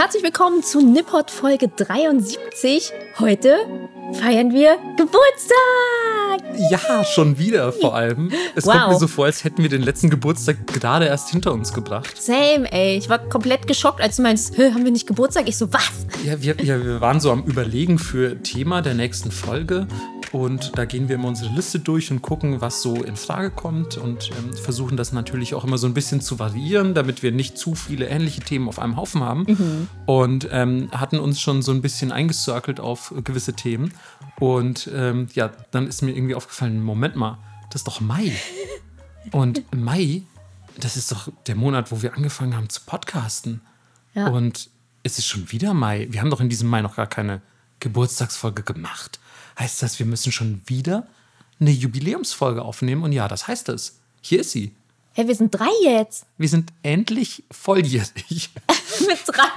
Herzlich willkommen zu Nippot Folge 73. Heute feiern wir Geburtstag! Ja, schon wieder vor allem. Es kommt mir so vor, als hätten wir den letzten Geburtstag gerade erst hinter uns gebracht. Same, ey. Ich war komplett geschockt, als du meinst, haben wir nicht Geburtstag? Ich so, was? Ja, wir waren so am Überlegen für Thema der nächsten Folge. Und da gehen wir immer unsere Liste durch und gucken, was so in Frage kommt und versuchen das natürlich auch immer so ein bisschen zu variieren, damit wir nicht zu viele ähnliche Themen auf einem Haufen haben. Mhm. Und hatten uns schon so ein bisschen eingecircelt auf gewisse Themen. Und dann ist mir irgendwie aufgefallen, Moment mal, das ist doch Mai. Und Mai, das ist doch der Monat, wo wir angefangen haben zu podcasten. Ja. Und es ist schon wieder Mai. Wir haben doch in diesem Mai noch gar keine Geburtstagsfolge gemacht. Heißt das, wir müssen schon wieder eine Jubiläumsfolge aufnehmen? Und ja, das heißt es. Hier ist sie. Hey, wir sind 3 jetzt. Wir sind endlich volljährig. Mit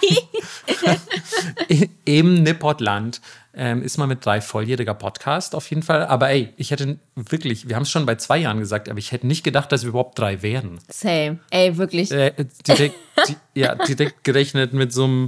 3? Im Nippotland ist man mit 3 volljähriger Podcast auf jeden Fall. Aber ey, ich hätte wirklich, wir haben es schon bei 2 Jahren gesagt, aber ich hätte nicht gedacht, dass wir überhaupt 3 werden. Same. Ey, wirklich. Direkt gerechnet mit so einem,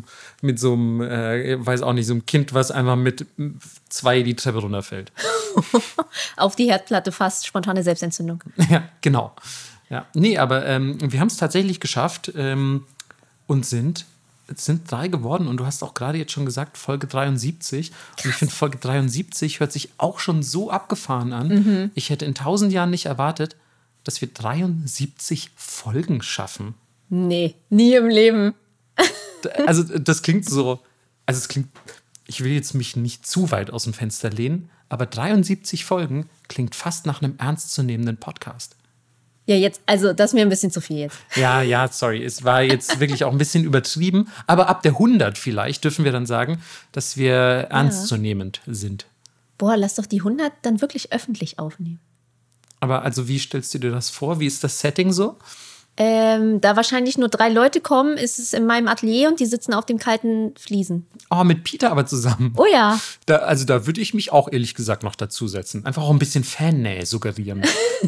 weiß auch nicht, so einem Kind, was einfach mit 2 die Treppe runterfällt. Auf die Herdplatte fast, spontane Selbstentzündung. Ja, genau. Ja. Nee, aber wir haben es tatsächlich geschafft und sind 3 geworden. Und du hast auch gerade jetzt schon gesagt, Folge 73. Krass. Und ich finde, Folge 73 hört sich auch schon so abgefahren an. Mhm. Ich hätte in 1000 Jahren nicht erwartet, dass wir 73 Folgen schaffen. Nee, nie im Leben. Also das klingt so, ich will jetzt mich nicht zu weit aus dem Fenster lehnen, aber 73 Folgen klingt fast nach einem ernstzunehmenden Podcast. Ja, jetzt, also das ist mir ein bisschen zu viel jetzt. Ja, sorry, es war jetzt wirklich auch ein bisschen übertrieben, aber ab der 100 vielleicht dürfen wir dann sagen, dass wir ernstzunehmend sind. Boah, lass doch die 100 dann wirklich öffentlich aufnehmen. Aber also wie stellst du dir das vor? Wie ist das Setting so? Da wahrscheinlich nur 3 Leute kommen, ist es in meinem Atelier und die sitzen auf dem kalten Fliesen. Oh, mit Peter aber zusammen. Oh ja. Da würde ich mich auch ehrlich gesagt noch dazusetzen. Einfach auch ein bisschen Fannähe suggerieren.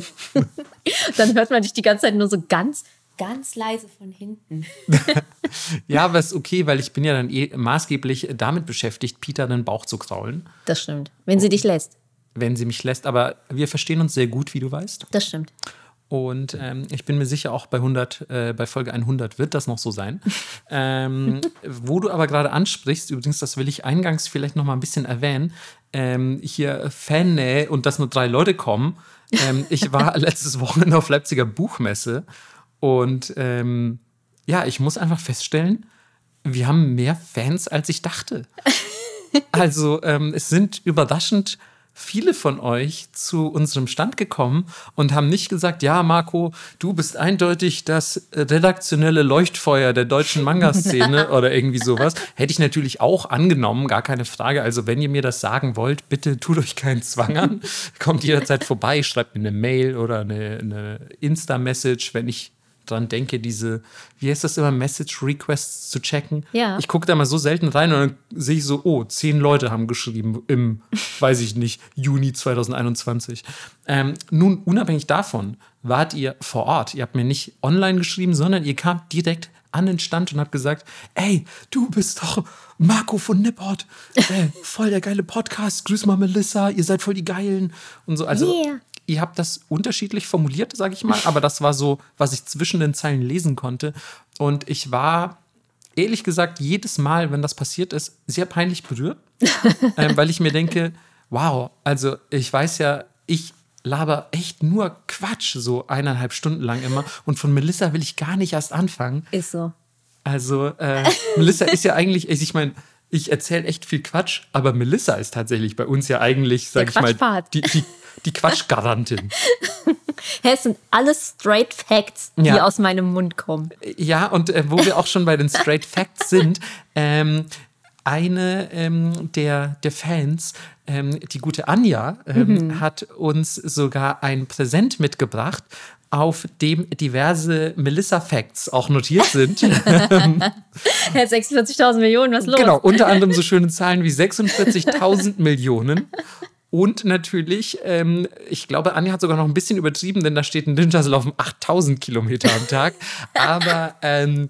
Dann hört man dich die ganze Zeit nur so ganz, ganz leise von hinten. Ja, aber ist okay, weil ich bin ja dann maßgeblich damit beschäftigt, Peter den Bauch zu kraulen. Das stimmt. Wenn sie dich lässt. Wenn sie mich lässt, aber wir verstehen uns sehr gut, wie du weißt. Das stimmt. Und ich bin mir sicher, auch bei Folge 100 wird das noch so sein. Wo du aber gerade ansprichst, übrigens, das will ich eingangs vielleicht noch mal ein bisschen erwähnen, hier Fannähe und dass nur 3 Leute kommen. Ich war letztes Wochenende auf Leipziger Buchmesse und ich muss einfach feststellen, wir haben mehr Fans, als ich dachte. Also es sind überraschend viele von euch zu unserem Stand gekommen und haben nicht gesagt, ja, Marco, du bist eindeutig das redaktionelle Leuchtfeuer der deutschen Manga-Szene oder irgendwie sowas. Hätte ich natürlich auch angenommen, gar keine Frage. Also wenn ihr mir das sagen wollt, bitte tut euch keinen Zwang an. Kommt jederzeit vorbei, schreibt mir eine Mail oder eine Insta-Message, wenn ich dran denke, diese, wie heißt das immer, Message-Requests zu checken. Ja. Ich gucke da mal so selten rein und dann sehe ich so, 10 Leute haben geschrieben im, weiß ich nicht, Juni 2021. Nun, unabhängig davon, wart ihr vor Ort. Ihr habt mir nicht online geschrieben, sondern ihr kamt direkt an den Stand und habt gesagt, ey, du bist doch Marco von Nippot. Voll der geile Podcast. Grüß mal Melissa, ihr seid voll die Geilen. Und so, also Ihr habt das unterschiedlich formuliert, sage ich mal, aber das war so, was ich zwischen den Zeilen lesen konnte. Und ich war, ehrlich gesagt, jedes Mal, wenn das passiert ist, sehr peinlich berührt, weil ich mir denke, wow, also ich weiß ja, ich laber echt nur Quatsch, so 1,5 Stunden lang immer. Und von Melissa will ich gar nicht erst anfangen. Ist so. Also Melissa ist ja eigentlich, ich meine, ich erzähle echt viel Quatsch, aber Melissa ist tatsächlich bei uns ja eigentlich, sag ich mal, die Quatschgarantin. Es sind alles Straight Facts, die aus meinem Mund kommen. Ja, und wo wir auch schon bei den Straight Facts sind, eine der Fans, die gute Anja, hat uns sogar ein Präsent mitgebracht, auf dem diverse Melissa-Facts auch notiert sind. 46.000 Millionen, was los? Genau, unter anderem so schöne Zahlen wie 46.000 Millionen. Und natürlich, ich glaube, Anja hat sogar noch ein bisschen übertrieben, denn da steht, Ninjas laufen 8.000 Kilometer am Tag. Aber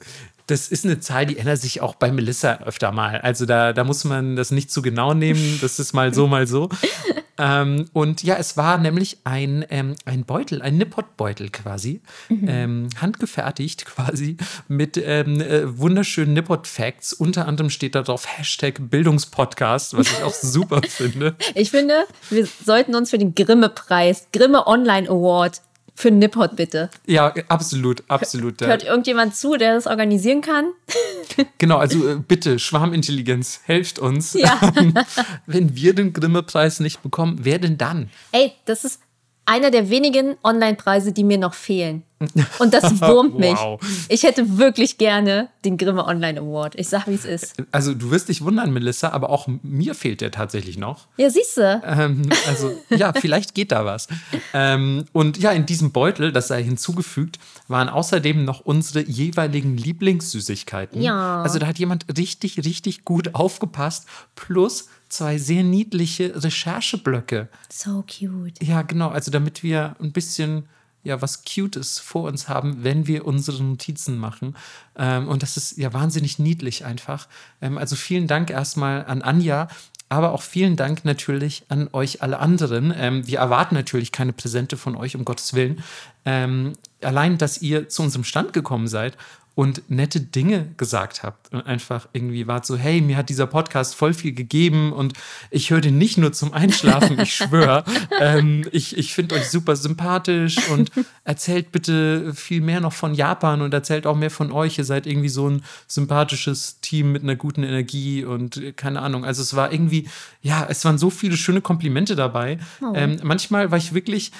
Das ist eine Zahl, die ändert sich auch bei Melissa öfter mal. Also da muss man das nicht zu genau nehmen. Das ist mal so, mal so. Und ja, es war nämlich ein Beutel, ein Nippot-Beutel quasi. Handgefertigt quasi mit wunderschönen Nippot-Facts. Unter anderem steht da drauf #Bildungspodcast, was ich auch super finde. Ich finde, wir sollten uns für den Grimme-Preis, Grimme Online Award für Nippot bitte. Ja, absolut. Hört irgendjemand zu, der das organisieren kann? Genau, also bitte, Schwarmintelligenz, helft uns. Ja. Wenn wir den Grimme-Preis nicht bekommen, wer denn dann? Ey, das ist einer der wenigen Online-Preise, die mir noch fehlen. Und das wurmt mich. Wow. Ich hätte wirklich gerne den Grimme Online Award. Ich sag, wie es ist. Also du wirst dich wundern, Melissa, aber auch mir fehlt der tatsächlich noch. Ja, siehst du. Also ja, vielleicht geht da was. Und ja, in diesem Beutel, das sei hinzugefügt, waren außerdem noch unsere jeweiligen Lieblingssüßigkeiten. Ja. Also da hat jemand richtig, richtig gut aufgepasst. Plus 2 sehr niedliche Rechercheblöcke. So cute. Ja, genau. Also damit wir ein bisschen was Cutes vor uns haben, wenn wir unsere Notizen machen. Und das ist ja wahnsinnig niedlich einfach. Also vielen Dank erstmal an Anja, aber auch vielen Dank natürlich an euch alle anderen. Wir erwarten natürlich keine Präsente von euch, um Gottes Willen. Allein, dass ihr zu unserem Stand gekommen seid und nette Dinge gesagt habt und einfach irgendwie wart so, hey, mir hat dieser Podcast voll viel gegeben und ich höre den nicht nur zum Einschlafen, ich schwöre. Ich finde euch super sympathisch und erzählt bitte viel mehr noch von Japan und erzählt auch mehr von euch. Ihr seid irgendwie so ein sympathisches Team mit einer guten Energie und keine Ahnung. Also es war irgendwie, ja, es waren so viele schöne Komplimente dabei. Oh. Manchmal war ich wirklich,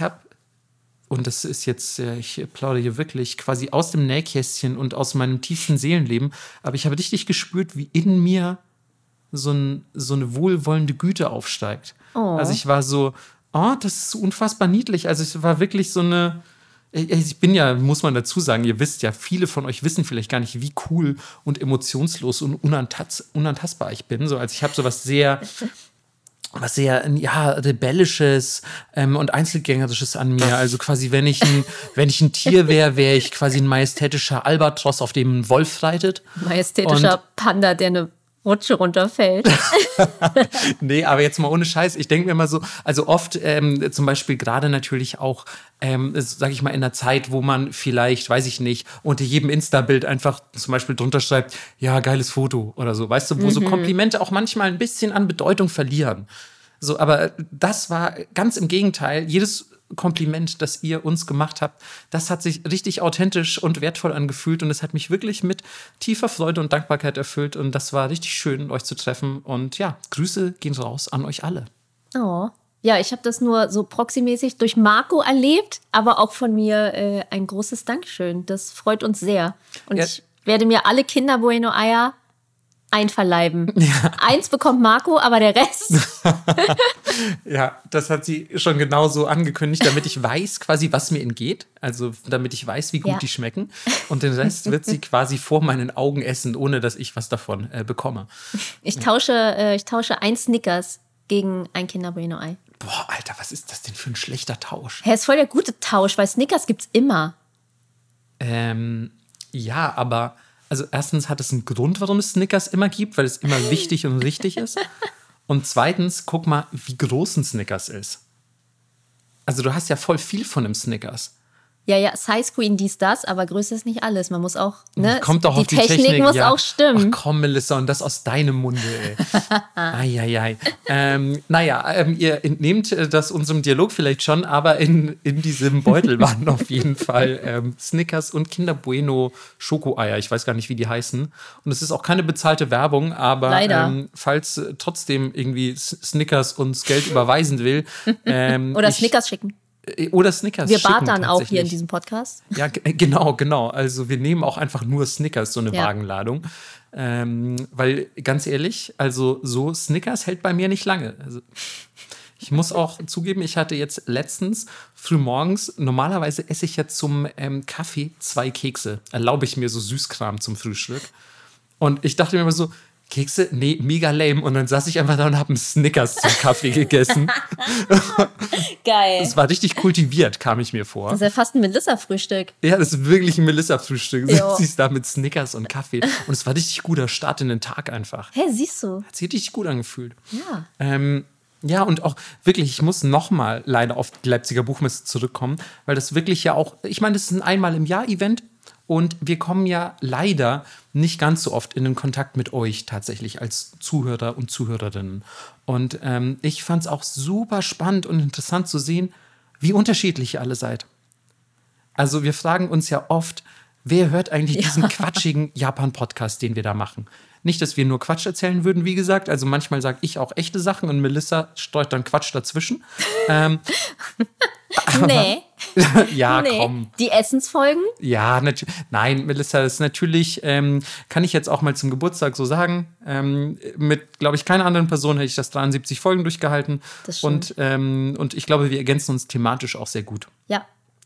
und das ist jetzt, ich plaudere hier wirklich quasi aus dem Nähkästchen und aus meinem tiefsten Seelenleben, aber ich habe richtig gespürt, wie in mir so eine wohlwollende Güte aufsteigt. Oh. Also ich war so, das ist so unfassbar niedlich. Also es war wirklich so eine, ich bin ja, muss man dazu sagen, ihr wisst ja, viele von euch wissen vielleicht gar nicht, wie cool und emotionslos und unantastbar ich bin. So, also ich habe so was sehr Rebellisches und Einzelgängerisches an mir. Also quasi, wenn ich ein Tier wäre, wäre ich quasi ein majestätischer Albatros, auf dem ein Wolf reitet. Majestätischer Panda, der eine Rutsche runterfällt. Nee, aber jetzt mal ohne Scheiß. Ich denke mir immer so, also oft zum Beispiel gerade natürlich auch, sage ich mal, in einer Zeit, wo man vielleicht, weiß ich nicht, unter jedem Insta-Bild einfach zum Beispiel drunter schreibt, ja, geiles Foto oder so, weißt du, wo so Komplimente auch manchmal ein bisschen an Bedeutung verlieren. So, aber das war ganz im Gegenteil. Jedes Kompliment, das ihr uns gemacht habt, das hat sich richtig authentisch und wertvoll angefühlt und es hat mich wirklich mit tiefer Freude und Dankbarkeit erfüllt und das war richtig schön, euch zu treffen und ja, Grüße gehen raus an euch alle. Oh. Ja, ich habe das nur so proxymäßig durch Marco erlebt, aber auch von mir ein großes Dankeschön. Das freut uns sehr. Und Ja. ich werde mir alle Kinder Bueno Eier einverleiben. Ja. 1 bekommt Marco, aber der Rest. Ja, das hat sie schon genauso angekündigt, damit ich weiß quasi, was mir entgeht. Also damit ich weiß, wie gut die schmecken. Und den Rest wird sie quasi vor meinen Augen essen, ohne dass ich was davon bekomme. Ich tausche 1 Snickers gegen ein Kinder Bueno Ei. Boah, Alter, was ist das denn für ein schlechter Tausch? Hä, ist voll der gute Tausch, weil Snickers gibt's immer. Ja, aber also erstens hat es einen Grund, warum es Snickers immer gibt, weil es immer wichtig und richtig ist. Und zweitens, guck mal, wie groß ein Snickers ist. Also du hast ja voll viel von einem Snickers. Ja, Size Queen, dies, das, aber Größe ist nicht alles. Man muss auch, ne? Kommt doch auf die Technik muss auch stimmen. Ach komm, Melissa, und das aus deinem Munde, ey. Eieiei. Ihr entnehmt das unserem Dialog vielleicht schon, aber in diesem Beutel waren auf jeden Fall Snickers und Kinder Bueno Schokoeier. Ich weiß gar nicht, wie die heißen. Und es ist auch keine bezahlte Werbung, aber falls trotzdem irgendwie Snickers uns Geld überweisen will. Oder Snickers schicken. Oder Snickers Wir schicken, bartern auch hier in tatsächlich. diesem Podcast. Ja, genau. Also wir nehmen auch einfach nur Snickers, so eine Wagenladung. Weil, ganz ehrlich, also so Snickers hält bei mir nicht lange. Also, ich muss auch zugeben, ich hatte jetzt letztens frühmorgens, normalerweise esse ich ja zum Kaffee 2 Kekse. Erlaube ich mir so Süßkram zum Frühstück. Und ich dachte mir immer so, Kekse? Nee, mega lame. Und dann saß ich einfach da und habe einen Snickers zum Kaffee gegessen. Geil. Das war richtig kultiviert, kam ich mir vor. Das ist ja fast ein Melissa-Frühstück. Ja, das ist wirklich ein Melissa-Frühstück. Jo. Sie ist da mit Snickers und Kaffee. Und es war richtig guter Start in den Tag einfach. Hä, siehst du? Hat sich richtig gut angefühlt. Ja. Ja, und auch wirklich, ich muss nochmal leider auf die Leipziger Buchmesse zurückkommen, weil das wirklich ja auch, ich meine, das ist ein einmal im Jahr Event und wir kommen ja leider nicht ganz so oft in den Kontakt mit euch tatsächlich als Zuhörer und Zuhörerinnen. Und ich fand es auch super spannend und interessant zu sehen, wie unterschiedlich ihr alle seid. Also wir fragen uns ja oft, wer hört eigentlich diesen quatschigen Japan-Podcast, den wir da machen? Nicht, dass wir nur Quatsch erzählen würden, wie gesagt. Also manchmal sage ich auch echte Sachen und Melissa streut dann Quatsch dazwischen. Nee. Ja, Nee. komm. Die Essensfolgen? Ja, nein, Melissa, das ist natürlich, kann ich jetzt auch mal zum Geburtstag so sagen. Mit, glaube ich, keiner anderen Person hätte ich das 73 Folgen durchgehalten. Das stimmt. Und ich glaube, wir ergänzen uns thematisch auch sehr gut. Ja.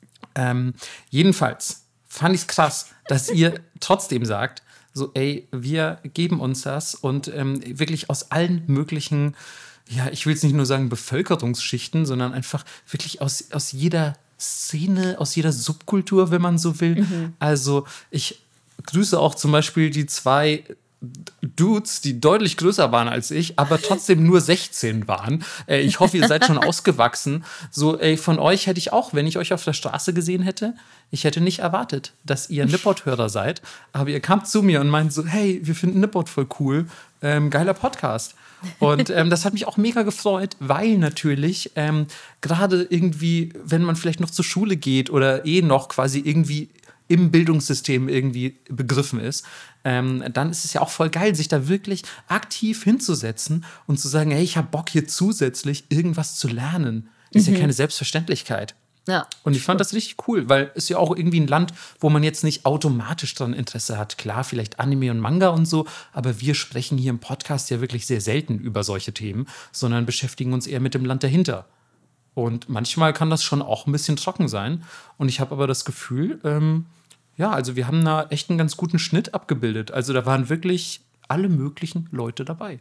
Jedenfalls fand ich es krass, dass ihr trotzdem sagt, so, ey, wir geben uns das und wirklich aus allen möglichen, ja, ich will jetzt nicht nur sagen Bevölkerungsschichten, sondern einfach wirklich aus jeder Szene, aus jeder Subkultur, wenn man so will. Also ich grüße auch zum Beispiel die 2 Dudes, die deutlich größer waren als ich, aber trotzdem nur 16 waren. Ich hoffe, ihr seid schon ausgewachsen. So, ey, von euch hätte ich auch, wenn ich euch auf der Straße gesehen hätte, ich hätte nicht erwartet, dass ihr Nippot-Hörer seid. Aber ihr kamt zu mir und meint so, hey, wir finden Nippot voll cool. Geiler Podcast. Und das hat mich auch mega gefreut, weil natürlich gerade irgendwie, wenn man vielleicht noch zur Schule geht oder noch quasi irgendwie im Bildungssystem irgendwie begriffen ist, dann ist es ja auch voll geil, sich da wirklich aktiv hinzusetzen und zu sagen, hey, ich habe Bock hier zusätzlich irgendwas zu lernen. Das ist ja keine Selbstverständlichkeit. Ja. Und ich fand das richtig cool, weil es ja auch irgendwie ein Land, wo man jetzt nicht automatisch dran Interesse hat. Klar, vielleicht Anime und Manga und so, aber wir sprechen hier im Podcast ja wirklich sehr selten über solche Themen, sondern beschäftigen uns eher mit dem Land dahinter. Und manchmal kann das schon auch ein bisschen trocken sein. Und ich habe aber das Gefühl, ja, also wir haben da echt einen ganz guten Schnitt abgebildet. Also da waren wirklich alle möglichen Leute dabei.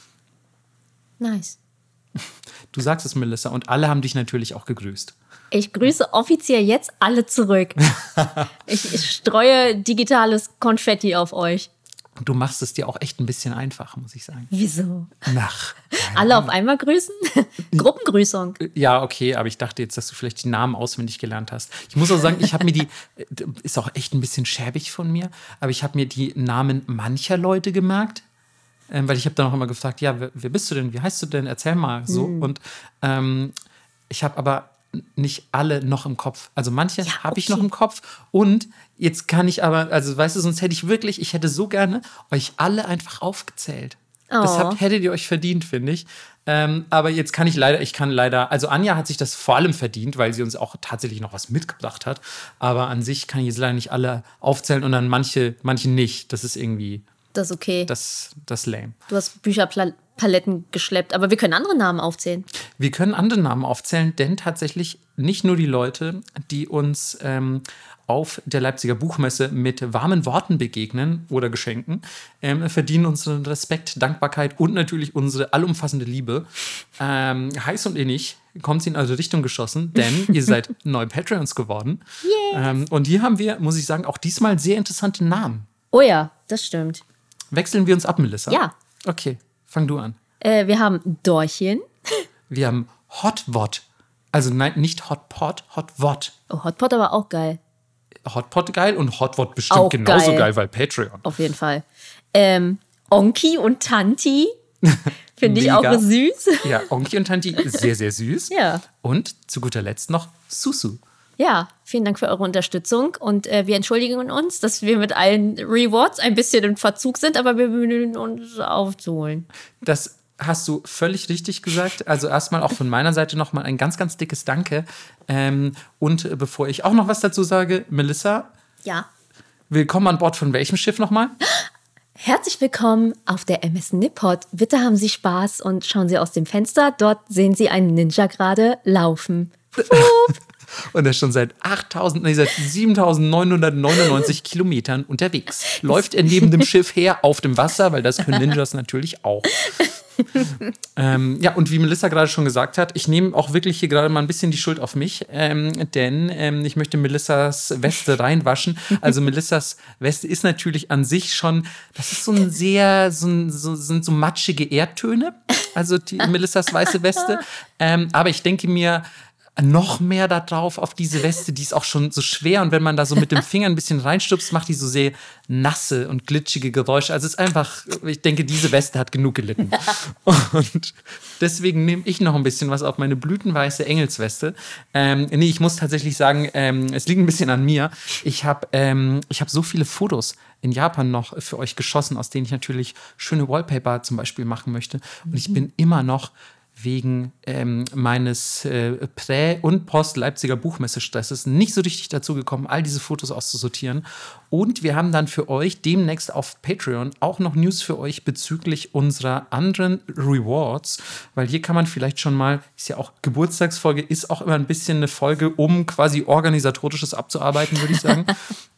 Nice. Du sagst es, Melissa, und alle haben dich natürlich auch gegrüßt. Ich grüße offiziell jetzt alle zurück. Ich streue digitales Konfetti auf euch. Du machst es dir auch echt ein bisschen einfach, muss ich sagen. Wieso? Ach, Alle auf einmal grüßen? Gruppengrüßung. ja, okay, aber ich dachte jetzt, dass du vielleicht die Namen auswendig gelernt hast. Ich muss auch sagen, ich habe mir ist auch echt ein bisschen schäbig von mir, aber ich habe mir die Namen mancher Leute gemerkt, weil ich habe dann auch immer gefragt, ja, wer bist du denn, wie heißt du denn, erzähl mal so. Und ich habe aber nicht alle noch im Kopf. Also manche habe ich noch im Kopf und jetzt kann ich aber, also weißt du, sonst hätte ich hätte so gerne euch alle einfach aufgezählt. Das hättet ihr euch verdient, finde ich. Aber jetzt kann ich leider, also Anja hat sich das vor allem verdient, weil sie uns auch tatsächlich noch was mitgebracht hat. Aber an sich kann ich jetzt leider nicht alle aufzählen und dann manche nicht. Das ist irgendwie, Das ist okay. das lame. Du hast Bücherpaletten geschleppt, aber wir können andere Namen aufzählen. Wir können andere Namen aufzählen, denn tatsächlich nicht nur die Leute, die uns auf der Leipziger Buchmesse mit warmen Worten begegnen oder Geschenken, verdienen unseren Respekt, Dankbarkeit und natürlich unsere allumfassende Liebe. Heiß und innig kommt sie in eure Richtung geschossen, denn ihr seid neue Patreons geworden. Yes. Und hier haben wir, muss ich sagen, auch diesmal sehr interessante Namen. Oh ja, das stimmt. Wechseln wir uns ab, Melissa? Ja. Okay, fang du an. Wir haben Dorchen. Wir haben Hotwot. Also nein, nicht Hotpot, Hotwot. Oh, Hotpot aber auch geil. Hotpot geil und Hotwot bestimmt Auch genauso geil. geil, weil Patreon. Auf jeden Fall. Onki und Tanti. Finde ich auch Mega. süß. Ja, Onki und Tanti, sehr, sehr süß. Ja. Und zu guter Letzt noch Susu. Ja, vielen Dank für eure Unterstützung und wir entschuldigen uns, dass wir mit allen Rewards ein bisschen im Verzug sind, aber wir bemühen uns aufzuholen. Das hast du völlig richtig gesagt. Also erstmal auch von meiner Seite nochmal ein ganz, ganz dickes Danke. Und bevor ich auch noch was dazu sage, Melissa, Ja. willkommen an Bord von welchem Schiff nochmal? Herzlich willkommen auf der MS Nippot. Bitte haben Sie Spaß und schauen Sie aus dem Fenster. Dort sehen Sie einen Ninja gerade laufen. Und er ist schon seit 7.999 Kilometern unterwegs. Läuft er neben dem Schiff her auf dem Wasser, weil das können Ninjas natürlich auch. Ja, und wie Melissa gerade schon gesagt hat, ich nehme auch wirklich hier gerade mal ein bisschen die Schuld auf mich, denn ich möchte Melissas Weste reinwaschen. Also Melissas Weste ist natürlich an sich schon, das ist sind so matschige Erdtöne, also die Melissas weiße Weste. Aber ich denke mir, noch mehr da drauf auf diese Weste, die ist auch schon so schwer und wenn man da so mit dem Finger ein bisschen reinstupst, macht die so sehr nasse und glitschige Geräusche. Also es ist einfach, ich denke, diese Weste hat genug gelitten. Und deswegen nehme ich noch ein bisschen was auf meine blütenweiße Engelsweste. Nee, ich muss tatsächlich sagen, es liegt ein bisschen an mir. Ich hab so viele Fotos in Japan noch für euch geschossen, aus denen ich natürlich schöne Wallpaper zum Beispiel machen möchte. Und ich bin immer noch wegen meines Prä- und Post-Leipziger Buchmessestresses nicht so richtig dazu gekommen, all diese Fotos auszusortieren. Und wir haben dann für euch demnächst auf Patreon auch noch News für euch bezüglich unserer anderen Rewards, weil hier kann man vielleicht schon mal, ist ja auch Geburtstagsfolge, ist auch immer ein bisschen eine Folge, um quasi Organisatorisches abzuarbeiten, würde ich sagen.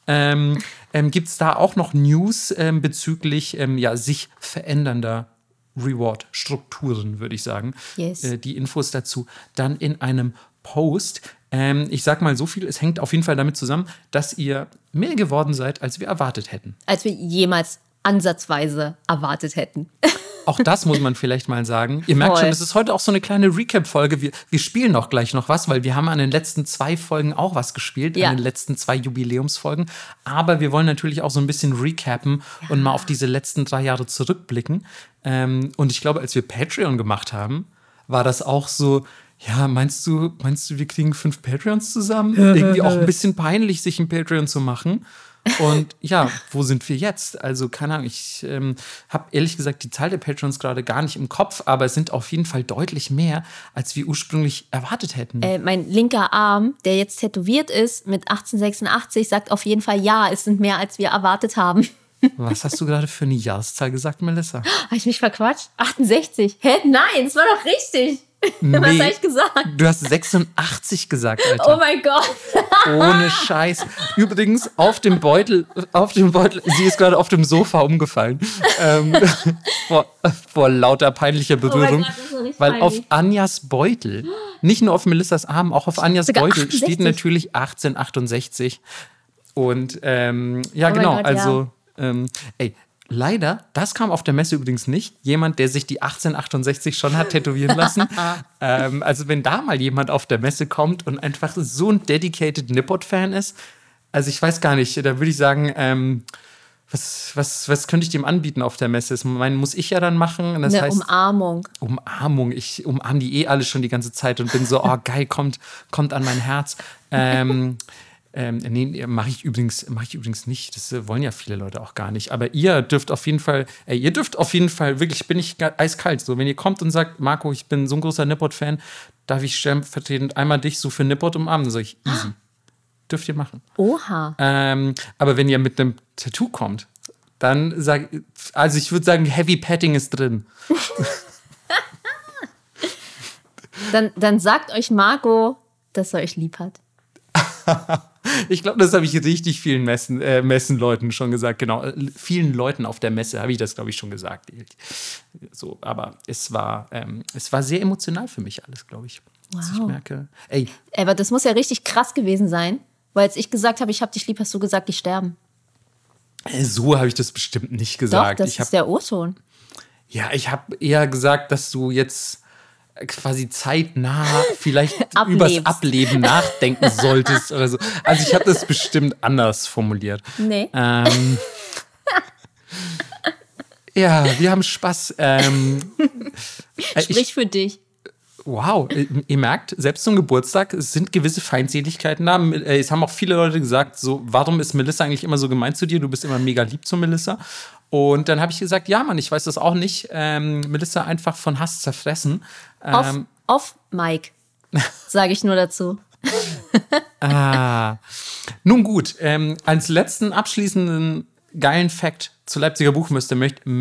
Gibt es da auch noch News bezüglich sich verändernder Reward-Strukturen, würde ich sagen. Yes. Die Infos dazu dann in einem Post. Ich sag mal so viel, es hängt auf jeden Fall damit zusammen, dass ihr mehr geworden seid, als wir erwartet hätten. Als wir jemals ansatzweise erwartet hätten. Auch das muss man vielleicht mal sagen. Ihr merkt schon, das ist heute auch so eine kleine Recap-Folge. Wir spielen auch gleich noch was, weil wir haben an den letzten 2 Folgen auch was gespielt, an den letzten 2 Jubiläumsfolgen. Aber wir wollen natürlich auch so ein bisschen recappen und mal auf diese letzten 3 Jahre zurückblicken. Und ich glaube, als wir Patreon gemacht haben, war das auch so, ja, meinst du, wir kriegen 5 Patreons zusammen? Irgendwie auch ein bisschen peinlich, sich ein Patreon zu machen. Und ja, wo sind wir jetzt? Also, keine Ahnung, ich habe ehrlich gesagt die Zahl der Patrons gerade gar nicht im Kopf, aber es sind auf jeden Fall deutlich mehr, als wir ursprünglich erwartet hätten. Mein linker Arm, der jetzt tätowiert ist mit 1886, sagt auf jeden Fall ja, es sind mehr, als wir erwartet haben. Was hast du gerade für eine Jahreszahl gesagt, Melissa? Habe ich mich verquatscht? 68? Hä? Nein, das war doch richtig. Nee, was habe ich gesagt? Du hast 86 gesagt, Alter. Oh mein Gott. Ohne Scheiß. Übrigens, auf dem Beutel, sie ist gerade auf dem Sofa umgefallen. Vor lauter peinlicher Berührung. Oh mein Gott, das ist so richtig weil peinlich. auf Anjas Beutel, nicht nur auf Melissas Arm, auch auf Anjas Sogar Beutel 68. steht natürlich 1868. Und ja, Oh genau, Gott, also, leider, das kam auf der Messe übrigens nicht. Jemand, der sich die 1868 schon hat tätowieren lassen. Also wenn da mal jemand auf der Messe kommt und einfach so ein dedicated Nippot-Fan ist, also ich weiß gar nicht, da würde ich sagen, was könnte ich dem anbieten auf der Messe? Das muss ich ja dann machen. Das heißt, Umarmung. Umarmung. Ich umarme die alle schon die ganze Zeit und bin so, oh geil, kommt an mein Herz. Nee, mache ich übrigens nicht. Das wollen ja viele Leute auch gar nicht. Aber ihr dürft auf jeden Fall, wirklich, bin ich eiskalt. So, wenn ihr kommt und sagt, Marco, ich bin so ein großer Nippot-Fan, darf ich stellvertretend einmal dich so für Nippot umarmen? Dann sage ich, easy. Dürft ihr machen. Oha. Aber wenn ihr mit einem Tattoo kommt, dann ich würde sagen, Heavy Petting ist drin. Dann sagt euch Marco, dass er euch lieb hat. Ich glaube, das habe ich richtig vielen Messenleuten schon gesagt. Genau, vielen Leuten auf der Messe habe ich das, glaube ich, schon gesagt. So, aber es war sehr emotional für mich alles, glaube ich. Wow. Also ich merke, Aber das muss ja richtig krass gewesen sein, weil als ich gesagt habe, ich habe dich lieb, hast du gesagt, ich sterben. So habe ich das bestimmt nicht gesagt. Doch, das ist der O-Ton. Ja, ich habe eher gesagt, dass du jetzt quasi zeitnah vielleicht übers Ableben nachdenken solltest oder so. Also ich habe das bestimmt anders formuliert. Nee. Ja, wir haben Spaß. Sprich für dich. Wow, ihr merkt, selbst zum Geburtstag sind gewisse Feindseligkeiten da. Es haben auch viele Leute gesagt, so, warum ist Melissa eigentlich immer so gemein zu dir? Du bist immer mega lieb zu Melissa. Und dann habe ich gesagt, ja, Mann, ich weiß das auch nicht. Melissa einfach von Hass zerfressen. Off Mike, sage ich nur dazu. Nun gut, als letzten abschließenden geilen Fact zur Leipziger Buchmesse,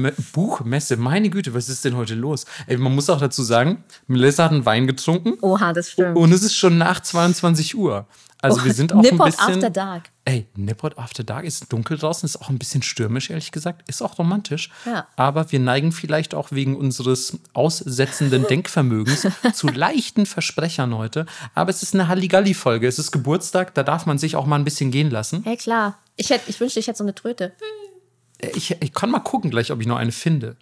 meine Güte, was ist denn heute los? Ey, man muss auch dazu sagen, Melissa hat einen Wein getrunken. Oha, das stimmt. Und es ist schon nach 22 Uhr. Also wir sind auch Nippot ein bisschen... After Dark. Ey, Nippot After Dark ist dunkel draußen, ist auch ein bisschen stürmisch, ehrlich gesagt. Ist auch romantisch. Ja. Aber wir neigen vielleicht auch wegen unseres aussetzenden Denkvermögens zu leichten Versprechern heute. Aber es ist eine Halligalli-Folge. Es ist Geburtstag, da darf man sich auch mal ein bisschen gehen lassen. Hey, klar. Ich wünschte, ich hätte so eine Tröte. Ich kann mal gucken gleich, ob ich noch eine finde.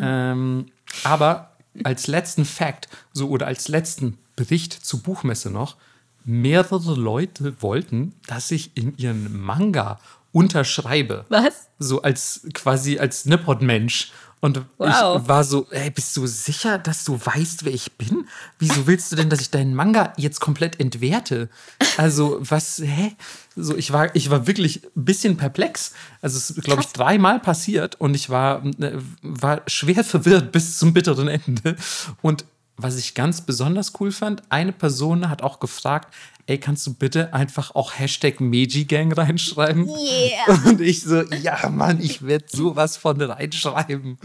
Aber als letzten Fact, oder als letzten Bericht zur Buchmesse noch, mehrere Leute wollten, dass ich in ihren Manga unterschreibe. Was? So quasi als Nippot-Mensch. Und Wow. Ich war so, ey, bist du sicher, dass du weißt, wer ich bin? Wieso willst du denn, dass ich deinen Manga jetzt komplett entwerte? Also, was, So, ich war wirklich ein bisschen perplex. Also, es ist, glaube ich, 3-mal passiert und ich war schwer verwirrt bis zum bitteren Ende. Und was ich ganz besonders cool fand, eine Person hat auch gefragt, ey, kannst du bitte einfach auch #Meiji-Gang reinschreiben? Yeah. Und ich so, ja, Mann, ich werde sowas von reinschreiben.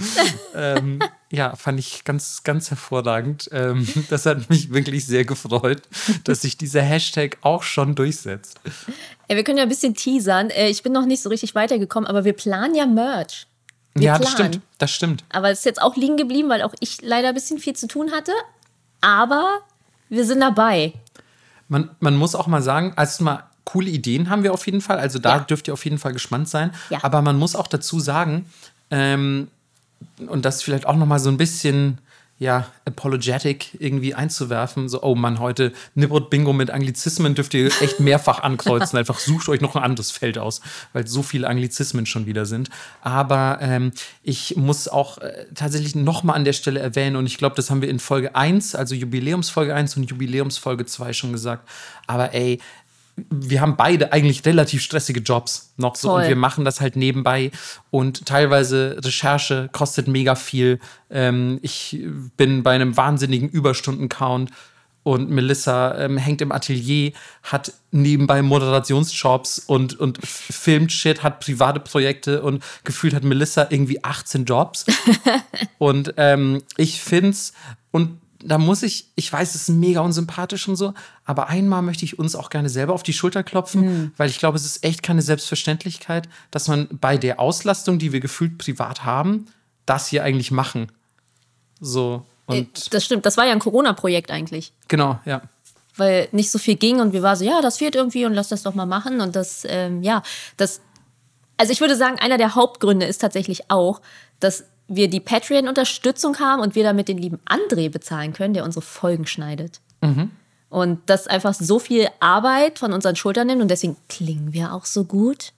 Ja, fand ich ganz, ganz hervorragend. Das hat mich wirklich sehr gefreut, dass sich dieser Hashtag auch schon durchsetzt. Ey, wir können ja ein bisschen teasern. Ich bin noch nicht so richtig weitergekommen, aber wir planen ja Merch. Das stimmt. Aber es ist jetzt auch liegen geblieben, weil auch ich leider ein bisschen viel zu tun hatte. Aber wir sind dabei. Man muss auch mal sagen, erstmal coole Ideen haben wir auf jeden Fall. Also da dürft ihr auf jeden Fall gespannt sein. Ja. Aber man muss auch dazu sagen, und das vielleicht auch noch mal so ein bisschen apologetic irgendwie einzuwerfen. So, oh Mann, heute Nippot-Bingo mit Anglizismen dürft ihr echt mehrfach ankreuzen. Einfach sucht euch noch ein anderes Feld aus, weil so viele Anglizismen schon wieder sind. Aber ich muss auch tatsächlich noch mal an der Stelle erwähnen, und ich glaube, das haben wir in Folge 1, also Jubiläumsfolge 1 und Jubiläumsfolge 2 schon gesagt. Aber ey, wir haben beide eigentlich relativ stressige Jobs noch so. Voll. Und wir machen das halt nebenbei und teilweise Recherche kostet mega viel. Ich bin bei einem wahnsinnigen Überstunden-Count und Melissa hängt im Atelier, hat nebenbei Moderationsjobs und filmt Shit, hat private Projekte und gefühlt hat Melissa irgendwie 18 Jobs. Und ich find's, und da muss ich weiß, es ist mega unsympathisch und so, aber einmal möchte ich uns auch gerne selber auf die Schulter klopfen, weil ich glaube, es ist echt keine Selbstverständlichkeit, dass man bei der Auslastung, die wir gefühlt privat haben, das hier eigentlich machen. So, und das stimmt, das war ja ein Corona-Projekt eigentlich. Genau, ja. Weil nicht so viel ging und wir waren so, ja, das fehlt irgendwie und lass das doch mal machen. Und also ich würde sagen, einer der Hauptgründe ist tatsächlich auch, dass wir die Patreon-Unterstützung haben und wir damit den lieben André bezahlen können, der unsere Folgen schneidet. Mhm. Und das einfach so viel Arbeit von unseren Schultern nimmt und deswegen klingen wir auch so gut.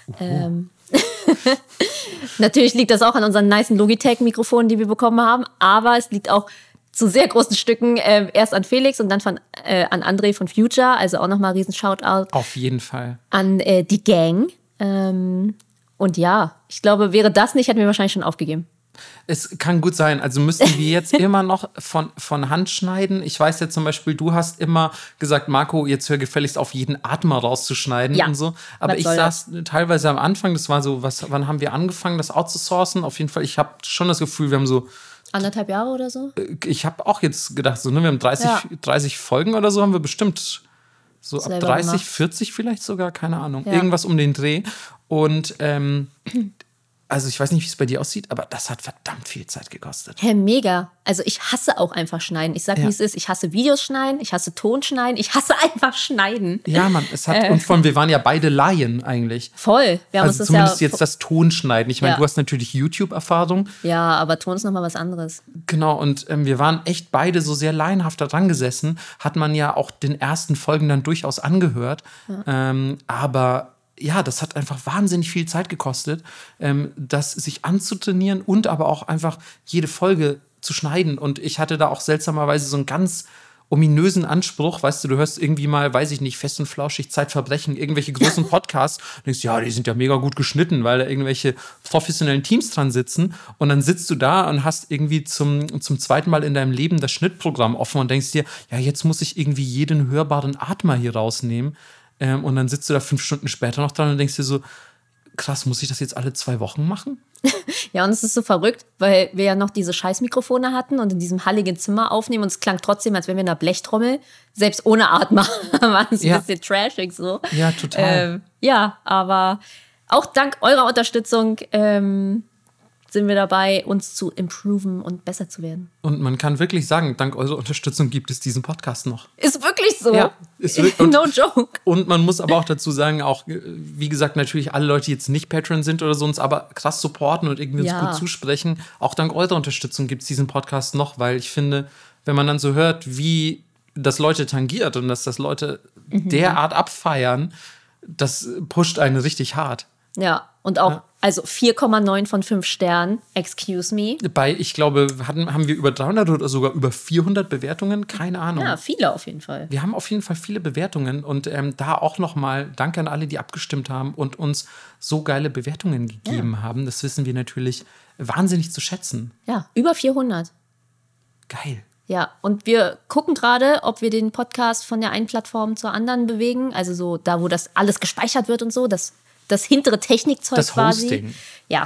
Natürlich liegt das auch an unseren nicen Logitech-Mikrofonen, die wir bekommen haben, aber es liegt auch zu sehr großen Stücken erst an Felix und dann an André von Future, also auch nochmal riesen Shoutout. Auf jeden Fall. An die Gang. Und ja, ich glaube, wäre das nicht, hätten wir wahrscheinlich schon aufgegeben. Es kann gut sein. Also müssten wir jetzt immer noch von Hand schneiden. Ich weiß ja zum Beispiel, du hast immer gesagt, Marco, jetzt hör gefälligst auf, jeden Atmer rauszuschneiden und so. Aber ich saß teilweise am Anfang, das war so, wann haben wir angefangen, das outzusourcen? Auf jeden Fall, ich habe schon das Gefühl, wir haben so 1,5 Jahre oder so? Ich habe auch jetzt gedacht, so, ne, wir haben 30 Folgen oder so, haben wir bestimmt so ab 30, gemacht. 40 vielleicht sogar, keine Ahnung. Ja. Irgendwas um den Dreh. Und also ich weiß nicht, wie es bei dir aussieht, aber das hat verdammt viel Zeit gekostet. Hey, mega. Also ich hasse auch einfach schneiden. Ich sag, wie es ist. Ich hasse Videos schneiden, ich hasse Ton schneiden, ich hasse einfach schneiden. Ja, Mann, und wir waren ja beide Laien eigentlich. Voll. Wir haben also uns das zumindest jetzt das Tonschneiden. Ich meine, du hast natürlich YouTube-Erfahrung. Ja, aber Ton ist nochmal was anderes. Genau, und wir waren echt beide so sehr laienhaft da dran gesessen. Hat man ja auch den ersten Folgen dann durchaus angehört. Ja. Aber ja, das hat einfach wahnsinnig viel Zeit gekostet, das sich anzutrainieren und aber auch einfach jede Folge zu schneiden. Und ich hatte da auch seltsamerweise so einen ganz ominösen Anspruch, weißt du, du hörst irgendwie mal, weiß ich nicht, Fest und Flauschig, Zeitverbrechen, irgendwelche großen Podcasts und denkst, ja, die sind ja mega gut geschnitten, weil da irgendwelche professionellen Teams dran sitzen und dann sitzt du da und hast irgendwie zum zweiten Mal in deinem Leben das Schnittprogramm offen und denkst dir, ja, jetzt muss ich irgendwie jeden hörbaren Atmer hier rausnehmen. Und dann sitzt du da 5 Stunden später noch dran und denkst dir so, krass, muss ich das jetzt alle 2 Wochen machen? Ja, und es ist so verrückt, weil wir ja noch diese Scheißmikrofone hatten und in diesem halligen Zimmer aufnehmen und es klang trotzdem, als wären wir in einer Blechtrommel. Selbst ohne Atmer war es ein bisschen trashig so. Ja, total. Ja, aber auch dank eurer Unterstützung sind wir dabei, uns zu improven und besser zu werden. Und man kann wirklich sagen, dank eurer Unterstützung gibt es diesen Podcast noch. Ist wirklich so. Ja, ist wirklich, no joke. Und man muss aber auch dazu sagen, auch, wie gesagt, natürlich alle Leute, die jetzt nicht Patreon sind oder so, uns aber krass supporten und irgendwie uns gut zusprechen. Auch dank eurer Unterstützung gibt es diesen Podcast noch, weil ich finde, wenn man dann so hört, wie das Leute tangiert und dass das Leute derart abfeiern, das pusht einen richtig hart. Ja, und auch, also 4,9 von 5 Sternen, excuse me. Ich glaube, haben wir über 300 oder sogar über 400 Bewertungen? Keine Ahnung. Ja, viele auf jeden Fall. Wir haben auf jeden Fall viele Bewertungen und da auch nochmal danke an alle, die abgestimmt haben und uns so geile Bewertungen gegeben haben. Das wissen wir natürlich wahnsinnig zu schätzen. Ja, über 400. Geil. Ja, und wir gucken gerade, ob wir den Podcast von der einen Plattform zur anderen bewegen. Also so da, wo das alles gespeichert wird und so, das hintere Technikzeug das quasi. Hosting. Ja,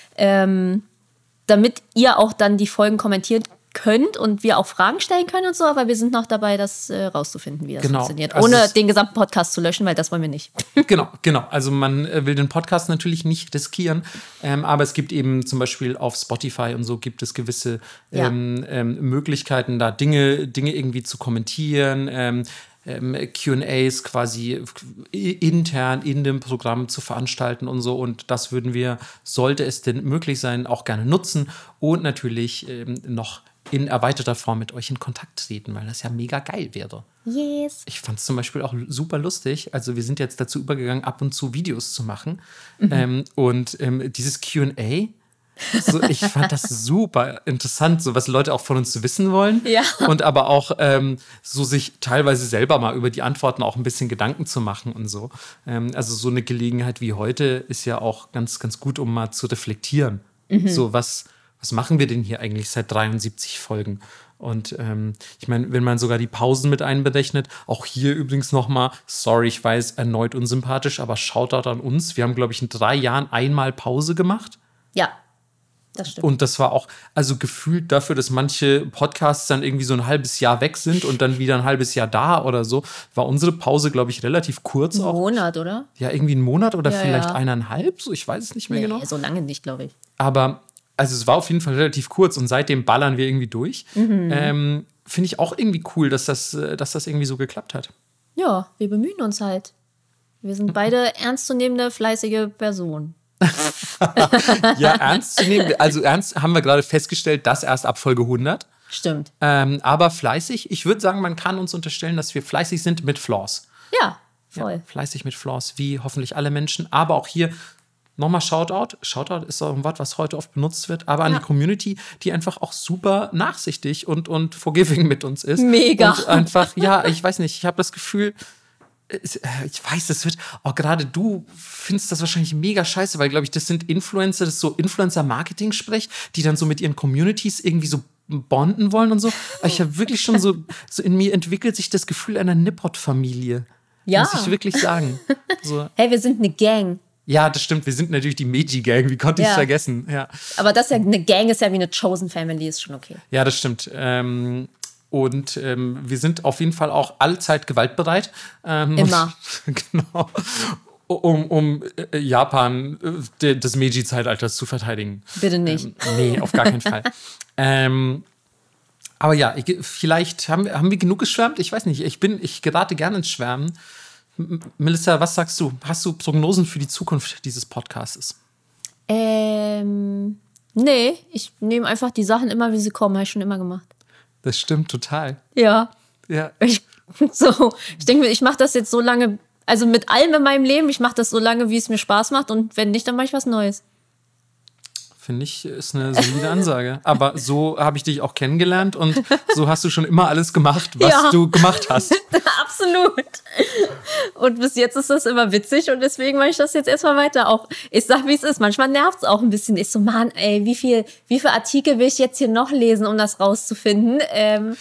damit ihr auch dann die Folgen kommentieren könnt und wir auch Fragen stellen können und so, aber wir sind noch dabei, das rauszufinden, wie das funktioniert. Also ohne den gesamten Podcast zu löschen, weil das wollen wir nicht. Genau. Also man will den Podcast natürlich nicht riskieren, aber es gibt eben zum Beispiel auf Spotify und so gibt es gewisse Möglichkeiten, da Dinge irgendwie zu kommentieren, Q&As quasi intern in dem Programm zu veranstalten und so. Und das würden wir, sollte es denn möglich sein, auch gerne nutzen und natürlich noch in erweiterter Form mit euch in Kontakt treten, weil das ja mega geil wäre. Yes. Ich fand es zum Beispiel auch super lustig. Also wir sind jetzt dazu übergegangen, ab und zu Videos zu machen. Und dieses Q&A, so, ich fand das super interessant, so was Leute auch von uns wissen wollen. Ja. Und aber auch so sich teilweise selber mal über die Antworten auch ein bisschen Gedanken zu machen und so. Also so eine Gelegenheit wie heute ist ja auch ganz, ganz gut, um mal zu reflektieren. So, was machen wir denn hier eigentlich seit 73 Folgen? Und ich meine, wenn man sogar die Pausen mit einberechnet, auch hier übrigens nochmal, sorry, ich weiß, erneut unsympathisch, aber Shoutout an uns. Wir haben, glaube ich, in 3 Jahren einmal Pause gemacht. Ja. Das stimmt. Und das war auch, also gefühlt dafür, dass manche Podcasts dann irgendwie so ein halbes Jahr weg sind und dann wieder ein halbes Jahr da oder so, war unsere Pause, glaube ich, relativ kurz. Ein Monat, oder? Ja, irgendwie 1 Monat oder vielleicht 1,5, so, ich weiß es nicht mehr genau. So lange nicht, glaube ich. Aber, also es war auf jeden Fall relativ kurz und seitdem ballern wir irgendwie durch. Finde ich auch irgendwie cool, dass das irgendwie so geklappt hat. Ja, wir bemühen uns halt. Wir sind beide ernstzunehmende, fleißige Personen. Ja, ernst zu nehmen. Also ernst haben wir gerade festgestellt, das erst ab Folge 100. Stimmt. Aber fleißig. Ich würde sagen, man kann uns unterstellen, dass wir fleißig sind mit Flaws. Ja, voll. Ja, fleißig mit Flaws, wie hoffentlich alle Menschen. Aber auch hier nochmal Shoutout. Shoutout ist so ein Wort, was heute oft benutzt wird. Aber an die Community, die einfach auch super nachsichtig und forgiving mit uns ist. Mega. Und einfach, ja, ich weiß nicht, ich habe das Gefühl, ich weiß, das wird, auch gerade du findest das wahrscheinlich mega scheiße, weil, glaube ich, das sind Influencer, das ist so Influencer-Marketing-Sprech, die dann so mit ihren Communities irgendwie so bonden wollen und so. Aber ich habe wirklich schon so in mir entwickelt sich das Gefühl einer Nippot-Familie. Ja. Muss ich wirklich sagen. So. Hey, wir sind eine Gang. Ja, das stimmt. Wir sind natürlich die Meiji-Gang. Wie konnte ich es vergessen? Ja. Aber das ja, eine Gang ist ja wie eine Chosen Family, ist schon okay. Ja, das stimmt. Und wir sind auf jeden Fall auch allzeit gewaltbereit. Immer. Genau. Um Japan des Meiji-Zeitalters zu verteidigen. Bitte nicht. Nee, auf gar keinen Fall. Aber ja, vielleicht haben wir genug geschwärmt. Ich weiß nicht, ich gerate gerne ins Schwärmen. Melissa, was sagst du? Hast du Prognosen für die Zukunft dieses Podcasts? Nee, ich nehme einfach die Sachen immer, wie sie kommen. Habe ich schon immer gemacht. Das stimmt total. Ja. Ja. Ich denke mir, ich mache das jetzt so lange, also mit allem in meinem Leben, ich mache das so lange, wie es mir Spaß macht und wenn nicht, dann mache ich was Neues. Finde ich, ist eine solide Ansage. Aber so habe ich dich auch kennengelernt und so hast du schon immer alles gemacht, was du gemacht hast. Absolut. Und bis jetzt ist das immer witzig und deswegen mache ich das jetzt erstmal weiter. Auch ich sag, wie es ist. Manchmal nervt es auch ein bisschen. Ich so, Mann, ey, wie viel Artikel will ich jetzt hier noch lesen, um das rauszufinden?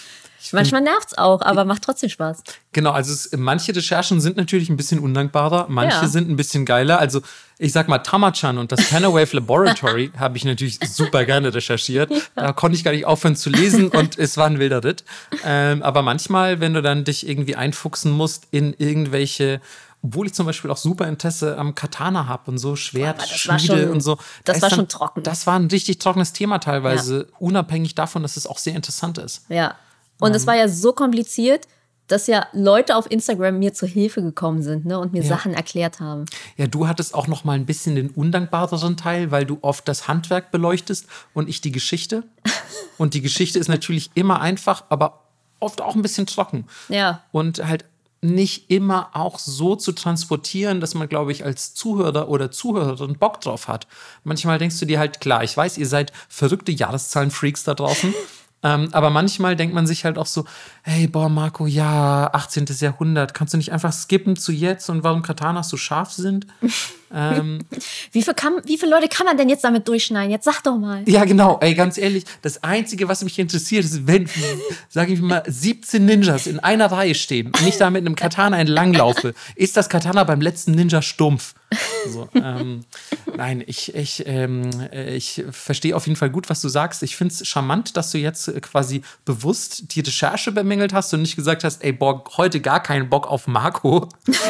Manchmal nervt's auch, aber macht trotzdem Spaß. Genau, also manche Recherchen sind natürlich ein bisschen undankbarer, manche sind ein bisschen geiler. Also ich sag mal, Tamachan und das Panawave Laboratory habe ich natürlich super gerne recherchiert. Da konnte ich gar nicht aufhören zu lesen und es war ein wilder Ritt. Aber manchmal, wenn du dann dich irgendwie einfuchsen musst in irgendwelche, obwohl ich zum Beispiel auch super Interesse am Katana habe und so, Schwert, Schmiede und so. Das war schon trocken. Das war ein richtig trockenes Thema teilweise, unabhängig davon, dass es auch sehr interessant ist. Ja, und es war ja so kompliziert, dass ja Leute auf Instagram mir zur Hilfe gekommen sind, ne, und mir Sachen erklärt haben. Ja, du hattest auch noch mal ein bisschen den undankbareren Teil, weil du oft das Handwerk beleuchtest und ich die Geschichte. Und die Geschichte ist natürlich immer einfach, aber oft auch ein bisschen trocken. Ja. Und halt nicht immer auch so zu transportieren, dass man, glaube ich, als Zuhörer oder Zuhörerin Bock drauf hat. Manchmal denkst du dir halt, klar, ich weiß, ihr seid verrückte Jahreszahlen-Freaks da draußen. Aber manchmal denkt man sich halt auch so, hey, boah, Marco, ja, 18. Jahrhundert, kannst du nicht einfach skippen zu jetzt und warum Katanas so scharf sind? Wie viele Leute kann man denn jetzt damit durchschneiden? Jetzt sag doch mal. Ja, genau, ey, ganz ehrlich, das Einzige, was mich interessiert, ist, wenn, sage ich mal, 17 Ninjas in einer Reihe stehen und ich da mit einem Katana entlanglaufe, ist das Katana beim letzten Ninja stumpf. So, nein, ich verstehe auf jeden Fall gut, was du sagst. Ich finde es charmant, dass du jetzt quasi bewusst die Recherche bemängelt hast und nicht gesagt hast, ey, boah, heute gar keinen Bock auf Marco.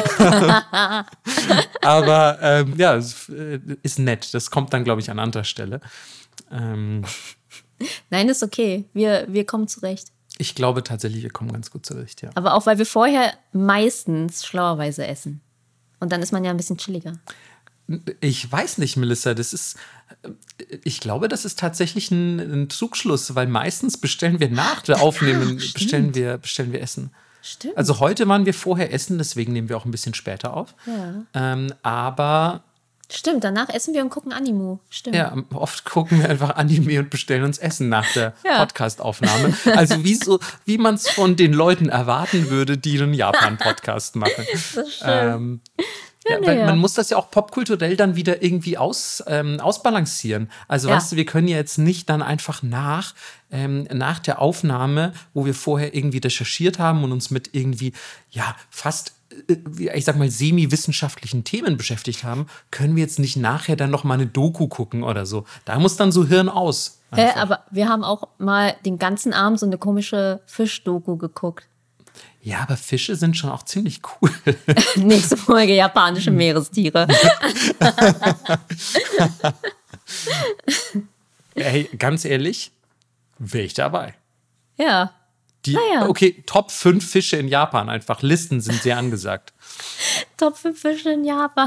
Aber ja, es ist nett. Das kommt dann, glaube ich, an anderer Stelle. Nein, ist okay. Wir kommen zurecht. Ich glaube tatsächlich, wir kommen ganz gut zurecht, ja. Aber auch, weil wir vorher meistens schlauerweise essen. Und dann ist man ja ein bisschen chilliger. Ich weiß nicht, Melissa, ich glaube, das ist tatsächlich ein Trugschluss, weil meistens bestellen wir nach der Aufnehmen, bestellen wir Essen. Stimmt. Also heute waren wir vorher essen, deswegen nehmen wir auch ein bisschen später auf. Ja. Aber stimmt, danach essen wir und gucken Anime. Stimmt. ja, oft gucken wir einfach Anime und bestellen uns Essen nach der Podcast-Aufnahme. Also wie man es von den Leuten erwarten würde, die einen Japan-Podcast machen. Das ist schön. Weil man muss das ja auch popkulturell dann wieder irgendwie ausbalancieren. Also weißt du, wir können ja jetzt nicht dann einfach nach der Aufnahme, wo wir vorher irgendwie recherchiert haben und uns mit irgendwie, fast, ich sag mal, semi-wissenschaftlichen Themen beschäftigt haben, können wir jetzt nicht nachher dann noch mal eine Doku gucken oder so. Da muss dann so Hirn aus. Aber wir haben auch mal den ganzen Abend so eine komische Fisch-Doku geguckt. Ja, aber Fische sind schon auch ziemlich cool. Nächste Folge japanische Meerestiere. Hey, ganz ehrlich, wäre ich dabei. Ja. Okay, Top 5 Fische in Japan einfach. Listen sind sehr angesagt. Top 5 Fische in Japan.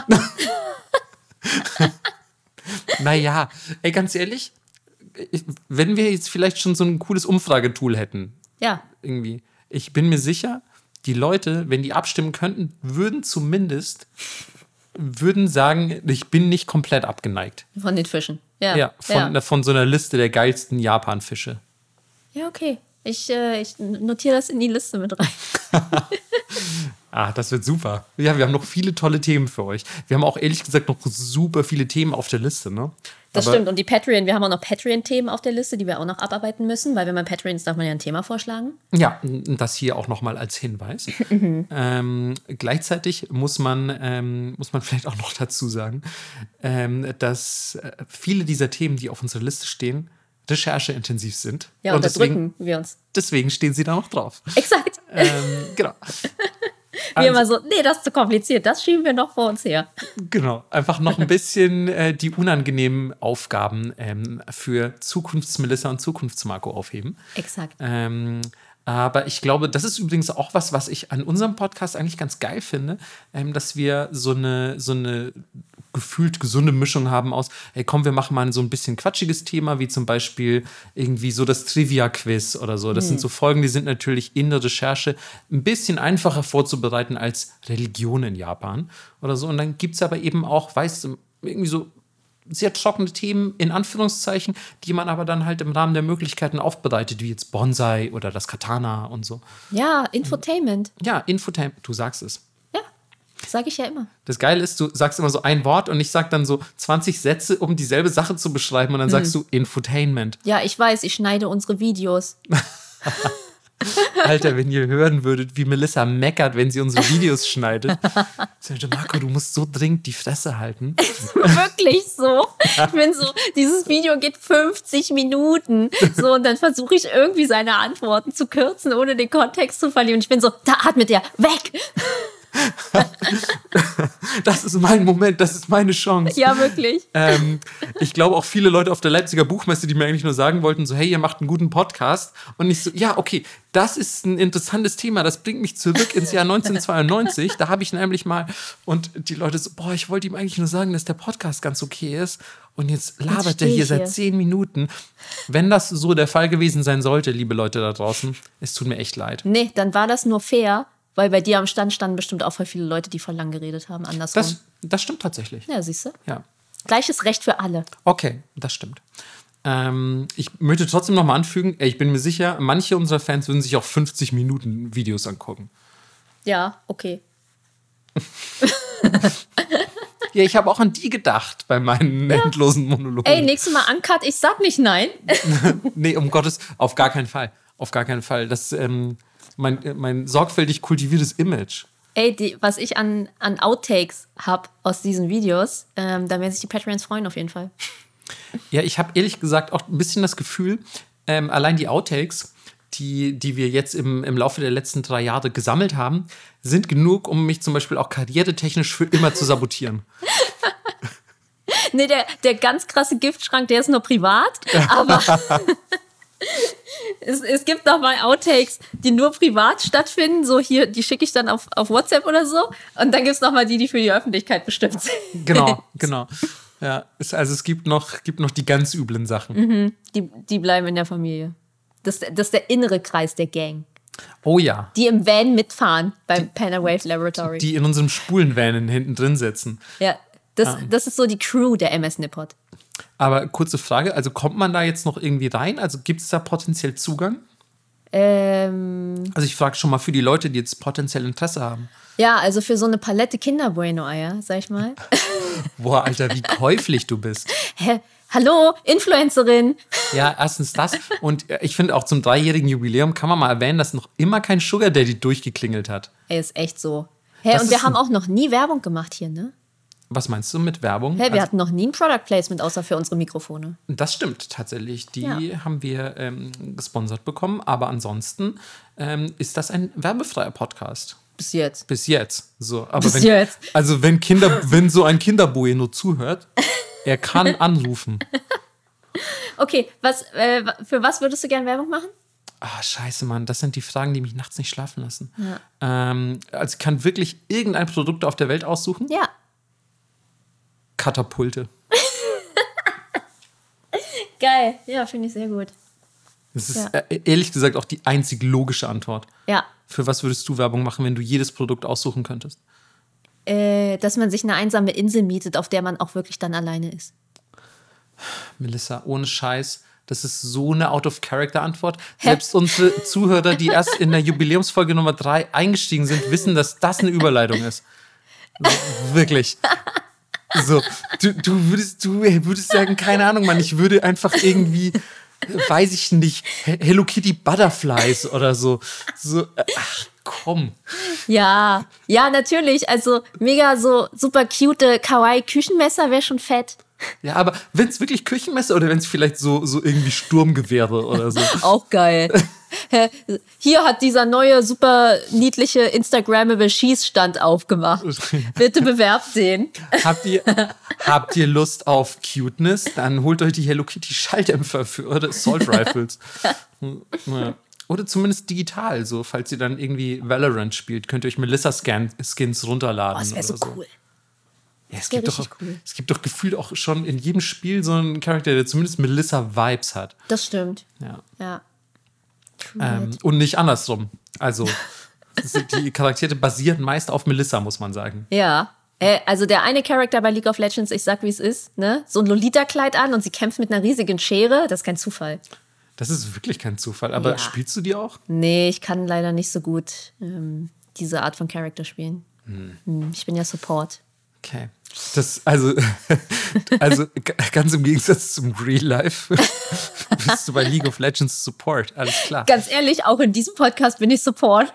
Naja, ey, ganz ehrlich, wenn wir jetzt vielleicht schon so ein cooles Umfragetool hätten. Ja. Irgendwie. Ich bin mir sicher, die Leute, wenn die abstimmen könnten, würden sagen, ich bin nicht komplett abgeneigt. Von den Fischen. Von so einer Liste der geilsten Japan-Fische. Ja, okay. Ich notiere das in die Liste mit rein. Das wird super. Ja, wir haben noch viele tolle Themen für euch. Wir haben auch ehrlich gesagt noch super viele Themen auf der Liste, ne? Das stimmt. Und wir haben auch noch Patreon-Themen auf der Liste, die wir auch noch abarbeiten müssen, weil wenn man Patreon ist, darf man ja ein Thema vorschlagen. Ja, das hier auch nochmal als Hinweis. Gleichzeitig muss man vielleicht auch noch dazu sagen, dass viele dieser Themen, die auf unserer Liste stehen, rechercheintensiv sind. Ja, und da drücken wir uns. Deswegen stehen sie da noch drauf. Exakt. Genau. Wir immer so, nee, das ist zu kompliziert, das schieben wir noch vor uns her. Genau, einfach noch ein bisschen die unangenehmen Aufgaben für Zukunfts-Melissa und Zukunfts-Marco aufheben. Exakt. Aber ich glaube, das ist übrigens auch was ich an unserem Podcast eigentlich ganz geil finde, dass wir so eine gefühlt gesunde Mischung haben aus, hey komm, wir machen mal so ein bisschen quatschiges Thema, wie zum Beispiel irgendwie so das Trivia-Quiz oder so. Das sind so Folgen, die sind natürlich in der Recherche ein bisschen einfacher vorzubereiten als Religion in Japan oder so. Und dann gibt es aber eben auch, weißt du, irgendwie so sehr trockene Themen, in Anführungszeichen, die man aber dann halt im Rahmen der Möglichkeiten aufbereitet, wie jetzt Bonsai oder das Katana und so. Ja, Infotainment. Ja, Infotainment, du sagst es. Ja, sage ich ja immer. Das Geile ist, du sagst immer so ein Wort und ich sag dann so 20 Sätze, um dieselbe Sache zu beschreiben und dann sagst du Infotainment. Ja, ich weiß, ich schneide unsere Videos. Alter, wenn ihr hören würdet, wie Melissa meckert, wenn sie unsere Videos schneidet. Sie sagt, Marco, du musst so dringend die Fresse halten. Wirklich so. Ich bin so, dieses Video geht 50 Minuten. So, und dann versuche ich irgendwie seine Antworten zu kürzen, ohne den Kontext zu verlieren. Und ich bin so, da atmet der, weg! Das ist mein Moment, das ist meine Chance. Ja, wirklich. Ich glaube auch viele Leute auf der Leipziger Buchmesse, die mir eigentlich nur sagen wollten, so hey, ihr macht einen guten Podcast. Und ich so, ja, okay, das ist ein interessantes Thema, das bringt mich zurück ins Jahr 1992. Da habe ich nämlich mal, und die Leute so, boah, ich wollte ihm eigentlich nur sagen, dass der Podcast ganz okay ist. Und jetzt labert der hier seit 10 Minuten. Wenn das so der Fall gewesen sein sollte, liebe Leute da draußen, es tut mir echt leid. Nee, dann war das nur fair. Weil bei dir am Stand standen bestimmt auch voll viele Leute, die voll lang geredet haben, andersrum. Das stimmt tatsächlich. Ja, siehst du? Ja. Gleiches Recht für alle. Okay, das stimmt. Ich möchte trotzdem noch mal anfügen, ich bin mir sicher, manche unserer Fans würden sich auch 50 Minuten Videos angucken. Ja, okay. Ja, ich habe auch an die gedacht bei meinen endlosen Monologen. Ey, nächstes Mal Uncut, ich sag nicht nein. Nee, um Gottes, auf gar keinen Fall. Auf gar keinen Fall. Das mein sorgfältig kultiviertes Image. Ey, was ich an Outtakes habe aus diesen Videos, da werden sich die Patreons freuen auf jeden Fall. Ja, ich habe ehrlich gesagt auch ein bisschen das Gefühl, allein die Outtakes, die wir jetzt im Laufe der letzten 3 Jahre gesammelt haben, sind genug, um mich zum Beispiel auch karrieretechnisch für immer zu sabotieren. Nee, der ganz krasse Giftschrank, der ist nur privat, aber es gibt noch mal Outtakes, die nur privat stattfinden, so hier, die schicke ich dann auf WhatsApp oder so, und dann gibt es noch mal die für die Öffentlichkeit bestimmt sind. Genau. Ja, es gibt noch die ganz üblen Sachen. Die bleiben in der Familie. Das ist der innere Kreis der Gang. Oh ja. Die im Van mitfahren beim Panawave Laboratory. Die in unserem Spulenvan hinten drin sitzen. Ja, das ist so die Crew der MS Nippot. Aber kurze Frage, also kommt man da jetzt noch irgendwie rein? Also gibt es da potenziell Zugang? Also ich frage schon mal für die Leute, die jetzt potenziell Interesse haben. Ja, also für so eine Palette Kinder-Bueno-Eier, sag ich mal. Boah, Alter, wie käuflich du bist. Hä? Hallo, Influencerin. Ja, erstens das. Und ich finde auch zum 3-jährigen Jubiläum kann man mal erwähnen, dass noch immer kein Sugar Daddy durchgeklingelt hat. Ey, ist echt so. Hä, und wir haben auch noch nie Werbung gemacht hier, ne? Was meinst du mit Werbung? Hä, wir hatten noch nie ein Product Placement, außer für unsere Mikrofone. Das stimmt tatsächlich. Die haben wir gesponsert bekommen. Aber ansonsten ist das ein werbefreier Podcast. Bis jetzt. Bis jetzt. So, aber Bis jetzt. Also wenn so ein Kinderbueno zuhört, er kann anrufen. Okay, für was würdest du gerne Werbung machen? Ah, scheiße, Mann. Das sind die Fragen, die mich nachts nicht schlafen lassen. Ja. Also ich kann wirklich irgendein Produkt auf der Welt aussuchen? Ja. Katapulte. Geil. Ja, finde ich sehr gut. Das ist ehrlich gesagt auch die einzig logische Antwort. Ja. Für was würdest du Werbung machen, wenn du jedes Produkt aussuchen könntest? Dass man sich eine einsame Insel mietet, auf der man auch wirklich dann alleine ist. Melissa, ohne Scheiß, das ist so eine Out-of-Character-Antwort. Selbst unsere Zuhörer, die erst in der Jubiläumsfolge Nummer 3 eingestiegen sind, wissen, dass das eine Überleitung ist. Wirklich. So, du würdest sagen, keine Ahnung, Mann, ich würde einfach irgendwie, weiß ich nicht, Hello Kitty Butterflies oder so. Ach, komm. Ja, natürlich. Also mega so super cute Kawaii-Küchenmesser wäre schon fett. Ja, aber wenn es wirklich Küchenmesser oder wenn es vielleicht so irgendwie Sturmgewehre oder so. Auch geil. Hier hat dieser neue, super niedliche Instagrammable Schießstand aufgemacht. Bitte bewerbt den. Habt ihr Lust auf Cuteness? Dann holt euch die Hello Kitty Schalldämpfer für eure Assault Rifles. Oder zumindest digital, so falls ihr dann irgendwie Valorant spielt, könnt ihr euch Melissa-Skins runterladen. Oh, das wäre so oder cool. Ja, es gibt doch gefühlt auch schon in jedem Spiel so einen Charakter, der zumindest Melissa-Vibes hat. Das stimmt. Ja. Und nicht andersrum. Also, die Charaktere basieren meist auf Melissa, muss man sagen. Ja. Also der eine Charakter bei League of Legends, ich sag wie es ist, ne? So ein Lolita-Kleid an und sie kämpft mit einer riesigen Schere, das ist kein Zufall. Das ist wirklich kein Zufall. Aber spielst du die auch? Nee, ich kann leider nicht so gut diese Art von Charakter spielen. Ich bin ja Support. Okay. Also ganz im Gegensatz zum Real Life bist du bei League of Legends Support, alles klar. Ganz ehrlich, auch in diesem Podcast bin ich Support.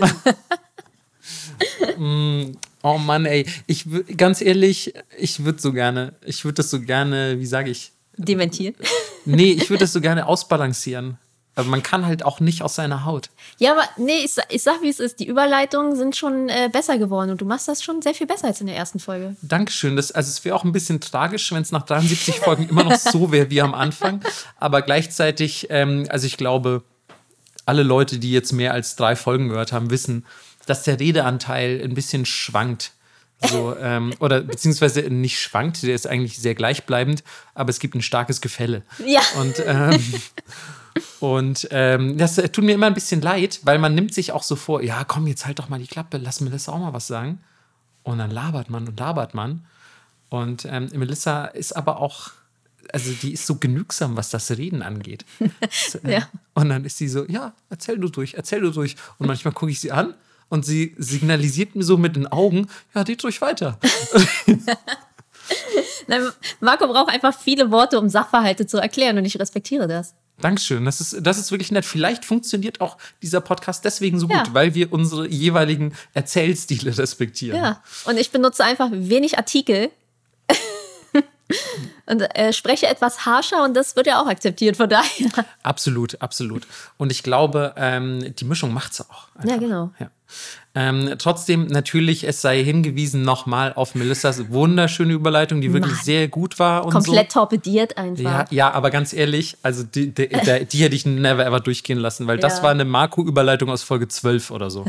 Oh Mann, ey, ganz ehrlich, ich würde das so gerne, wie sage ich? Dementieren? Nee, ich würde das so gerne ausbalancieren. Aber man kann halt auch nicht aus seiner Haut. Ja, aber nee, ich sag, wie es ist. Die Überleitungen sind schon besser geworden und du machst das schon sehr viel besser als in der ersten Folge. Dankeschön. Es wäre auch ein bisschen tragisch, wenn es nach 73 Folgen immer noch so wäre wie am Anfang. Aber gleichzeitig, also ich glaube, alle Leute, die jetzt mehr als 3 Folgen gehört haben, wissen, dass der Redeanteil ein bisschen schwankt. So, oder beziehungsweise nicht schwankt, der ist eigentlich sehr gleichbleibend, aber es gibt ein starkes Gefälle. Ja. Und das tut mir immer ein bisschen leid, weil man nimmt sich auch so vor, ja komm, jetzt halt doch mal die Klappe, lass Melissa auch mal was sagen. Und dann labert man. Und Melissa ist aber auch, also die ist so genügsam, was das Reden angeht. Ja. Und dann ist sie so, ja, erzähl du durch. Und manchmal gucke ich sie an und sie signalisiert mir so mit den Augen, ja, red ruhig weiter. Nein, Marco braucht einfach viele Worte, um Sachverhalte zu erklären und ich respektiere das. Dankeschön, das ist wirklich nett. Vielleicht funktioniert auch dieser Podcast deswegen so gut, weil wir unsere jeweiligen Erzählstile respektieren. Ja, und ich benutze einfach wenig Artikel und spreche etwas harscher und das wird ja auch akzeptiert, von daher. Absolut. Und ich glaube, die Mischung macht's auch. Einfach. Ja, genau. Ja. Trotzdem, natürlich, es sei hingewiesen nochmal auf Melissas wunderschöne Überleitung, die wirklich sehr gut war. Und komplett torpediert einfach. Ja, aber ganz ehrlich, also die hätte ich never ever durchgehen lassen, weil das war eine Marco-Überleitung aus Folge 12 oder so.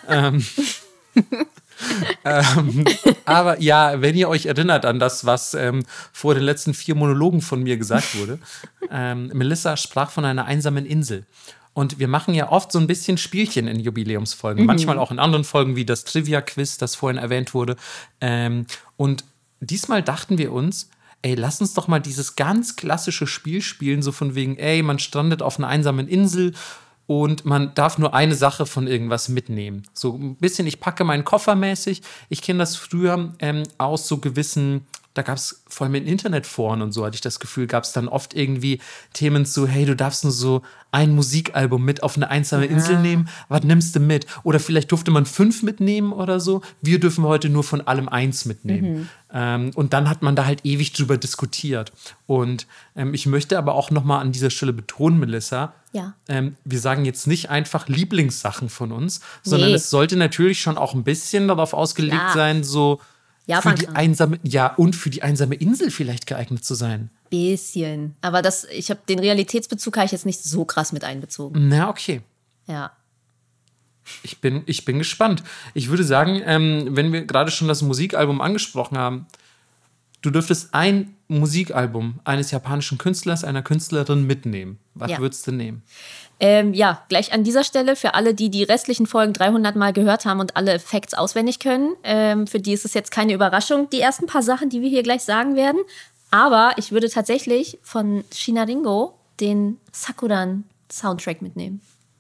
Aber ja, wenn ihr euch erinnert an das, was vor den letzten 4 Monologen von mir gesagt wurde, Melissa sprach von einer einsamen Insel. Und wir machen ja oft so ein bisschen Spielchen in Jubiläumsfolgen, manchmal auch in anderen Folgen wie das Trivia-Quiz, das vorhin erwähnt wurde. Und diesmal dachten wir uns, ey, lass uns doch mal dieses ganz klassische Spiel spielen, so von wegen, ey, man strandet auf einer einsamen Insel und man darf nur eine Sache von irgendwas mitnehmen. So ein bisschen, ich packe meinen Koffer mäßig. Ich kenne das früher aus so gewissen, da gab es vor allem in Internetforen und so, hatte ich das Gefühl, gab es dann oft irgendwie Themen zu, hey, du darfst nur so ein Musikalbum mit auf eine einsame Insel nehmen, was nimmst du mit? Oder vielleicht durfte man 5 mitnehmen oder so. Wir dürfen heute nur von allem 1 mitnehmen. Und dann hat man da halt ewig drüber diskutiert. Und ich möchte aber auch nochmal an dieser Stelle betonen, Melissa, wir sagen jetzt nicht einfach Lieblingssachen von uns, sondern es sollte natürlich schon auch ein bisschen darauf ausgelegt sein, so für die einsame Insel vielleicht geeignet zu sein. Bisschen. Aber ich habe den Realitätsbezug habe ich jetzt nicht so krass mit einbezogen. Na, okay. Ja. Ich bin gespannt. Ich würde sagen, wenn wir gerade schon das Musikalbum angesprochen haben, du dürftest ein Musikalbum eines japanischen Künstlers, einer Künstlerin mitnehmen. Was würdest du nehmen? Gleich an dieser Stelle für alle, die restlichen Folgen 300 Mal gehört haben und alle Facts auswendig können. Für die ist es jetzt keine Überraschung, die ersten paar Sachen, die wir hier gleich sagen werden. Aber ich würde tatsächlich von Shinaringo den Sakuran-Soundtrack mitnehmen.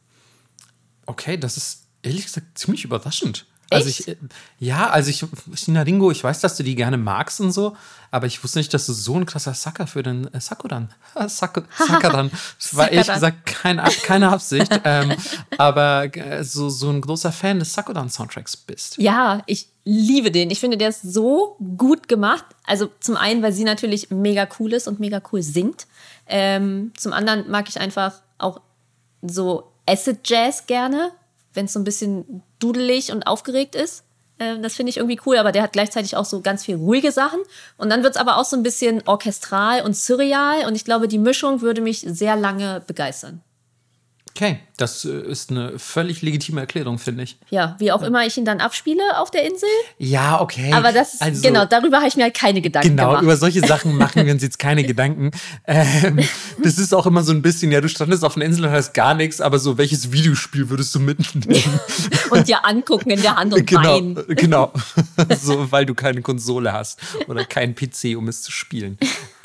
Okay, das ist ehrlich gesagt ziemlich überraschend. Echt? Shinaringo, ich weiß, dass du die gerne magst und so, aber ich wusste nicht, dass du so ein krasser Sucker für den Sakuran. Sakuran. Das war ehrlich gesagt keine Absicht, aber so ein großer Fan des Sakuran-Soundtracks bist. Ja, ich liebe den. Ich finde, der ist so gut gemacht. Also zum einen, weil sie natürlich mega cool ist und mega cool singt. Zum anderen mag ich einfach auch so Acid-Jazz gerne, wenn es so ein bisschen dudelig und aufgeregt ist. Das finde ich irgendwie cool, aber der hat gleichzeitig auch so ganz viel ruhige Sachen. Und dann wird es aber auch so ein bisschen orchestral und surreal. Und ich glaube, die Mischung würde mich sehr lange begeistern. Okay, das ist eine völlig legitime Erklärung, finde ich. Ja, wie auch immer ich ihn dann abspiele auf der Insel. Ja, okay. Aber darüber habe ich mir halt keine Gedanken gemacht. Genau, über solche Sachen machen wir uns jetzt keine Gedanken. Das ist auch immer so ein bisschen, ja, du standest auf einer Insel und hast gar nichts, aber so, welches Videospiel würdest du mitnehmen? Und dir angucken in der Hand und weinen. Genau, so, weil du keine Konsole hast oder keinen PC, um es zu spielen.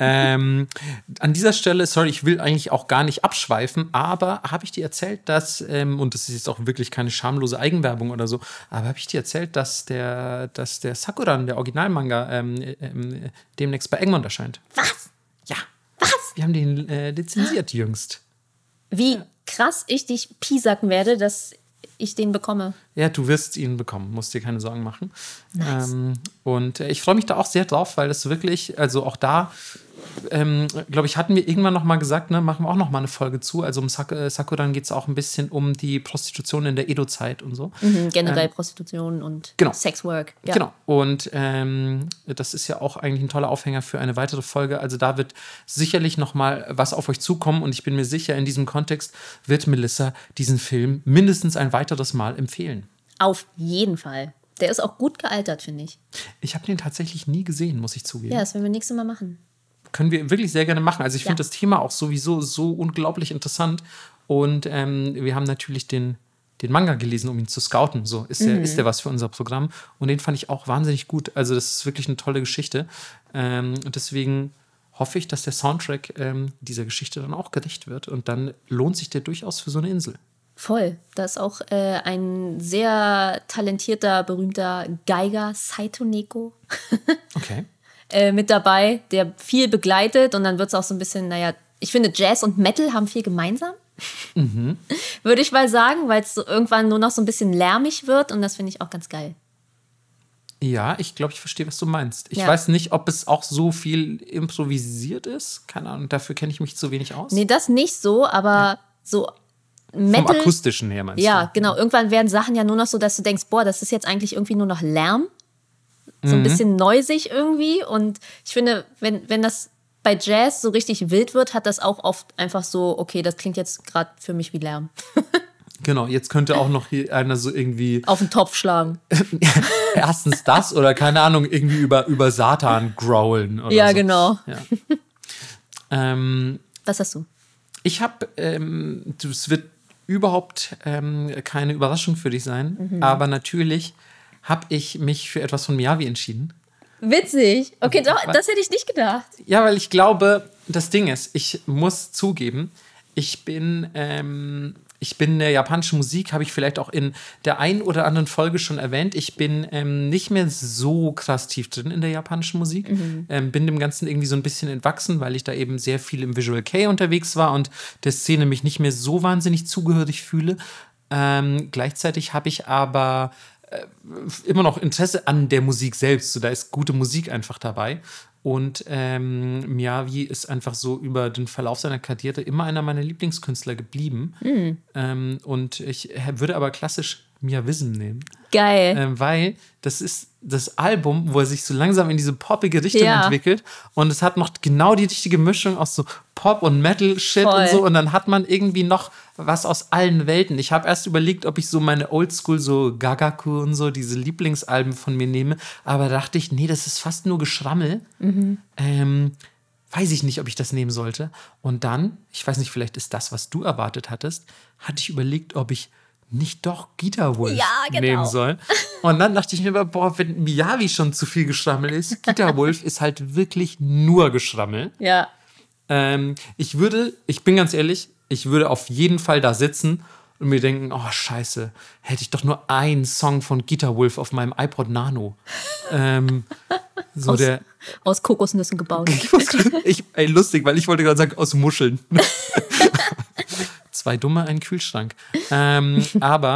An dieser Stelle, sorry, ich will eigentlich auch gar nicht abschweifen, aber habe ich dir erzählt, dass, und das ist jetzt auch wirklich keine schamlose Eigenwerbung oder so, aber habe ich dir erzählt, dass der Sakuran, der Originalmanga, demnächst bei Egmont erscheint? Was? Ja. Was? Wir haben den lizenziert jüngst. Wie krass ich dich piesacken werde, dass ich den bekomme. Ja, du wirst ihn bekommen, musst dir keine Sorgen machen. Nice. Und ich freue mich da auch sehr drauf, weil das wirklich, also auch da, glaube ich, hatten wir irgendwann noch mal gesagt, ne, machen wir auch noch mal eine Folge zu. Also um Sakuran geht es auch ein bisschen um die Prostitution in der Edo-Zeit und so. Generell Prostitution und genau. Sexwork. Ja. Genau. Und das ist ja auch eigentlich ein toller Aufhänger für eine weitere Folge. Also da wird sicherlich noch mal was auf euch zukommen. Und ich bin mir sicher, in diesem Kontext wird Melissa diesen Film mindestens ein weiteres Mal empfehlen. Auf jeden Fall. Der ist auch gut gealtert, finde ich. Ich habe den tatsächlich nie gesehen, muss ich zugeben. Ja, das werden wir nächstes Mal machen. Können wir wirklich sehr gerne machen. Also ich finde das Thema auch sowieso so unglaublich interessant. Und wir haben natürlich den Manga gelesen, um ihn zu scouten. So ist der was für unser Programm. Und den fand ich auch wahnsinnig gut. Also das ist wirklich eine tolle Geschichte. Und deswegen hoffe ich, dass der Soundtrack dieser Geschichte dann auch gerecht wird. Und dann lohnt sich der durchaus für so eine Insel. Voll. Da ist auch ein sehr talentierter, berühmter Geiger, Saito Neko. Okay. Mit dabei, der viel begleitet. Und dann wird es auch so ein bisschen, naja, ich finde, Jazz und Metal haben viel gemeinsam. Würde ich mal sagen, weil es so irgendwann nur noch so ein bisschen lärmig wird. Und das finde ich auch ganz geil. Ja, ich glaube, ich verstehe, was du meinst. Ich weiß nicht, ob es auch so viel improvisiert ist. Keine Ahnung, dafür kenne ich mich zu wenig aus. Nee, das nicht so, aber so Metal. Vom Akustischen her meinst du? Ja, genau. Irgendwann werden Sachen ja nur noch so, dass du denkst, boah, das ist jetzt eigentlich irgendwie nur noch Lärm. So ein bisschen neusig irgendwie. Und ich finde, wenn das bei Jazz so richtig wild wird, hat das auch oft einfach so, okay, das klingt jetzt gerade für mich wie Lärm. Genau, jetzt könnte auch noch hier einer so irgendwie auf den Topf schlagen. Erstens das oder keine Ahnung, irgendwie über Satan growlen oder ja, so. Genau. Ja. Was hast du? Ich habe, es wird überhaupt keine Überraschung für dich sein, aber natürlich habe ich mich für etwas von Miyavi entschieden. Witzig. Okay, doch, das hätte ich nicht gedacht. Ja, weil ich glaube, das Ding ist, ich muss zugeben, ich bin in der japanischen Musik, habe ich vielleicht auch in der einen oder anderen Folge schon erwähnt. Ich bin nicht mehr so krass tief drin in der japanischen Musik. Bin dem Ganzen irgendwie so ein bisschen entwachsen, weil ich da eben sehr viel im Visual Kei unterwegs war und der Szene mich nicht mehr so wahnsinnig zugehörig fühle. Gleichzeitig habe ich aber immer noch Interesse an der Musik selbst. So, da ist gute Musik einfach dabei. Und Miyavi ist einfach so über den Verlauf seiner Karriere immer einer meiner Lieblingskünstler geblieben. Und ich würde aber klassisch Miyavism nehmen. Geil. Weil das ist das Album, wo er sich so langsam in diese poppige Richtung entwickelt. Und es hat noch genau die richtige Mischung aus so Pop- und Metal-Shit und so. Und dann hat man irgendwie noch was aus allen Welten. Ich habe erst überlegt, ob ich so meine Oldschool, so Gagaku und so, diese Lieblingsalben von mir nehme. Aber da dachte ich, nee, das ist fast nur Geschrammel. Weiß ich nicht, ob ich das nehmen sollte. Und dann, ich weiß nicht, vielleicht ist das, was du erwartet hattest, hatte ich überlegt, ob ich nicht doch Guitar Wolf nehmen soll. Und dann dachte ich mir, boah, wenn Miyavi schon zu viel Geschrammel ist, Guitar Wolf ist halt wirklich nur Geschrammel. Ja. Ich bin ganz ehrlich, ich würde auf jeden Fall da sitzen und mir denken, oh scheiße, hätte ich doch nur einen Song von Guitar Wolf auf meinem iPod Nano. Aus Kokosnüssen gebaut. Lustig, weil ich wollte gerade sagen, aus Muscheln. 2 Dumme, ein Kühlschrank. Ich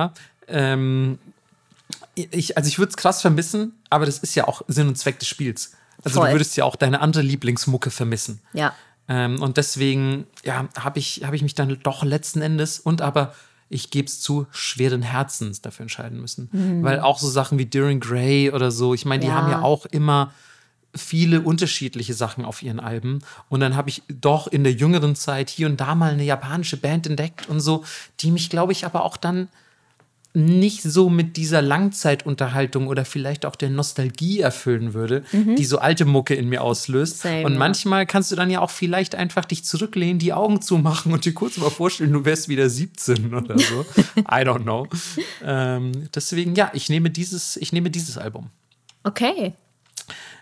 würde es krass vermissen, aber das ist ja auch Sinn und Zweck des Spiels. Also Voll. Du würdest ja auch deine andere Lieblingsmucke vermissen. Ja. Und deswegen habe ich mich dann doch letzten Endes aber ich gebe es zu, schweren Herzens dafür entscheiden müssen. Weil auch so Sachen wie Dorian Gray oder so, ich meine, die haben ja auch immer viele unterschiedliche Sachen auf ihren Alben. Und dann habe ich doch in der jüngeren Zeit hier und da mal eine japanische Band entdeckt und so, die mich, glaube ich, aber auch dann nicht so mit dieser Langzeitunterhaltung oder vielleicht auch der Nostalgie erfüllen würde, die so alte Mucke in mir auslöst. Same, und manchmal kannst du dann ja auch vielleicht einfach dich zurücklehnen, die Augen zumachen und dir kurz mal vorstellen, du wärst wieder 17 oder so. I don't know. Deswegen, ja, ich nehme dieses Album. Okay.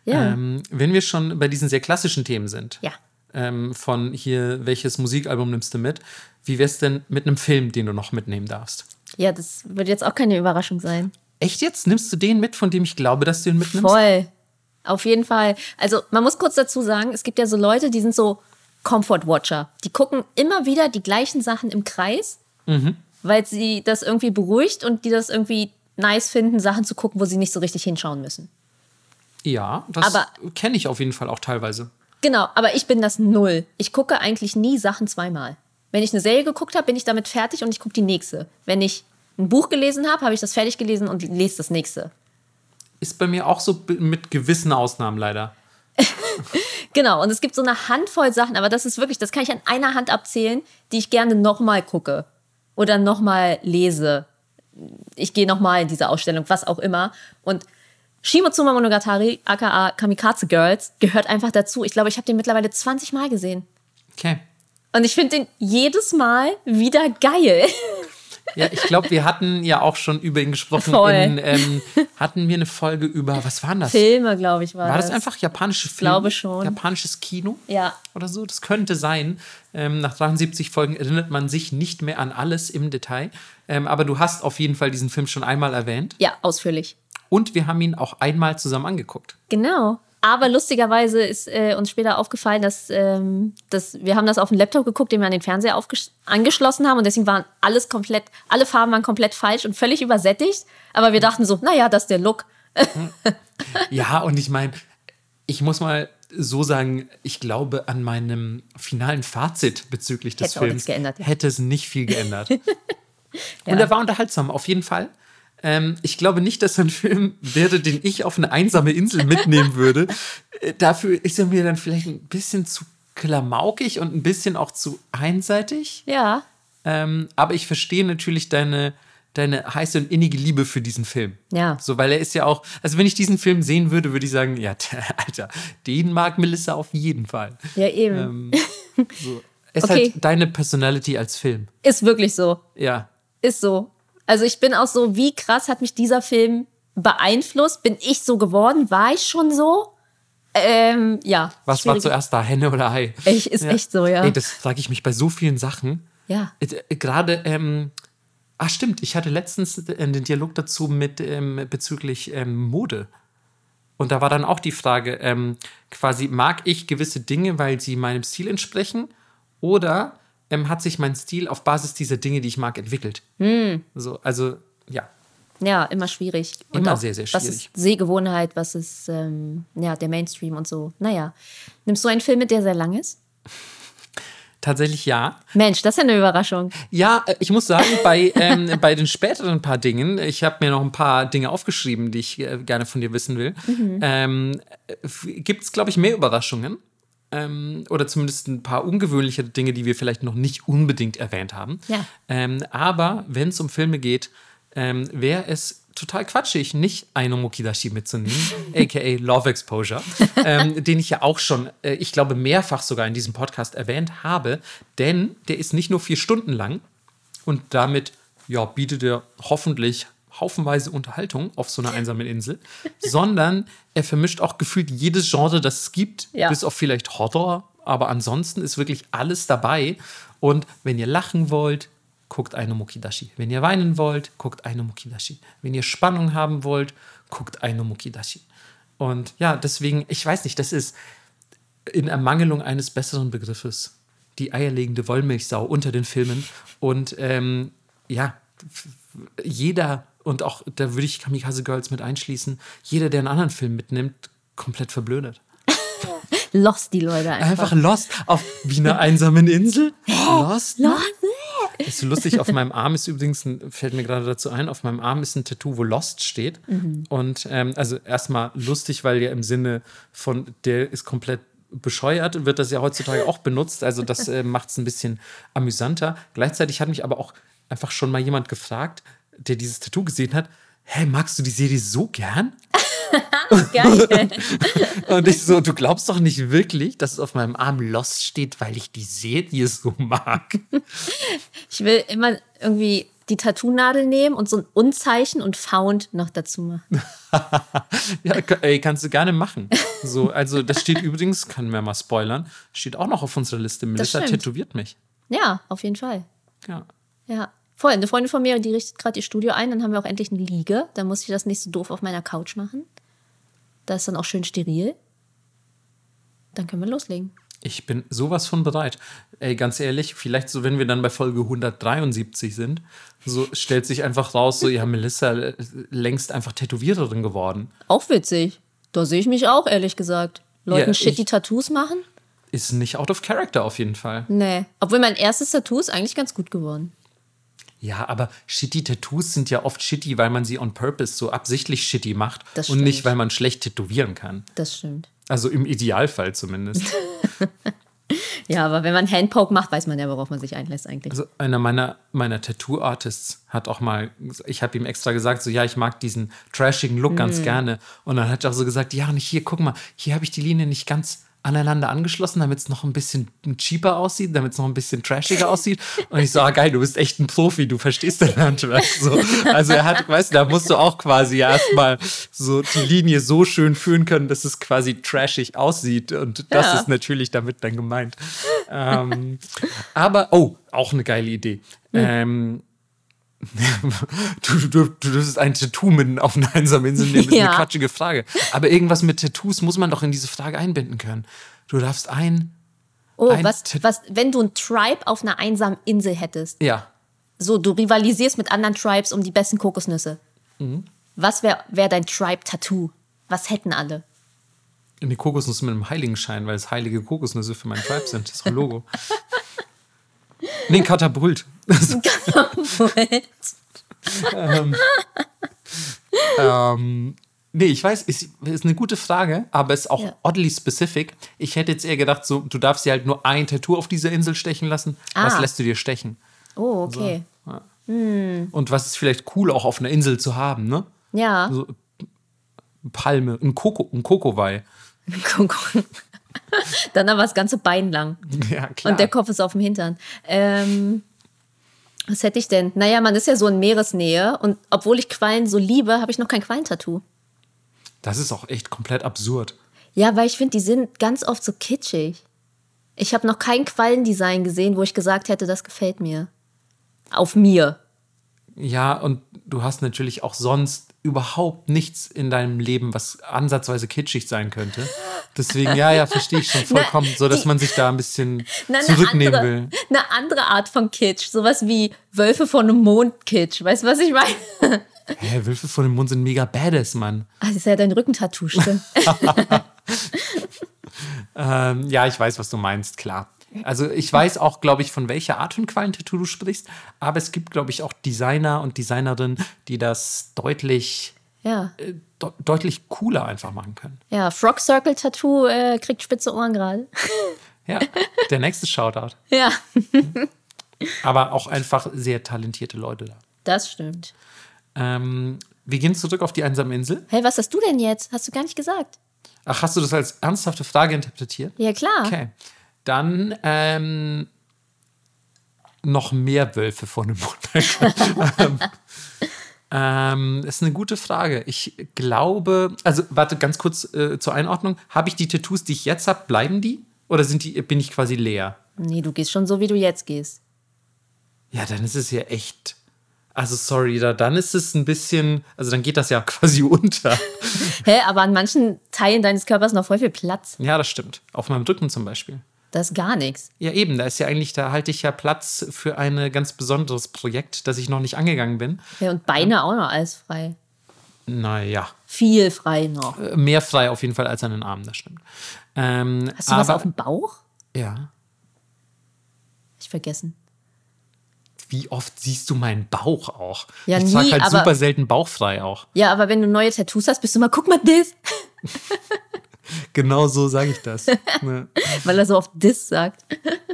Ja. Wenn wir schon bei diesen sehr klassischen Themen sind, Ja. von hier, welches Musikalbum nimmst du mit? Wie wär's denn mit einem Film, den du noch mitnehmen darfst? Ja, das wird jetzt auch keine Überraschung sein. Echt jetzt? Nimmst du den mit, von dem ich glaube, dass du ihn mitnimmst? Voll. Auf jeden Fall. Also man muss kurz dazu sagen, es gibt ja so Leute, die sind so Comfort-Watcher. Die gucken immer wieder die gleichen Sachen im Kreis, weil sie das irgendwie beruhigt und die das irgendwie nice finden, Sachen zu gucken, wo sie nicht so richtig hinschauen müssen. Ja, das kenne ich auf jeden Fall auch teilweise. Genau, aber ich bin das null. Ich gucke eigentlich nie Sachen zweimal. Wenn ich eine Serie geguckt habe, bin ich damit fertig und ich gucke die nächste. Wenn ich ein Buch gelesen habe, habe ich das fertig gelesen und lese das nächste. Ist bei mir auch so mit gewissen Ausnahmen leider. Genau, und es gibt so eine Handvoll Sachen, aber das ist wirklich, das kann ich an einer Hand abzählen, die ich gerne nochmal gucke oder nochmal lese. Ich gehe nochmal in diese Ausstellung, was auch immer. Und Shimozuma Monogatari, aka Kamikaze Girls, gehört einfach dazu. Ich glaube, ich habe den mittlerweile 20 Mal gesehen. Okay. Und ich finde den jedes Mal wieder geil. Ja, ich glaube, wir hatten ja auch schon über ihn gesprochen. Voll. Hatten wir eine Folge über, was waren das? Filme, glaube ich, War das einfach japanische Filme? Glaube schon. Japanisches Kino? Ja. Oder so? Das könnte sein. Nach 73 Folgen erinnert man sich nicht mehr an alles im Detail. Aber du hast auf jeden Fall diesen Film schon einmal erwähnt. Ja, ausführlich. Und wir haben ihn auch einmal zusammen angeguckt. Genau. Aber lustigerweise ist uns später aufgefallen, dass wir haben das auf dem Laptop geguckt, den wir an den Fernseher angeschlossen haben. Und deswegen waren alle Farben waren komplett falsch und völlig übersättigt. Aber wir dachten so, naja, das ist der Look. Ja, und ich meine, ich muss mal so sagen, ich glaube, an meinem finalen Fazit bezüglich des Films hätte es nicht viel geändert. Ja. Und er war unterhaltsam, auf jeden Fall. Ich glaube nicht, dass ein Film wäre, den ich auf eine einsame Insel mitnehmen würde. Dafür ist er mir dann vielleicht ein bisschen zu klamaukig und ein bisschen auch zu einseitig. Ja. Aber ich verstehe natürlich deine heiße und innige Liebe für diesen Film. Ja. So, weil er ist ja auch, also wenn ich diesen Film sehen würde, würde ich sagen, ja, Alter, den mag Melissa auf jeden Fall. Ja, eben. So. Es ist halt deine Personality als Film. Ist wirklich so. Ja. Ist so. Also ich bin auch so, wie krass hat mich dieser Film beeinflusst? Bin ich so geworden? War ich schon so? Ja. Was war zuerst da, Henne oder Ei? Ist echt so, ja. Ey, das frage ich mich bei so vielen Sachen. Ja. Gerade, stimmt, ich hatte letztens den Dialog dazu mit bezüglich Mode. Und da war dann auch die Frage, quasi, mag ich gewisse Dinge, weil sie meinem Stil entsprechen? Oder hat sich mein Stil auf Basis dieser Dinge, die ich mag, entwickelt? So, also, ja. Ja, immer schwierig. Und immer auch, sehr, sehr was schwierig. ist Sehgewohnheit, was ist der Mainstream und so. Naja. Nimmst du einen Film mit, der sehr lang ist? Tatsächlich ja. Mensch, das ist ja eine Überraschung. Ja, ich muss sagen, bei den späteren paar Dingen, ich habe mir noch ein paar Dinge aufgeschrieben, die ich gerne von dir wissen will, gibt es, glaube ich, mehr Überraschungen. Oder zumindest ein paar ungewöhnliche Dinge, die wir vielleicht noch nicht unbedingt erwähnt haben. Ja. Aber wenn es um Filme geht, wäre es total quatschig, nicht Aino Mokidashi mitzunehmen, a.k.a. Love Exposure, den ich ja auch schon, ich glaube, mehrfach sogar in diesem Podcast erwähnt habe, denn der ist nicht nur 4 Stunden lang und damit ja, bietet er hoffentlich haufenweise Unterhaltung auf so einer einsamen Insel, sondern er vermischt auch gefühlt jedes Genre, das es gibt, bis auf vielleicht Horror, aber ansonsten ist wirklich alles dabei. Und wenn ihr lachen wollt, guckt Aino Mokidashi. Wenn ihr weinen wollt, guckt Aino Mokidashi. Wenn ihr Spannung haben wollt, guckt Aino Mokidashi. Und ja, deswegen, ich weiß nicht, das ist in Ermangelung eines besseren Begriffes die eierlegende Wollmilchsau unter den Filmen. Und ja, jeder, und auch da würde ich Kamikaze Girls mit einschließen, jeder, der einen anderen Film mitnimmt, komplett verblödet. Lost, die Leute einfach. Einfach lost auf wie einer einsamen Insel. Lost. Ist so lustig, auf meinem Arm ist übrigens, fällt mir gerade dazu ein, auf meinem Arm ist ein Tattoo, wo Lost steht. Und also erstmal lustig, weil ja im Sinne von, der ist komplett bescheuert, wird das ja heutzutage auch benutzt. Also das macht es ein bisschen amüsanter. Gleichzeitig hat mich aber auch einfach schon mal jemand gefragt, der dieses Tattoo gesehen hat, hey, magst du die Serie so gern? Geil. Und ich so, du glaubst doch nicht wirklich, dass es auf meinem Arm Lost steht, weil ich die Serie so mag. Ich will immer irgendwie die Tattoo-Nadel nehmen und so ein Unzeichen und Found noch dazu machen. Ja, ey, kannst du gerne machen. So, also das steht übrigens, können wir mal spoilern, steht auch noch auf unserer Liste. Melissa tätowiert mich. Ja, auf jeden Fall. Ja. Ja. Voll, eine Freundin von mir, die richtet gerade ihr Studio ein, dann haben wir auch endlich eine Liege. Dann muss ich das nicht so doof auf meiner Couch machen. Da ist dann auch schön steril. Dann können wir loslegen. Ich bin sowas von bereit. Ey, ganz ehrlich, vielleicht so, wenn wir dann bei Folge 173 sind, so stellt sich einfach raus, so, ja, Melissa längst einfach Tätowiererin geworden. Auch witzig. Da sehe ich mich auch, ehrlich gesagt. Leuten Ja, shitty Tattoos machen? Ist nicht out of character auf jeden Fall. Nee. Obwohl mein erstes Tattoo ist eigentlich ganz gut geworden. Ja, aber shitty Tattoos sind ja oft shitty, weil man sie on purpose so absichtlich shitty macht Das und nicht, stimmt. weil man schlecht tätowieren kann. Das stimmt. Also im Idealfall zumindest. Ja, aber wenn man Handpoke macht, weiß man ja, worauf man sich einlässt eigentlich. Also einer meiner Tattoo-Artists hat auch mal, ich habe ihm extra gesagt, so ja, ich mag diesen trashigen Look ganz gerne. Und dann hat er auch so gesagt, ja, und hier, guck mal, hier habe ich die Linie nicht ganz aneinander angeschlossen, damit es noch ein bisschen cheaper aussieht, damit es noch ein bisschen trashiger aussieht. Und ich so, geil, du bist echt ein Profi, du verstehst dein Handwerk. So. Also er hat, weißt du, da musst du auch quasi erstmal so die Linie so schön führen können, dass es quasi trashig aussieht. Und das ist natürlich damit dann gemeint. Aber, auch eine geile Idee. Du dürftest ein Tattoo mitten auf einer einsamen Insel nehmen, ist eine quatschige Frage. Aber irgendwas mit Tattoos muss man doch in diese Frage einbinden können. Du darfst wenn du ein Tribe auf einer einsamen Insel hättest. Ja. So, du rivalisierst mit anderen Tribes um die besten Kokosnüsse. Was wär dein Tribe-Tattoo? Was hätten alle? Eine Kokosnuss mit einem Heiligenschein, weil es heilige Kokosnüsse für meinen Tribe sind. Das ist ein Logo. Nee, ein Katapult. Nee, ich weiß, ist eine gute Frage, aber ist auch oddly specific. Ich hätte jetzt eher gedacht, so, du darfst dir halt nur ein Tattoo auf dieser Insel stechen lassen. Was lässt du dir stechen? Oh, okay. So, ja. Und was ist vielleicht cool, auch auf einer Insel zu haben, ne? Ja. So, Palme, ein Kokowai. Dann aber das ganze Bein lang. Ja, klar. Und der Kopf ist auf dem Hintern. Was hätte ich denn? Naja, man ist ja so in Meeresnähe. Und obwohl ich Quallen so liebe, habe ich noch kein Quallentattoo. Das ist auch echt komplett absurd. Ja, weil ich finde, die sind ganz oft so kitschig. Ich habe noch kein Quallendesign gesehen, wo ich gesagt hätte, das gefällt mir. Auf mir. Ja, und du hast natürlich auch sonst überhaupt nichts in deinem Leben, was ansatzweise kitschig sein könnte. Deswegen, ja, verstehe ich schon vollkommen, so dass man sich da ein bisschen zurücknehmen will. Eine andere Art von Kitsch. Sowas wie Wölfe von einem Mond-Kitsch. Weißt du, was ich meine? Hä, Wölfe von dem Mond sind mega badass, Mann. Ah, das ist ja dein Rückentattoo, stimmt. Ja, ich weiß, was du meinst, klar. Also ich weiß auch, glaube ich, von welcher Art von Quallentattoo du sprichst, aber es gibt, glaube ich, auch Designer und Designerinnen, die das deutlich cooler einfach machen können. Ja, Frog Circle Tattoo kriegt spitze Ohren gerade. Ja, der nächste Shoutout. Ja. Aber auch einfach sehr talentierte Leute da. Das stimmt. Wir gehen zurück auf die einsame Insel. Hey, was hast du denn jetzt? Hast du gar nicht gesagt. Ach, hast du das als ernsthafte Frage interpretiert? Ja, klar. Okay. Dann noch mehr Wölfe vor dem Mond. Ist eine gute Frage. Ich glaube, also warte, ganz kurz zur Einordnung. Habe ich die Tattoos, die ich jetzt habe, bleiben die? Oder bin ich quasi leer? Nee, du gehst schon so, wie du jetzt gehst. Ja, dann ist es ja echt. Also sorry, dann ist es ein bisschen, also dann geht das ja quasi unter. Hä, aber an manchen Teilen deines Körpers noch voll viel Platz. Ja, das stimmt. Auf meinem Rücken zum Beispiel. Das ist gar nichts. Ja, eben, da halte ich ja Platz für ein ganz besonderes Projekt, das ich noch nicht angegangen bin. Ja, und Beine auch noch alles frei. Naja. Viel frei noch. Mehr frei auf jeden Fall als an den Armen, das stimmt. Hast du was auf dem Bauch? Ja. Ich vergessen. Wie oft siehst du meinen Bauch auch? Ja, ich trage halt super selten bauchfrei auch. Ja, aber wenn du neue Tattoos hast, bist du mal, guck mal, das. Genau so sage ich das. Ne? Weil er so oft das sagt.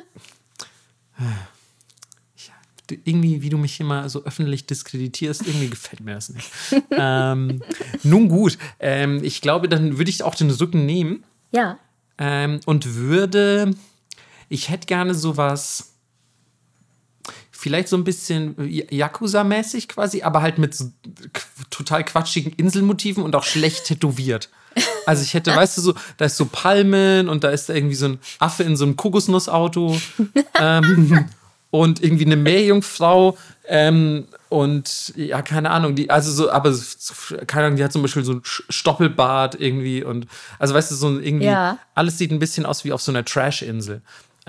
Irgendwie, wie du mich immer so öffentlich diskreditierst, irgendwie gefällt mir das nicht. Nun gut, ich glaube, dann würde ich auch den Rücken nehmen. Ja. Und ich hätte gerne sowas, vielleicht so ein bisschen Yakuza-mäßig quasi, aber halt mit so total quatschigen Inselmotiven und auch schlecht tätowiert. Also ich hätte, weißt du, so, da ist so Palmen und da ist irgendwie so ein Affe in so einem Kokosnussauto und irgendwie eine Meerjungfrau und ja, keine Ahnung, keine Ahnung, die hat zum Beispiel so ein Stoppelbart irgendwie und also weißt du, so irgendwie, alles sieht ein bisschen aus wie auf so einer Trash-Insel.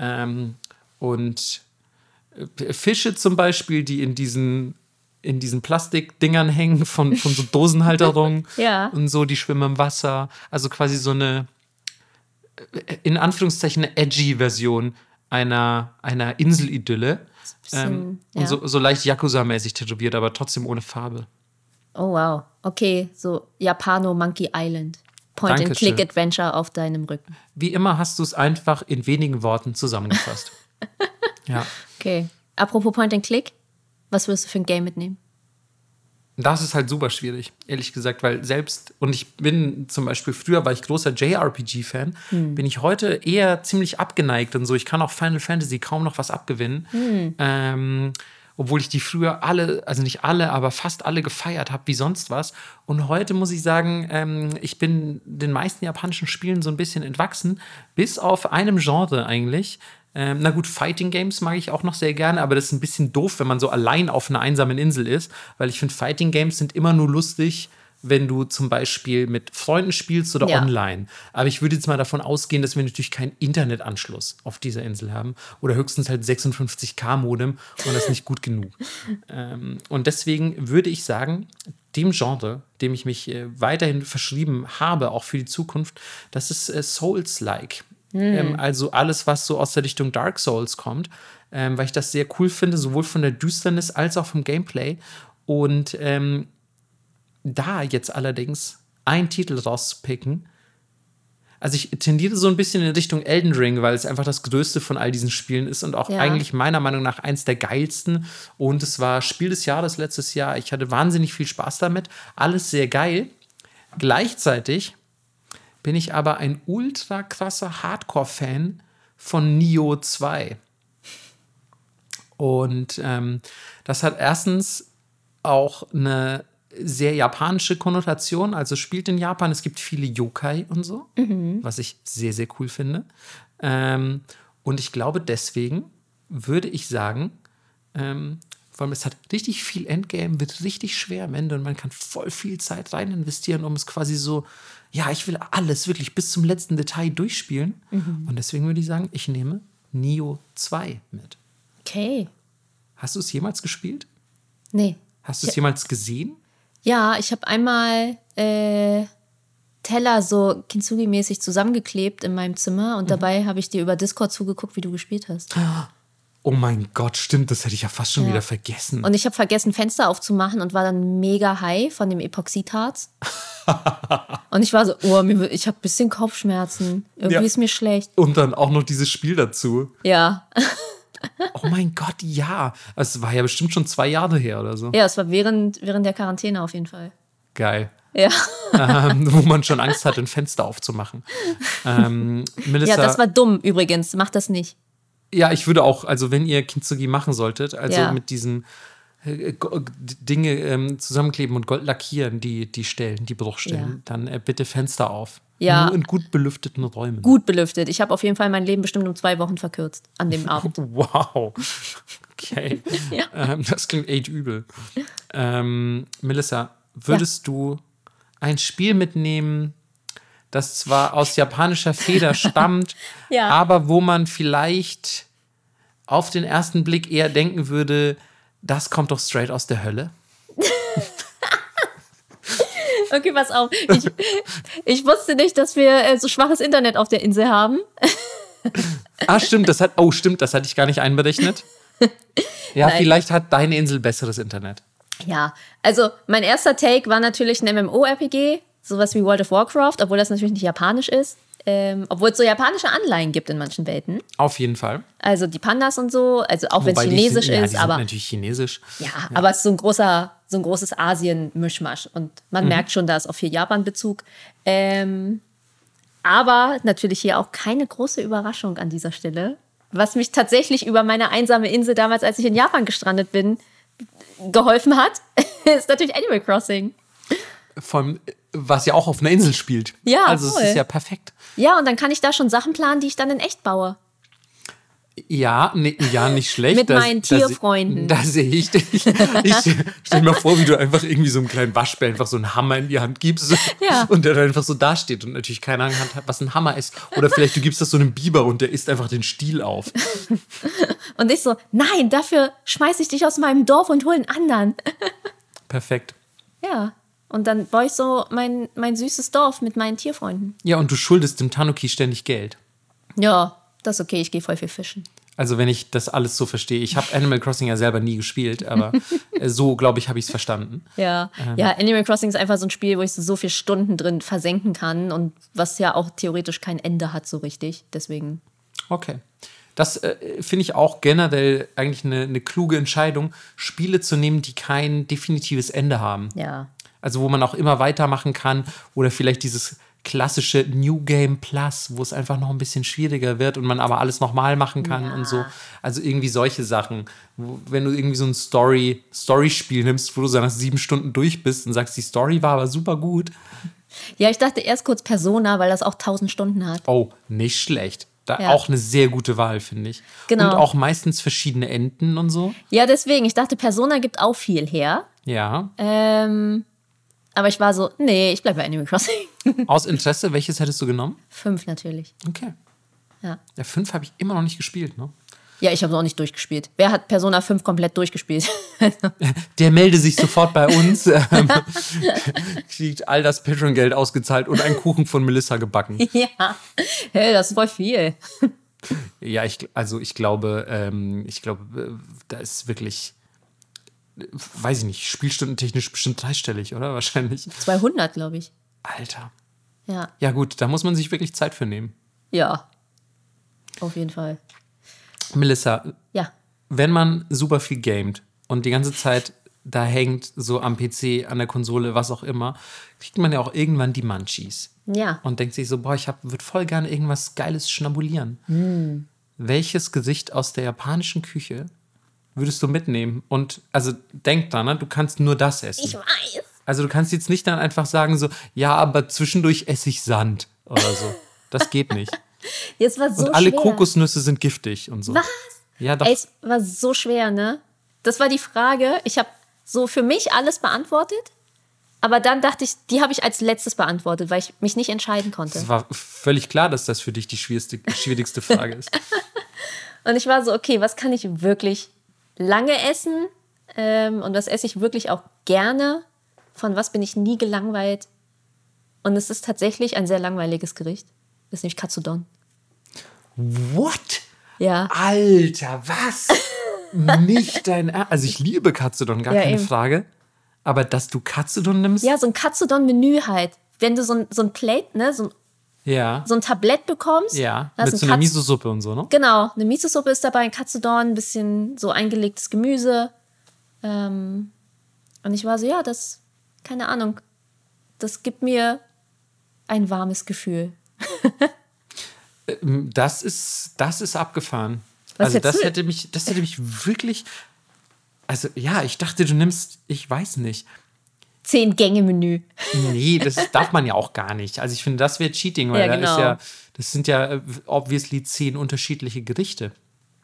Und Fische zum Beispiel, die in diesen Plastikdingern hängen von so Dosenhalterungen und so, die schwimmen im Wasser. Also quasi so eine, in Anführungszeichen, eine edgy Version einer Inselidylle. Und so leicht Yakuza-mäßig tätowiert, aber trotzdem ohne Farbe. Oh, wow. Okay, so Japano Monkey Island. Point-and-Click-Adventure auf deinem Rücken. Wie immer hast du es einfach in wenigen Worten zusammengefasst. Ja. Okay. Apropos Point-and-Click, was würdest du für ein Game mitnehmen? Das ist halt super schwierig, ehrlich gesagt, weil und ich bin zum Beispiel, früher war ich großer JRPG-Fan, bin ich heute eher ziemlich abgeneigt und so. Ich kann auch Final Fantasy kaum noch was abgewinnen. Obwohl ich die früher alle, also nicht alle, aber fast alle gefeiert habe, wie sonst was. Und heute muss ich sagen, ich bin den meisten japanischen Spielen so ein bisschen entwachsen, bis auf einem Genre eigentlich. Na gut, Fighting Games mag ich auch noch sehr gerne, aber das ist ein bisschen doof, wenn man so allein auf einer einsamen Insel ist, weil ich finde, Fighting Games sind immer nur lustig, wenn du zum Beispiel mit Freunden spielst oder online. Aber ich würde jetzt mal davon ausgehen, dass wir natürlich keinen Internetanschluss auf dieser Insel haben oder höchstens halt 56K-Modem und das ist nicht gut genug. Und deswegen würde ich sagen, dem Genre, dem ich mich weiterhin verschrieben habe, auch für die Zukunft, das ist Souls-like. Also alles, was so aus der Richtung Dark Souls kommt, weil ich das sehr cool finde, sowohl von der Düsternis als auch vom Gameplay. Und da jetzt allerdings einen Titel rauszupicken, also ich tendiere so ein bisschen in Richtung Elden Ring, weil es einfach das größte von all diesen Spielen ist und auch eigentlich meiner Meinung nach eins der geilsten. Und es war Spiel des Jahres letztes Jahr. Ich hatte wahnsinnig viel Spaß damit. Alles sehr geil. Gleichzeitig bin ich aber ein ultra krasser Hardcore-Fan von Nioh 2. Und das hat erstens auch eine sehr japanische Konnotation, also spielt in Japan, es gibt viele Yokai und so, was ich sehr, sehr cool finde. Und ich glaube, deswegen würde ich sagen, vor allem es hat richtig viel Endgame, wird richtig schwer am Ende und man kann voll viel Zeit rein investieren, um es quasi so, ja, ich will alles wirklich bis zum letzten Detail durchspielen. Und deswegen würde ich sagen, ich nehme Nioh 2 mit. Okay. Hast du es jemals gespielt? Nee. Hast du es jemals gesehen? Ja, ich habe einmal Teller so Kintsugi-mäßig zusammengeklebt in meinem Zimmer und dabei habe ich dir über Discord zugeguckt, wie du gespielt hast. Oh mein Gott, stimmt, das hätte ich ja fast schon wieder vergessen. Und ich habe vergessen, Fenster aufzumachen und war dann mega high von dem Epoxidharz. Und ich war so, ich habe ein bisschen Kopfschmerzen. Irgendwie ist mir schlecht. Und dann auch noch dieses Spiel dazu. Ja. Oh mein Gott, ja. Es war ja bestimmt schon 2 Jahre her oder so. Ja, es war während der Quarantäne auf jeden Fall. Geil. Ja. Wo man schon Angst hat, ein Fenster aufzumachen. Melissa, ja, das war dumm übrigens. Mach das nicht. Ja, ich würde auch, also wenn ihr Kintsugi machen solltet, also mit diesen Dinge zusammenkleben und Gold lackieren, die Stellen, die Bruchstellen, dann bitte Fenster auf. Ja. Nur in gut belüfteten Räumen. Gut belüftet. Ich habe auf jeden Fall mein Leben bestimmt um 2 Wochen verkürzt an dem Abend. Wow. Okay. Das klingt echt übel. Melissa, würdest du ein Spiel mitnehmen, das zwar aus japanischer Feder stammt, aber wo man vielleicht auf den ersten Blick eher denken würde, das kommt doch straight aus der Hölle? Okay, pass auf. Ich wusste nicht, dass wir so schwaches Internet auf der Insel haben. Stimmt, das hatte ich gar nicht einberechnet. Ja, Nein. Vielleicht hat deine Insel besseres Internet. Ja, also mein erster Take war natürlich ein MMORPG, sowas wie World of Warcraft, obwohl das natürlich nicht japanisch ist. Obwohl es so japanische Anleihen gibt in manchen Welten. Auf jeden Fall. Also die Pandas und so, also auch wenn es chinesisch ist. Die sind natürlich chinesisch. Ja, aber es ist so ein großes Asien-Mischmasch. Und man merkt schon, da ist auch viel Japan-Bezug. Aber natürlich hier auch keine große Überraschung an dieser Stelle. was mich tatsächlich über meine einsame Insel damals, als ich in Japan gestrandet bin, geholfen hat, ist natürlich Animal Crossing. Was ja auch auf einer Insel spielt. Ja, also voll. es ist ja perfekt. Ja, und dann kann ich da schon Sachen planen, die ich dann in echt baue. Ja, nicht schlecht. Mit meinen Tierfreunden. Da sehe ich dich. Ich stell mir vor, wie du einfach irgendwie so einem kleinen Waschbär einfach so einen Hammer in die Hand gibst Ja. und der dann einfach so dasteht und natürlich keine Ahnung hat, was ein Hammer ist. Oder vielleicht du gibst das so einem Biber und der isst einfach den Stiel auf. Und ich so, nein, dafür schmeiße ich dich aus meinem Dorf und hole einen anderen. Perfekt. Ja, und dann baue ich so mein süßes Dorf mit meinen Tierfreunden. Ja, und du schuldest dem Tanuki ständig Geld. Ja, das ist okay, ich gehe voll viel fischen. Also wenn ich das alles so verstehe. Ich habe Animal Crossing ja selber nie gespielt, aber so, glaube ich, habe ich es verstanden. Ja. Ja, Animal Crossing ist einfach so ein Spiel, wo ich so viele Stunden drin versenken kann und was ja auch theoretisch kein Ende hat so richtig. Deswegen. Okay. Das finde ich auch generell eigentlich eine kluge Entscheidung, Spiele zu nehmen, die kein definitives Ende haben. Ja. Also wo man auch immer weitermachen kann oder vielleicht dieses klassische New Game Plus, wo es einfach noch ein bisschen schwieriger wird und man aber alles nochmal machen kann und so. Also irgendwie solche Sachen. Wenn du irgendwie so ein Story-Spiel nimmst, wo du so nach 7 Stunden durch bist und sagst, die Story war aber super gut. Ja, ich dachte erst kurz Persona, weil das auch 1000 Stunden hat. Oh, nicht schlecht. Da Ja. auch eine sehr gute Wahl, finde ich. Genau. Und auch meistens verschiedene Enden und so. Ja, deswegen, ich dachte, Persona gibt auch viel her. Ja. Aber ich war so, nee, ich bleibe bei Animal Crossing. Aus Interesse, welches hättest du genommen? 5 natürlich. Okay. Ja. Ja, 5 habe ich immer noch nicht gespielt, ne? Ja, ich habe es auch nicht durchgespielt. Wer hat Persona 5 komplett durchgespielt? Der melde sich sofort bei uns, kriegt all das Patreon-Geld ausgezahlt und einen Kuchen von Melissa gebacken. Ja, hey, das ist voll viel. Ja, ich glaube, da ist wirklich, weiß ich nicht, spielstundentechnisch bestimmt dreistellig, oder? Wahrscheinlich. 200, glaube ich. Alter. Ja. Ja gut, da muss man sich wirklich Zeit für nehmen. Ja. Auf jeden Fall. Melissa, Ja. wenn man super viel gamet und die ganze Zeit da hängt, so am PC, an der Konsole, was auch immer, kriegt man ja auch irgendwann die Munchies. Ja. Und denkt sich so, boah, würde voll gerne irgendwas Geiles schnabulieren. Welches Gericht aus der japanischen Küche würdest du mitnehmen? Und also denk dran, ne? Du kannst nur das essen. Ich weiß. Also du kannst jetzt nicht dann einfach sagen so, ja, aber zwischendurch esse ich Sand oder so. Das geht nicht. Jetzt war so Und alle schwer. Kokosnüsse sind giftig und so. Was? Ja, doch. Ey, es war so schwer, ne? Das war die Frage. Ich habe so für mich alles beantwortet. Aber dann dachte ich, die habe ich als letztes beantwortet, weil ich mich nicht entscheiden konnte. Es war völlig klar, dass das für dich die schwierigste Frage ist. Und ich war so, okay, was kann ich wirklich lange essen? Und was esse ich wirklich auch gerne? Von was bin ich nie gelangweilt? Und es ist tatsächlich ein sehr langweiliges Gericht. Das ist nämlich Katsudon. What? Ja. Alter, was? Nicht dein Ernst. Also ich liebe Katsudon, gar Ja, keine eben. Frage. Aber dass du Katsudon nimmst? Ja, so ein Katsudon-Menü halt. Wenn du so ein Plate, ne, so Ja. ein Tablett bekommst. Ja, da ist mit ein so einer Katsu- Miso-Suppe und so, ne? Genau, eine Miso-Suppe ist dabei, ein Katsudon, ein bisschen so eingelegtes Gemüse. Und ich war so, ja, keine Ahnung, das gibt mir ein warmes Gefühl. Das ist abgefahren. Was Also hättest das hätte mich wirklich. Also ja, ich dachte, du nimmst, ich weiß nicht. 10-Gänge-Menü. Nee, das darf man ja auch gar nicht. Also ich finde, das wäre Cheating, weil Ja, genau. das sind ja obviously 10 unterschiedliche Gerichte.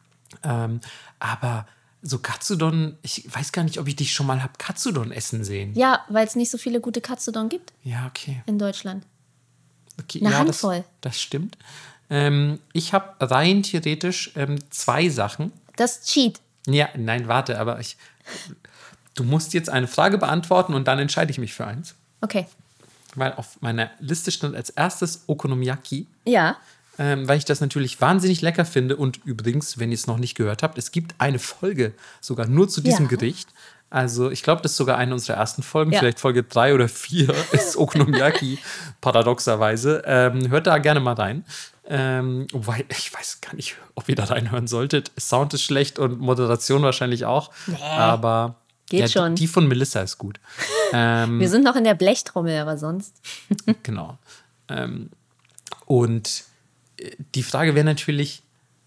Aber so Katsudon, ich weiß gar nicht, ob ich dich schon mal habe Katsudon essen sehen. Ja, weil es nicht so viele gute Katsudon gibt Ja, okay. in Deutschland. Okay, Eine ja, Handvoll. Das stimmt. Ich habe rein theoretisch 2 Sachen. Das ist Cheat. Ja, nein, warte, aber du musst jetzt eine Frage beantworten und dann entscheide ich mich für eins. Okay. Weil auf meiner Liste stand als erstes Okonomiyaki, Ja. weil ich das natürlich wahnsinnig lecker finde. Und übrigens, wenn ihr es noch nicht gehört habt, es gibt eine Folge sogar nur zu diesem Ja. Gericht. Also ich glaube, das ist sogar eine unserer ersten Folgen, Ja. vielleicht Folge 3 oder 4 ist Okonomiyaki, paradoxerweise. Hört da gerne mal rein. Wobei, ich weiß gar nicht, ob ihr da reinhören solltet. Sound ist schlecht und Moderation wahrscheinlich auch. Nee, aber geht ja, schon. Die von Melissa ist gut. Wir sind noch in der Blechtrommel, aber sonst. Genau. Und die Frage wäre natürlich,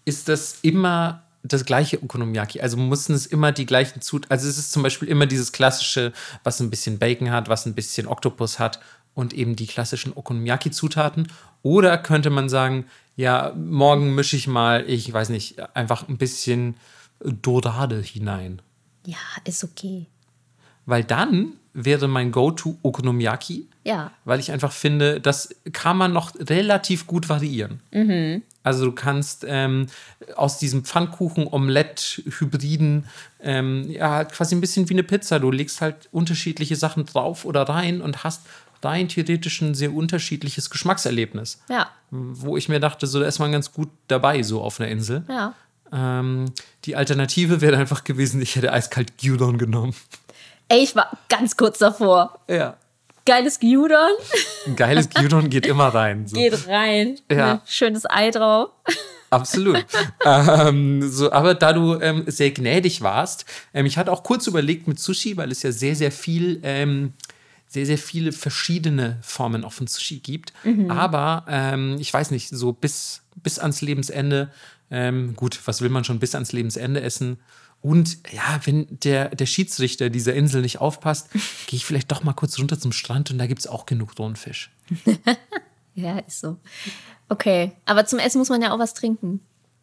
ist das immer das gleiche Okonomiyaki. Also mussten es immer die gleichen Zutaten. Also es ist zum Beispiel immer dieses klassische, was ein bisschen Bacon hat, was ein bisschen Oktopus hat und eben die klassischen Okonomiyaki-Zutaten. Oder könnte man sagen, ja, morgen mische ich mal, ich weiß nicht, einfach ein bisschen Dorade hinein. Ja, ist okay. Weil dann wäre mein Go-To Okonomiyaki. Ja. Weil ich einfach finde, das kann man noch relativ gut variieren. Also du kannst aus diesem Pfannkuchen-Omelett-Hybriden halt quasi ein bisschen wie eine Pizza. Du legst halt unterschiedliche Sachen drauf oder rein und hast rein theoretisch ein sehr unterschiedliches Geschmackserlebnis. Ja. Wo ich mir dachte, so da ist man ganz gut dabei, so auf einer Insel. Ja. Die Alternative wäre einfach gewesen, ich hätte eiskalt Gyudon genommen. Ey, ich war ganz kurz davor. Ja. Geiles Gyudon. Ein geiles Gyudon geht immer rein. So. Geht rein. Ja. Schönes Ei drauf. Absolut. Aber da du sehr gnädig warst, ich hatte auch kurz überlegt mit Sushi, weil es ja sehr, sehr viel, sehr viele verschiedene Formen auch von Sushi gibt. Aber ich weiß nicht, so bis ans Lebensende, gut, was will man schon bis ans Lebensende essen? Und ja, wenn der Schiedsrichter dieser Insel nicht aufpasst, gehe ich vielleicht doch mal kurz runter zum Strand und da gibt es auch genug Thunfisch. Ja, ist so. Okay, aber zum Essen muss man ja auch was trinken.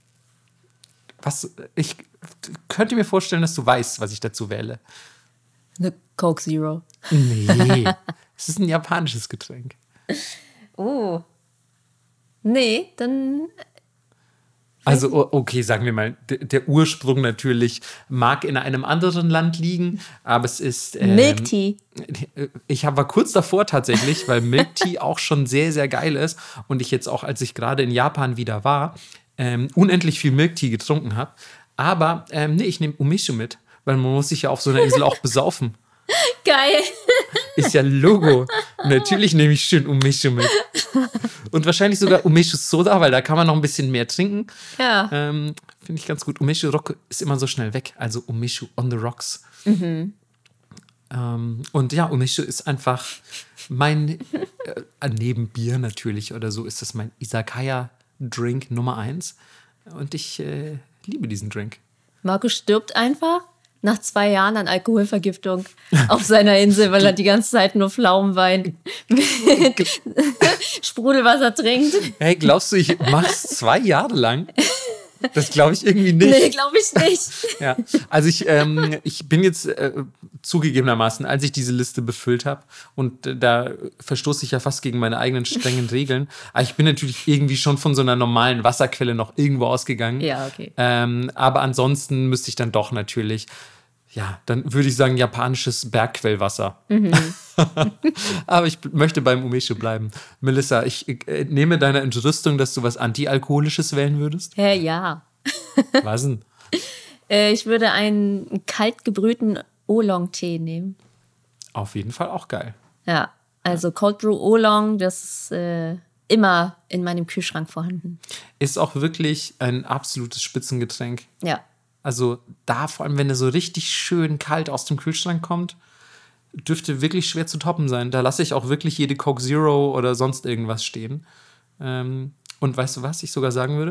Ich könnte mir vorstellen, dass du weißt, was ich dazu wähle. Eine Coke Zero. Nee, es ist ein japanisches Getränk. Oh. Nee, dann... Also, okay, sagen wir mal, der Ursprung natürlich mag in einem anderen Land liegen, aber es ist... Milk Tea. Ich war kurz davor tatsächlich, weil Milk Tea auch schon sehr, sehr geil ist und ich jetzt auch, als ich gerade in Japan wieder war, unendlich viel Milk Tea getrunken habe. Aber nee, ich nehme Umeshu mit, weil man muss sich ja auf so einer Insel auch besaufen. Geil. Ist ja Logo. Natürlich nehme ich schön Umeshu mit. Und wahrscheinlich sogar Umeshu Soda, weil da kann man noch ein bisschen mehr trinken. Ja. Finde ich ganz gut. Umeshu Rock ist immer so schnell weg. Also Umeshu on the rocks. Und ja, Umeshu ist einfach mein, neben Bier natürlich oder so, ist das mein Izakaya-Drink Nummer 1. Und ich liebe diesen Drink. Markus stirbt einfach nach 2 Jahren an Alkoholvergiftung auf seiner Insel, weil er die ganze Zeit nur Pflaumenwein mit Sprudelwasser trinkt. Hey, glaubst du, ich mach's 2 Jahre lang? Das glaube ich irgendwie nicht. Nee, glaube ich nicht. Ja, also ich bin jetzt zugegebenermaßen, als ich diese Liste befüllt habe, und da verstoße ich ja fast gegen meine eigenen strengen Regeln, aber ich bin natürlich irgendwie schon von so einer normalen Wasserquelle noch irgendwo ausgegangen. Ja, okay. Aber ansonsten müsste ich dann doch natürlich, ja, dann würde ich sagen japanisches Bergquellwasser. Aber ich möchte beim Umeshu bleiben. Melissa, ich nehme deiner Entrüstung, dass du was Antialkoholisches wählen würdest. Ja. Was denn? Ich würde einen kalt gebrühten Oolong-Tee nehmen. Auf jeden Fall auch geil. Ja, also Cold Brew Oolong, das ist immer in meinem Kühlschrank vorhanden. Ist auch wirklich ein absolutes Spitzengetränk. Ja. Also da, vor allem wenn er so richtig schön kalt aus dem Kühlschrank kommt, dürfte wirklich schwer zu toppen sein. Da lasse ich auch wirklich jede Coke Zero oder sonst irgendwas stehen. Und weißt du, was ich sogar sagen würde?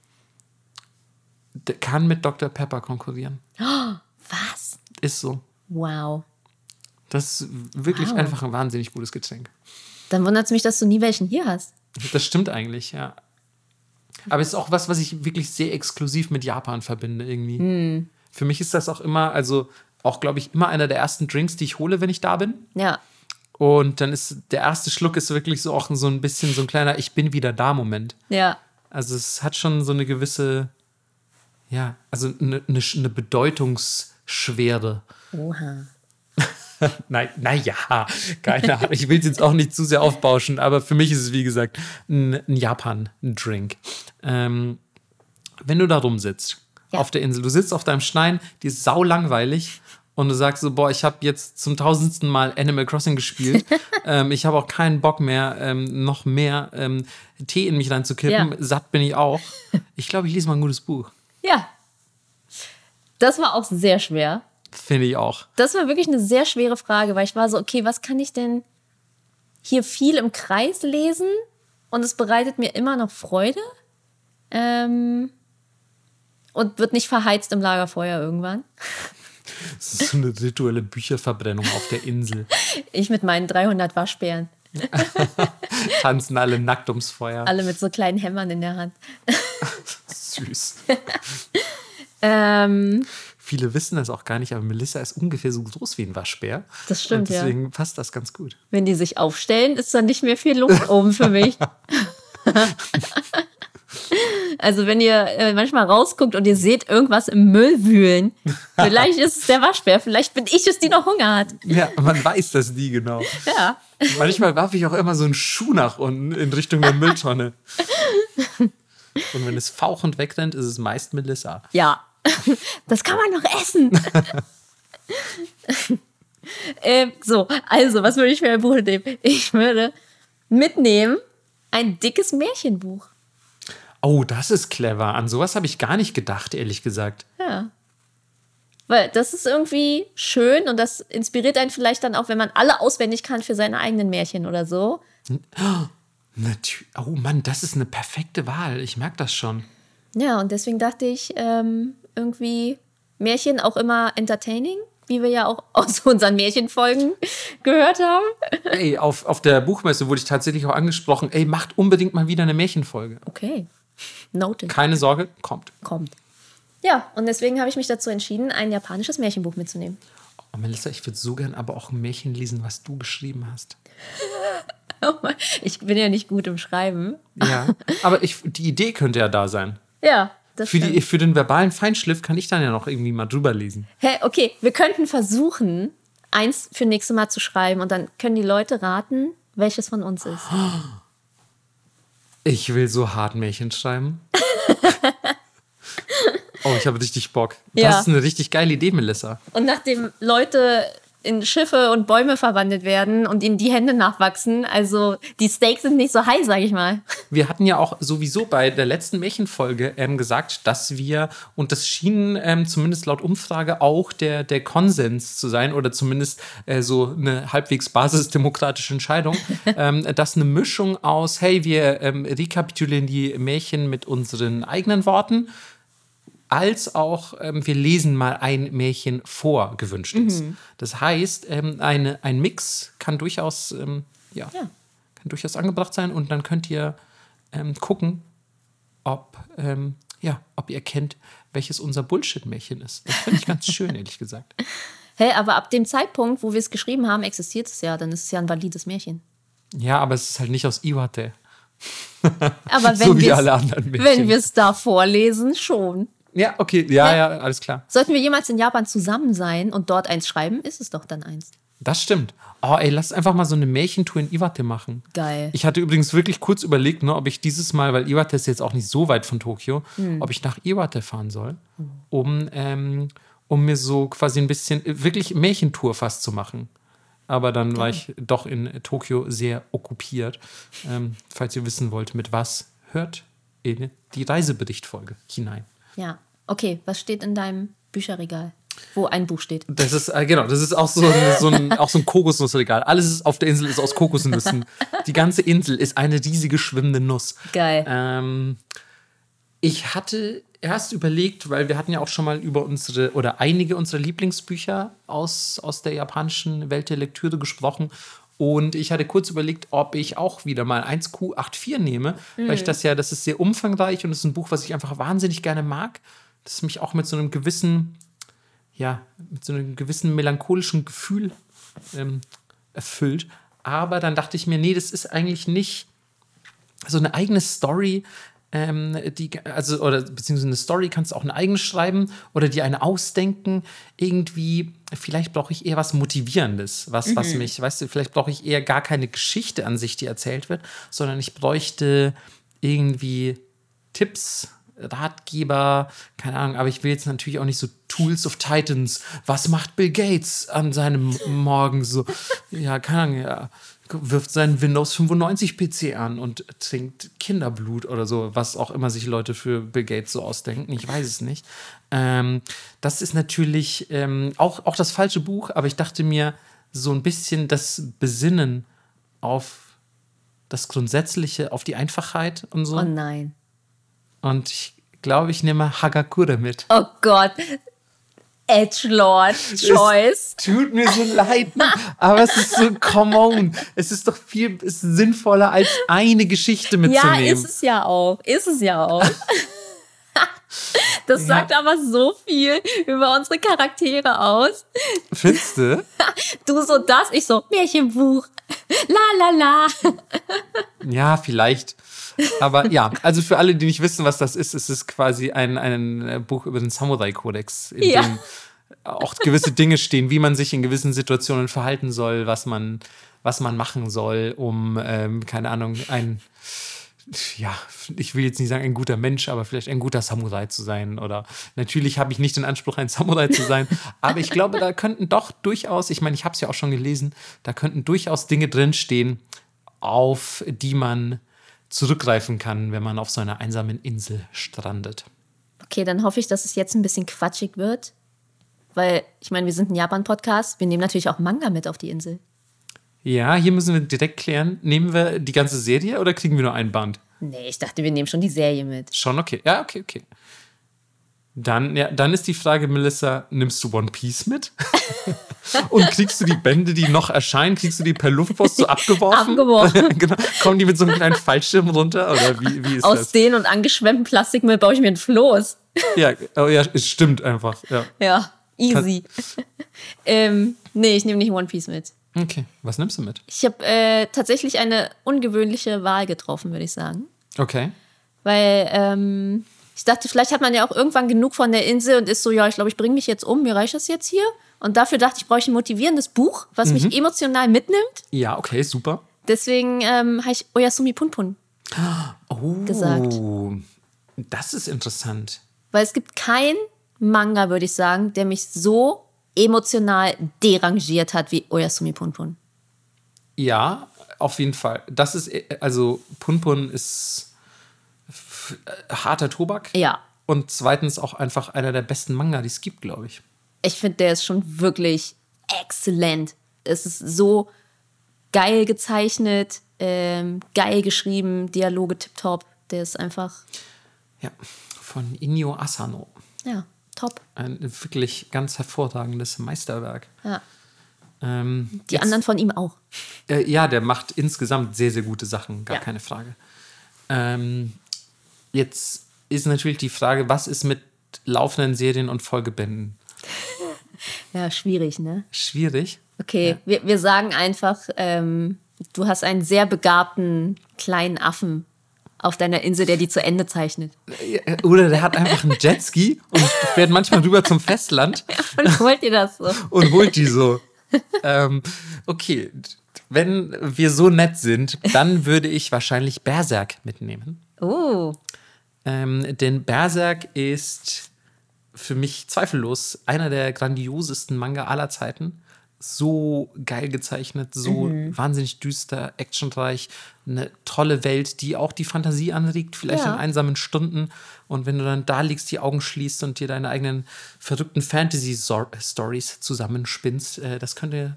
Der kann mit Dr. Pepper konkurrieren. Oh, was? Ist so. Wow. Das ist wirklich einfach ein wahnsinnig gutes Getränk. Dann wundert es mich, dass du nie welchen hier hast. Das stimmt eigentlich, ja. Aber es ist auch was ich wirklich sehr exklusiv mit Japan verbinde irgendwie. Für mich ist das auch immer, also auch, glaube ich, immer einer der ersten Drinks, die ich hole, wenn ich da bin. Ja. Und dann ist der erste Schluck ist wirklich so auch so ein bisschen so ein kleiner Ich bin wieder da Moment. Ja. Also es hat schon so eine gewisse, ja, also eine Bedeutungsschwere. Oha. Naja, keine Ahnung. Ich will es jetzt auch nicht zu sehr aufbauschen, aber für mich ist es, wie gesagt, ein Japan-Drink. Wenn du da rumsitzt, auf der Insel, du sitzt auf deinem Stein, die ist sau langweilig und du sagst so, boah, ich habe jetzt zum 1000. Mal Animal Crossing gespielt. Ich habe auch keinen Bock mehr, noch mehr Tee in mich reinzukippen. Ja. Satt bin ich auch. Ich glaube, ich lese mal ein gutes Buch. Ja. Das war auch sehr schwer. Finde ich auch. Das war wirklich eine sehr schwere Frage, weil ich war so, okay, was kann ich denn hier viel im Kreis lesen und es bereitet mir immer noch Freude? Und wird nicht verheizt im Lagerfeuer irgendwann. Das ist so eine rituelle Bücherverbrennung auf der Insel. Ich mit meinen 300 Waschbären. Tanzen alle nackt ums Feuer. Alle mit so kleinen Hämmern in der Hand. Süß. Ähm, Viele wissen das auch gar nicht, aber Melissa ist ungefähr so groß wie ein Waschbär. Das stimmt, und deswegen passt das ganz gut. Wenn die sich aufstellen, ist dann nicht mehr viel Luft oben für mich. Also wenn ihr manchmal rausguckt und ihr seht irgendwas im Müll wühlen, vielleicht ist es der Waschbär, vielleicht bin ich es, die noch Hunger hat. Ja, man weiß das nie genau. Ja. Manchmal warf ich auch immer so einen Schuh nach unten in Richtung der Mülltonne. Und wenn es fauchend wegrennt, ist es meist Melissa. Ja, das kann man noch essen. So, also, was würde ich für ein Buch nehmen? Ich würde mitnehmen ein dickes Märchenbuch. Oh, das ist clever. An sowas habe ich gar nicht gedacht, ehrlich gesagt. Ja. Weil das ist irgendwie schön und das inspiriert einen vielleicht dann auch, wenn man alle auswendig kann für seine eigenen Märchen oder so. Oh Mann, das ist eine perfekte Wahl. Ich merke das schon. Ja, und deswegen dachte ich, irgendwie Märchen auch immer entertaining, wie wir ja auch aus unseren Märchenfolgen gehört haben. Ey, auf der Buchmesse wurde ich tatsächlich auch angesprochen, ey, macht unbedingt mal wieder eine Märchenfolge. Okay, noted. Keine Sorge, kommt. Ja, und deswegen habe ich mich dazu entschieden, ein japanisches Märchenbuch mitzunehmen. Oh, Melissa, ich würde so gern aber auch ein Märchen lesen, was du geschrieben hast. Ich bin ja nicht gut im Schreiben. Ja, aber die Idee könnte ja da sein. Ja, das stimmt. Für den verbalen Feinschliff kann ich dann ja noch irgendwie mal drüber lesen. Hey, okay, wir könnten versuchen, eins für nächstes Mal zu schreiben und dann können die Leute raten, welches von uns ist. Ich will so hart Märchen schreiben. Oh, ich habe richtig Bock. Das Ja. ist eine richtig geile Idee, Melissa. Und nachdem Leute in Schiffe und Bäume verwandelt werden und ihnen die Hände nachwachsen, also die Stakes sind nicht so high, sage ich mal. Wir hatten ja auch sowieso bei der letzten Märchenfolge gesagt, dass wir, und das schien zumindest laut Umfrage auch der Konsens zu sein, oder zumindest so eine halbwegs basisdemokratische Entscheidung, dass eine Mischung aus, hey, wir rekapitulieren die Märchen mit unseren eigenen Worten, als auch wir lesen mal ein Märchen vor, gewünscht ist. Das heißt, ein Mix kann durchaus, kann durchaus angebracht sein, und dann könnt ihr gucken, ob ihr erkennt, welches unser Bullshit-Märchen ist. Das finde ich ganz schön, ehrlich gesagt. Hey, aber ab dem Zeitpunkt, wo wir es geschrieben haben, existiert es ja, dann ist es ja ein valides Märchen. Ja, aber es ist halt nicht aus Iwate. Aber So wie wir's- alle anderen Märchen. wenn wir es da vorlesen, schon. Ja, okay, ja, alles klar. Sollten wir jemals in Japan zusammen sein und dort eins schreiben, ist es doch dann eins. Das stimmt. Oh, ey, lass einfach mal so eine Märchentour in Iwate machen. Geil. Ich hatte übrigens wirklich kurz überlegt, ob ich dieses Mal, weil Iwate ist jetzt auch nicht so weit von Tokio, ob ich nach Iwate fahren soll, um mir so quasi ein bisschen wirklich Märchentour fast zu machen. Aber dann war ich doch in Tokio sehr okkupiert. Falls ihr wissen wollt, mit was, hört in die Reiseberichtfolge hinein. Ja. Okay, was steht in deinem Bücherregal, wo ein Buch steht? Das ist, das ist auch so ein Kokosnussregal. Alles auf der Insel ist aus Kokosnüssen. Die ganze Insel ist eine riesige schwimmende Nuss. Geil. Ich hatte erst überlegt, weil wir hatten ja auch schon mal über einige unserer Lieblingsbücher aus der japanischen Welt der Lektüre gesprochen. Und ich hatte kurz überlegt, ob ich auch wieder mal 1Q84 nehme, weil das ist sehr umfangreich und es ist ein Buch, was ich einfach wahnsinnig gerne mag. Das mich auch mit so einem gewissen melancholischen Gefühl erfüllt. Aber dann dachte ich mir, nee, das ist eigentlich nicht so eine eigene Story, beziehungsweise eine Story kannst du auch eine eigene schreiben oder dir eine ausdenken. Irgendwie, vielleicht brauche ich eher was Motivierendes, was mich, weißt du, vielleicht brauche ich eher gar keine Geschichte an sich, die erzählt wird, sondern ich bräuchte irgendwie Tipps, Ratgeber, keine Ahnung, aber ich will jetzt natürlich auch nicht so Tools of Titans. Was macht Bill Gates an seinem Morgen so? Ja, keine Ahnung, ja. Wirft seinen Windows 95 PC an und trinkt Kinderblut oder so, was auch immer sich Leute für Bill Gates so ausdenken. Ich weiß es nicht. Das ist natürlich auch das falsche Buch, aber ich dachte mir, so ein bisschen das Besinnen auf das Grundsätzliche, auf die Einfachheit und so. Oh nein. Und ich glaube, ich nehme Hagakure mit. Oh Gott. Edgelord Choice. Es tut mir so leid, aber es ist so, come on. Es ist doch viel sinnvoller, als eine Geschichte mitzunehmen. Ja, ist es ja auch. Das sagt aber so viel über unsere Charaktere aus. Findest du? Du so das, ich so Märchenbuch. La la la. Ja, vielleicht. Aber ja, also für alle, die nicht wissen, was das ist, es ist quasi ein Buch über den Samurai-Kodex, in dem auch gewisse Dinge stehen, wie man sich in gewissen Situationen verhalten soll, was man machen soll, um, keine Ahnung, ich will jetzt nicht sagen ein guter Mensch, aber vielleicht ein guter Samurai zu sein. Oder natürlich habe ich nicht den Anspruch, ein Samurai zu sein, aber ich glaube, da könnten doch durchaus, ich meine, ich habe es ja auch schon gelesen, da könnten durchaus Dinge drinstehen, auf die man zurückgreifen kann, wenn man auf so einer einsamen Insel strandet. Okay, dann hoffe ich, dass es jetzt ein bisschen quatschig wird. Weil, ich meine, wir sind ein Japan-Podcast. Wir nehmen natürlich auch Manga mit auf die Insel. Ja, hier müssen wir direkt klären. Nehmen wir die ganze Serie oder kriegen wir nur ein Band? Nee, ich dachte, wir nehmen schon die Serie mit. Schon, okay. Ja, okay. Dann ist die Frage, Melissa, nimmst du One Piece mit? Und kriegst du die Bände, die noch erscheinen, kriegst du die per Luftpost so abgeworfen? Genau. Kommen die mit so einem kleinen Fallschirm runter? Oder wie ist das? Aus den und angeschwemmten Plastikmüll baue ich mir ein Floß. Ja, es stimmt einfach. Ja, easy. Nee, ich nehme nicht One Piece mit. Okay, was nimmst du mit? Ich habe tatsächlich eine ungewöhnliche Wahl getroffen, würde ich sagen. Okay. Weil ich dachte, vielleicht hat man ja auch irgendwann genug von der Insel und ist so, ja, ich glaube, ich bringe mich jetzt um, mir reicht das jetzt hier. Und dafür dachte ich, brauche ich ein motivierendes Buch, was mich emotional mitnimmt. Ja, okay, super. Deswegen habe ich Oyasumi Punpun gesagt. Das ist interessant. Weil es gibt keinen Manga, würde ich sagen, der mich so emotional derangiert hat wie Oyasumi Punpun. Ja, auf jeden Fall. Das ist, also Punpun ist harter Tobak. Ja. Und zweitens auch einfach einer der besten Manga, die es gibt, glaube ich. Ich finde, der ist schon wirklich exzellent. Es ist so geil gezeichnet, geil geschrieben, Dialoge tipptopp. Der ist einfach... Ja, von Inyo Asano. Ja, top. Ein wirklich ganz hervorragendes Meisterwerk. Ja. Die anderen von ihm auch. Ja, der macht insgesamt sehr, sehr gute Sachen, gar keine Frage. Jetzt ist natürlich die Frage, was ist mit laufenden Serien und Folgebänden? Ja, schwierig, ne? Schwierig. Okay, ja. wir sagen einfach, du hast einen sehr begabten kleinen Affen auf deiner Insel, der die zu Ende zeichnet. Oder der hat einfach einen Jetski und fährt manchmal rüber zum Festland. Und holt dir das so. Und holt die so. Okay, wenn wir so nett sind, dann würde ich wahrscheinlich Berserk mitnehmen. Oh. Denn Berserk ist für mich zweifellos einer der grandiosesten Manga aller Zeiten. So geil gezeichnet, so wahnsinnig düster, actionreich, eine tolle Welt, die auch die Fantasie anregt, vielleicht in einsamen Stunden. Und wenn du dann da liegst, die Augen schließt und dir deine eigenen verrückten Fantasy-Stories zusammenspinnst, das könnte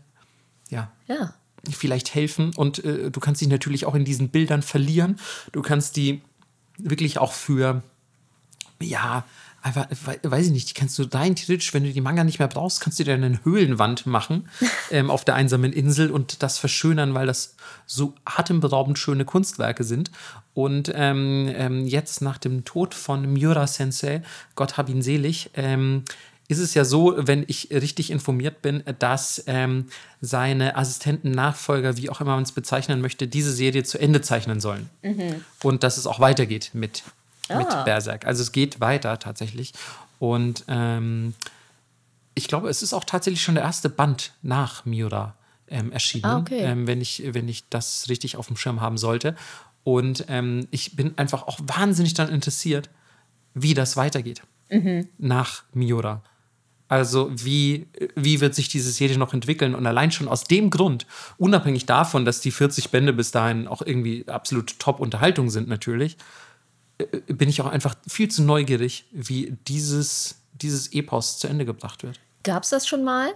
vielleicht helfen. Und du kannst dich natürlich auch in diesen Bildern verlieren. Du kannst die wirklich auch für, einfach, weiß ich nicht, die kannst du rein theoretisch, wenn du die Manga nicht mehr brauchst, kannst du dir eine Höhlenwand machen auf der einsamen Insel und das verschönern, weil das so atemberaubend schöne Kunstwerke sind. Und jetzt nach dem Tod von Miura Sensei, Gott hab ihn selig, ist es ja so, wenn ich richtig informiert bin, dass seine Assistenten, Nachfolger, wie auch immer man es bezeichnen möchte, diese Serie zu Ende zeichnen sollen. Und dass es auch weitergeht mit Berserk. Also es geht weiter tatsächlich. Und ich glaube, es ist auch tatsächlich schon der erste Band nach Miura erschienen, wenn ich das richtig auf dem Schirm haben sollte. Und ich bin einfach auch wahnsinnig daran interessiert, wie das weitergeht nach Miura. Also wie wird sich diese Serie noch entwickeln? Und allein schon aus dem Grund, unabhängig davon, dass die 40 Bände bis dahin auch irgendwie absolut Top-Unterhaltung sind natürlich, bin ich auch einfach viel zu neugierig, wie dieses Epos zu Ende gebracht wird. Gab es das schon mal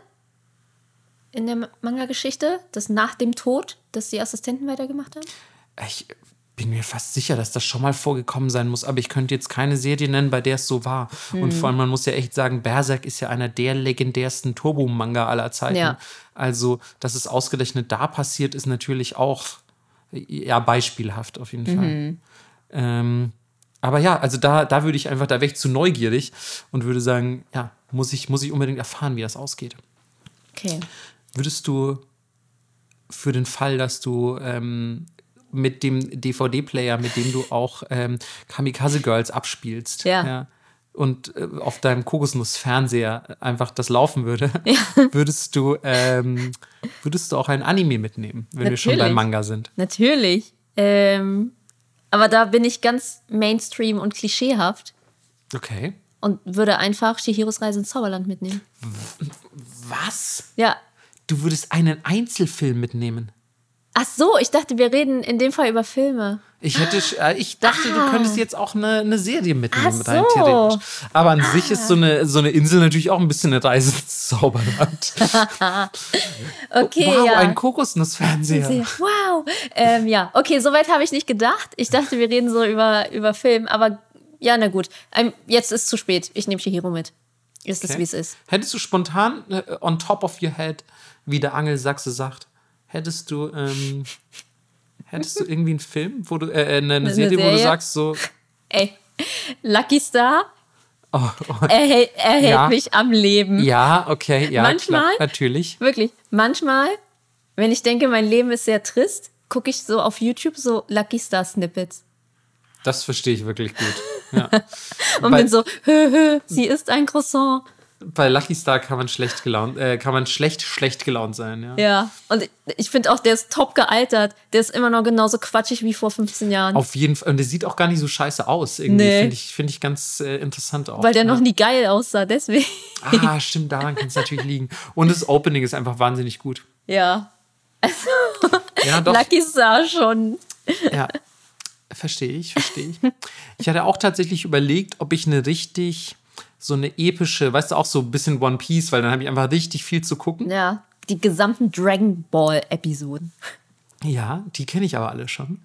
in der Manga-Geschichte, dass nach dem Tod, dass die Assistenten weitergemacht haben? bin mir fast sicher, dass das schon mal vorgekommen sein muss, aber ich könnte jetzt keine Serie nennen, bei der es so war. Und vor allem, man muss ja echt sagen, Berserk ist ja einer der legendärsten Turbo-Manga aller Zeiten. Ja. Also, dass es ausgerechnet da passiert, ist natürlich auch ja, beispielhaft auf jeden Fall. Aber ja, also da würde ich einfach, da wäre ich zu neugierig und würde sagen, ja, muss ich unbedingt erfahren, wie das ausgeht. Okay. Würdest du für den Fall, dass du mit dem DVD-Player, mit dem du auch Kamikaze Girls abspielst, Ja. und auf deinem Kokosnuss-Fernseher einfach das laufen würde, würdest du auch ein Anime mitnehmen, wenn wir schon beim Manga sind? Natürlich. Aber da bin ich ganz Mainstream und klischeehaft. Okay. Und würde einfach Chihiros Reise ins Zauberland mitnehmen. Was? Ja. Du würdest einen Einzelfilm mitnehmen? Ach so, ich dachte, wir reden in dem Fall über Filme. Ich dachte, du könntest jetzt auch eine Serie mitnehmen, Ach rein so. theoretisch. Aber an sich ist so eine Insel natürlich auch ein bisschen eine Reise ins Zauberland. Okay, wow, ja. ein Kokosnussfernseher. Wow. Ja, okay, soweit habe ich nicht gedacht. Ich dachte, wir reden so über Film. Aber ja, na gut. Jetzt ist zu spät. Ich nehme Chihiro mit. Ist es, wie es ist. Hättest du spontan, on top of your head, wie der Angelsachse sagt, hättest du irgendwie einen Film, wo du eine Serie, wo du sagst so, ey, Lucky Star oh, erhält mich am Leben. Ja, okay, ja, manchmal, klar, natürlich. Wirklich, manchmal, wenn ich denke, mein Leben ist sehr trist, gucke ich so auf YouTube so Lucky Star Snippets. Das verstehe ich wirklich gut. Ja. Und bin so, sie ist ein Croissant. Bei Lucky Star kann man schlecht gelaunt sein, ja. Ja, und ich finde auch, der ist top gealtert. Der ist immer noch genauso quatschig wie vor 15 Jahren. Auf jeden Fall. Und der sieht auch gar nicht so scheiße aus. Irgendwie Nee. Finde ich ganz interessant auch. Weil der noch nie geil aussah, deswegen. Ah, stimmt, daran kann es natürlich liegen. Und das Opening ist einfach wahnsinnig gut. Ja. Ja, doch. Lucky Star schon. Ja, verstehe ich. Ich hatte auch tatsächlich überlegt, ob ich so eine epische, weißt du, auch so ein bisschen One Piece, weil dann habe ich einfach richtig viel zu gucken. Ja, die gesamten Dragon Ball Episoden. Ja, die kenne ich aber alle schon.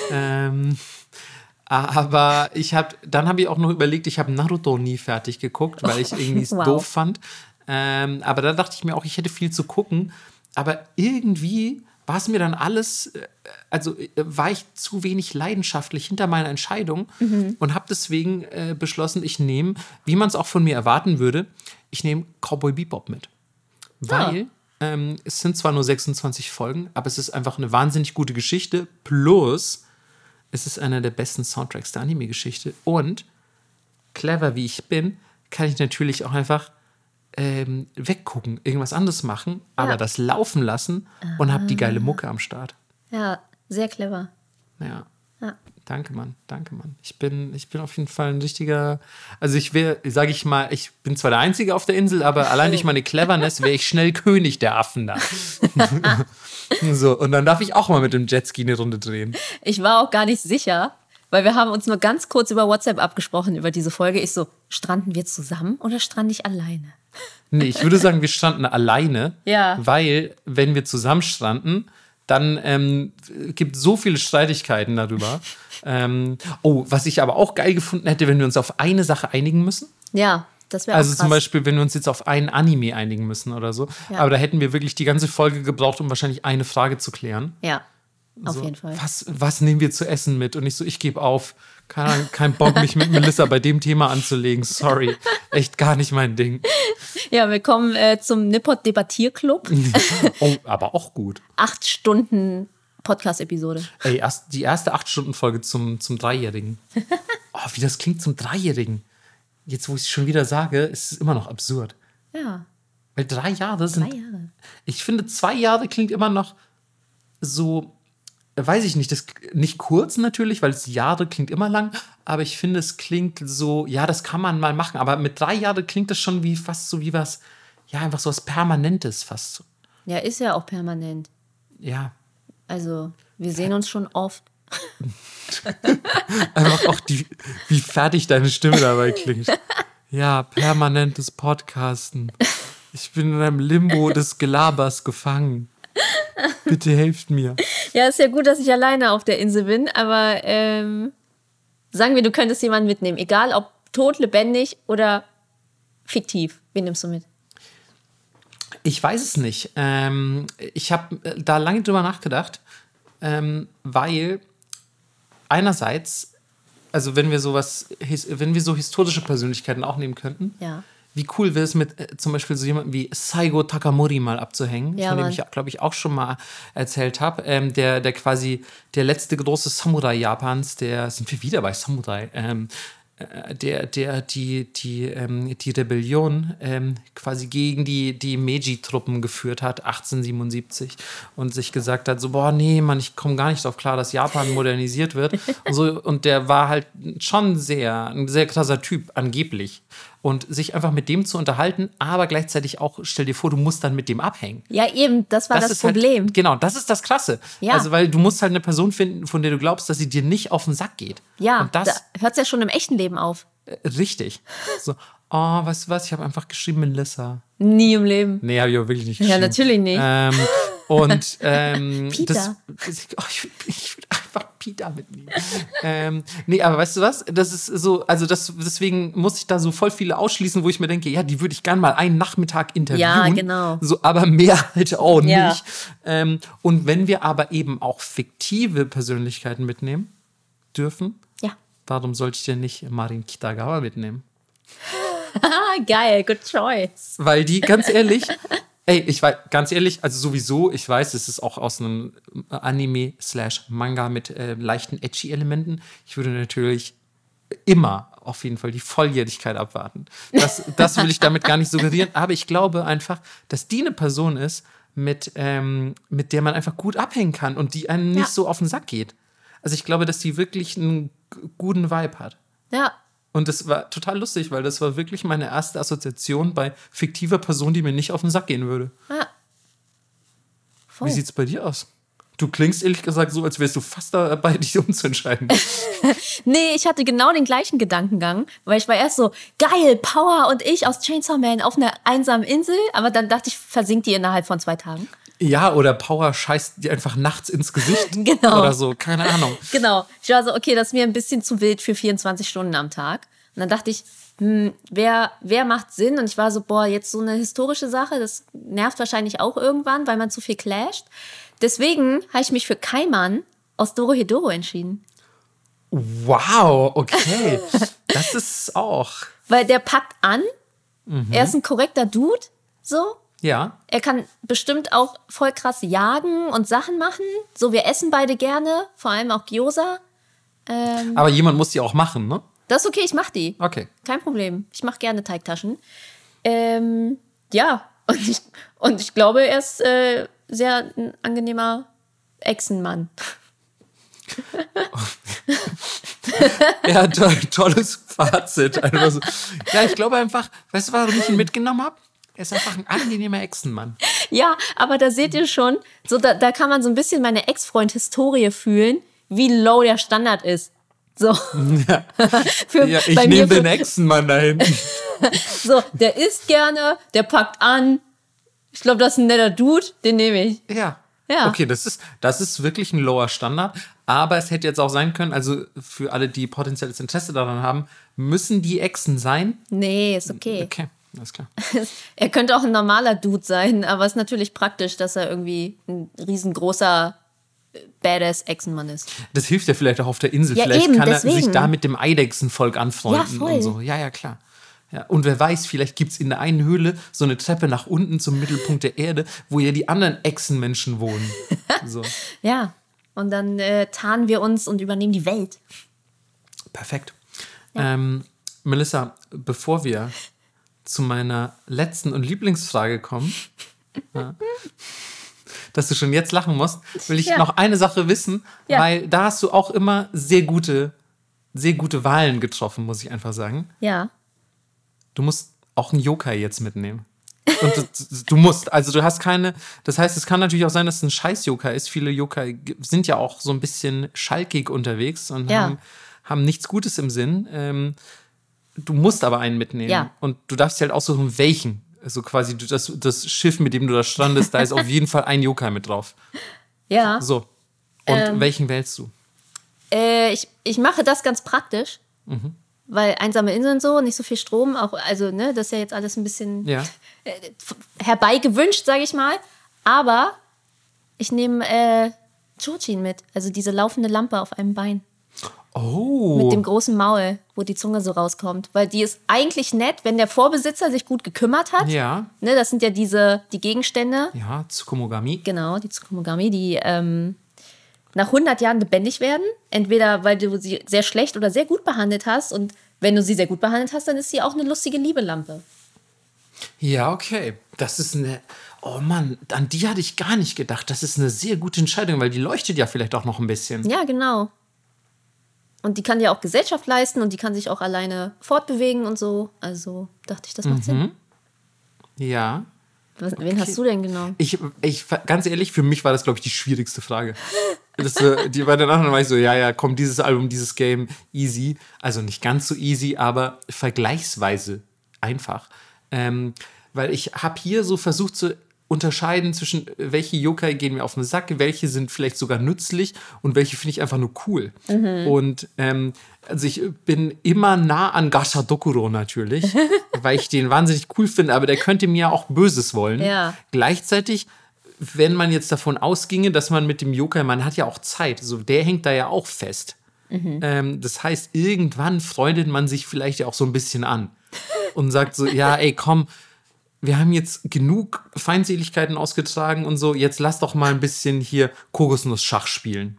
Aber dann habe ich auch noch überlegt, ich habe Naruto nie fertig geguckt, weil ich irgendwie es doof fand. Aber da dachte ich mir auch, ich hätte viel zu gucken. Aber irgendwie war es mir dann alles, war ich zu wenig leidenschaftlich hinter meiner Entscheidung und habe deswegen beschlossen, ich nehme, wie man es auch von mir erwarten würde, ich nehme Cowboy Bebop mit. Weil es sind zwar nur 26 Folgen, aber es ist einfach eine wahnsinnig gute Geschichte, plus es ist einer der besten Soundtracks der Anime-Geschichte und clever wie ich bin, kann ich natürlich auch einfach weggucken, irgendwas anderes machen, aber das laufen lassen und habe die geile Mucke am Start. Ja, sehr clever. Ja. Danke, Mann. Ich bin auf jeden Fall ein richtiger, also ich bin zwar der Einzige auf der Insel, aber allein durch meine Cleverness wäre ich schnell König der Affen da. So, und dann darf ich auch mal mit dem Jetski eine Runde drehen. Ich war auch gar nicht sicher, weil wir haben uns nur ganz kurz über WhatsApp abgesprochen über diese Folge. Ich so, stranden wir zusammen oder strande ich alleine? Nee, ich würde sagen, wir stranden alleine, Ja. weil, wenn wir zusammen stranden, dann gibt es so viele Streitigkeiten darüber. Was ich aber auch geil gefunden hätte, wenn wir uns auf eine Sache einigen müssen. Ja, das wäre auch Also krass. zum Beispiel, wenn wir uns jetzt auf einen Anime einigen müssen oder so. Ja. Aber da hätten wir wirklich die ganze Folge gebraucht, um wahrscheinlich eine Frage zu klären. Ja, auf So, jeden Fall. Was nehmen wir zu essen mit? Und ich gebe auf. Kein Bock, mich mit Melissa bei dem Thema anzulegen. Sorry. Echt gar nicht mein Ding. Ja, wir kommen zum Nippot Debattierclub. Oh, aber auch gut. 8 Stunden Podcast-Episode. Ey, die erste 8-Stunden-Folge zum Dreijährigen. Oh, wie das klingt zum Dreijährigen. Jetzt, wo ich es schon wieder sage, ist es immer noch absurd. Ja, Weil 3 Jahre sind. 3 Jahre. Ich finde, 2 Jahre klingt immer noch so, weiß ich nicht, das nicht kurz natürlich, weil es Jahre klingt immer lang, aber ich finde, es klingt so, ja, das kann man mal machen, aber mit 3 Jahren klingt das schon fast so wie was, ja, einfach so was Permanentes fast so. Ja, ist ja auch permanent. Ja. Also, wir sehen uns schon oft. Einfach auch wie fertig deine Stimme dabei klingt. Ja, permanentes Podcasten. Ich bin in einem Limbo des Gelabers gefangen. Bitte helft mir. Ja, ist ja gut, dass ich alleine auf der Insel bin, aber sagen wir, du könntest jemanden mitnehmen, egal ob tot, lebendig oder fiktiv. Wen nimmst du mit? Ich weiß es nicht. Ich habe da lange drüber nachgedacht, weil einerseits, also wenn wir so historische Persönlichkeiten auch nehmen könnten, Ja. wie cool wäre es mit zum Beispiel so jemandem wie Saigo Takamori mal abzuhängen, Ja, von dem Mann. ich, glaube ich, auch schon mal erzählt habe, der quasi der letzte große Samurai Japans, sind wir wieder bei Samurai, der die Rebellion quasi gegen die Meiji-Truppen geführt hat, 1877, und sich gesagt hat, so, boah, nee, Mann, ich komme gar nicht drauf klar, dass Japan modernisiert wird. Und, so, und der war halt schon ein sehr krasser Typ, angeblich. Und sich einfach mit dem zu unterhalten, aber gleichzeitig auch, stell dir vor, du musst dann mit dem abhängen. Ja, eben, das war das ist Problem. Halt, genau, das ist das Krasse. Ja. Also, weil du musst halt eine Person finden, von der du glaubst, dass sie dir nicht auf den Sack geht. Ja, und das da hört es ja schon im echten Leben auf. richtig. So, oh, weißt du was, ich habe einfach geschrieben Melissa. Nie im Leben. Nee, habe ich auch wirklich nicht geschrieben. Ja, natürlich nicht. Peter. Ich will einfach Peter mitnehmen. Nee, aber weißt du was? Das ist so, also deswegen muss ich da so voll viele ausschließen, wo ich mir denke, ja, die würde ich gerne mal einen Nachmittag interviewen. Ja, genau. So, aber mehr halt auch Ja. nicht. Und wenn wir aber eben auch fiktive Persönlichkeiten mitnehmen dürfen, Ja. warum sollte ich denn nicht Marin Kitagawa mitnehmen? Ah, geil, good choice. Weil die, ganz ehrlich, ich weiß, ganz ehrlich, also sowieso, ich weiß, es ist auch aus einem Anime/Manga mit leichten Edgy-Elementen. Ich würde natürlich immer auf jeden Fall die Volljährigkeit abwarten. Das will ich damit gar nicht suggerieren, aber ich glaube einfach, dass die eine Person ist, mit der man einfach gut abhängen kann und die einem nicht so auf den Sack geht. Also ich glaube, dass die wirklich einen guten Vibe hat. Ja. Und das war total lustig, weil das war wirklich meine erste Assoziation bei fiktiver Person, die mir nicht auf den Sack gehen würde. Ja. Voll. Wie sieht's bei dir aus? Du klingst ehrlich gesagt so, als wärst du fast dabei, dich umzuentscheiden. Nee, ich hatte genau den gleichen Gedankengang, weil ich war erst so, geil, Power und ich aus Chainsaw Man auf einer einsamen Insel, aber dann dachte ich, versinkt die innerhalb von 2 Tagen. Ja, oder Power scheißt dir einfach nachts ins Gesicht. Genau. Oder so, keine Ahnung. Genau. Ich war so, okay, das ist mir ein bisschen zu wild für 24 Stunden am Tag. Und dann dachte ich, wer macht Sinn? Und ich war so, boah, jetzt so eine historische Sache, das nervt wahrscheinlich auch irgendwann, weil man zu viel clasht. Deswegen habe ich mich für Kaiman aus Dorohedoro entschieden. Wow, okay. Das ist auch. Weil der packt an, er ist ein korrekter Dude, so. Ja. Er kann bestimmt auch voll krass jagen und Sachen machen. So, wir essen beide gerne, vor allem auch Gyoza. Aber jemand muss die auch machen, ne? Das ist okay, ich mach die. Okay. Kein Problem. Ich mache gerne Teigtaschen. Ja, und ich glaube, er ist sehr ein angenehmer Echsenmann. Ja, tolles Fazit. Einfach so. Ja, ich glaube einfach, weißt du, warum ich ihn mitgenommen habe? Er ist einfach ein angenehmer Echsenmann. Ja, aber da seht ihr schon, so da kann man so ein bisschen meine Ex-Freund-Historie fühlen, wie low der Standard ist. So. Ja. Ja, ich bei mir nehme den Echsenmann da hinten. So, der isst gerne, der packt an. Ich glaube, das ist ein netter Dude, den nehme ich. Ja. Ja. Okay, das ist wirklich ein lower Standard. Aber es hätte jetzt auch sein können, also für alle, die potenzielles Interesse daran haben, müssen die Echsen sein? Nee, ist okay. Okay, alles klar. Er könnte auch ein normaler Dude sein, aber es ist natürlich praktisch, dass er irgendwie ein riesengroßer Badass-Echsenmann ist. Das hilft ja vielleicht auch auf der Insel. Ja, Vielleicht eben, kann er deswegen. sich da mit dem Eidechsenvolk anfreunden Ja, voll. und so. Ja, klar. Ja, und wer weiß, vielleicht gibt es in der einen Höhle so eine Treppe nach unten zum Mittelpunkt der Erde, wo ja die anderen Echsenmenschen wohnen. So. Ja, und dann tarnen wir uns und übernehmen die Welt. Perfekt. Melissa, bevor wir zu meiner letzten und Lieblingsfrage kommen, dass du schon jetzt lachen musst, will ich noch eine Sache wissen, weil da hast du auch immer sehr gute Wahlen getroffen, muss ich einfach sagen. Ja. Du musst auch einen Yokai jetzt mitnehmen. Und du musst, also du hast keine, das heißt, es kann natürlich auch sein, dass es ein Scheiß-Yokai ist. Viele Yokai sind ja auch so ein bisschen schalkig unterwegs und haben nichts Gutes im Sinn. Du musst aber einen mitnehmen. Ja. Und du darfst dir halt aussuchen, welchen. Also quasi das Schiff, mit dem du da strandest, da ist auf jeden Fall ein Yokai mit drauf. Ja. So, Und welchen wählst du? Ich mache das ganz praktisch, weil einsame Inseln so, nicht so viel Strom, auch, also, ne, das ist ja jetzt alles ein bisschen herbeigewünscht, sage ich mal. Aber ich nehme Churchin mit, also diese laufende Lampe auf einem Bein. Oh. Mit dem großen Maul, wo die Zunge so rauskommt. Weil die ist eigentlich nett, wenn der Vorbesitzer sich gut gekümmert hat. Ja. Ne, das sind ja die Gegenstände. Ja, Tsukumogami. Genau, die Tsukumogami, die nach 100 Jahren lebendig werden. Entweder, weil du sie sehr schlecht oder sehr gut behandelt hast. Und wenn du sie sehr gut behandelt hast, dann ist sie auch eine lustige Liebelampe. Ja, okay. Das ist eine... Oh Mann, an die hatte ich gar nicht gedacht. Das ist eine sehr gute Entscheidung, weil die leuchtet ja vielleicht auch noch ein bisschen. Ja, genau. Und die kann ja auch Gesellschaft leisten und die kann sich auch alleine fortbewegen und so. Also dachte ich, das macht Sinn. Ja. Wen hast du denn genommen? Ganz ehrlich, für mich war das, glaube ich, die schwierigste Frage. Die bei den anderen war ich so, ja, komm, dieses Album, dieses Game, easy. Also nicht ganz so easy, aber vergleichsweise einfach. Weil ich habe hier so versucht zu unterscheiden zwischen, welche Yokai gehen mir auf den Sack, welche sind vielleicht sogar nützlich und welche finde ich einfach nur cool. Und also ich bin immer nah an Gasha Dokuro natürlich, weil ich den wahnsinnig cool finde, aber der könnte mir auch Böses wollen. Ja. Gleichzeitig, wenn man jetzt davon ausginge, dass man mit dem Yokai, man hat ja auch Zeit, so der hängt da ja auch fest. Das heißt, irgendwann freundet man sich vielleicht ja auch so ein bisschen an und sagt so, ja, ey, komm, wir haben jetzt genug Feindseligkeiten ausgetragen und so, jetzt lass doch mal ein bisschen hier Kokosnuss-Schach spielen.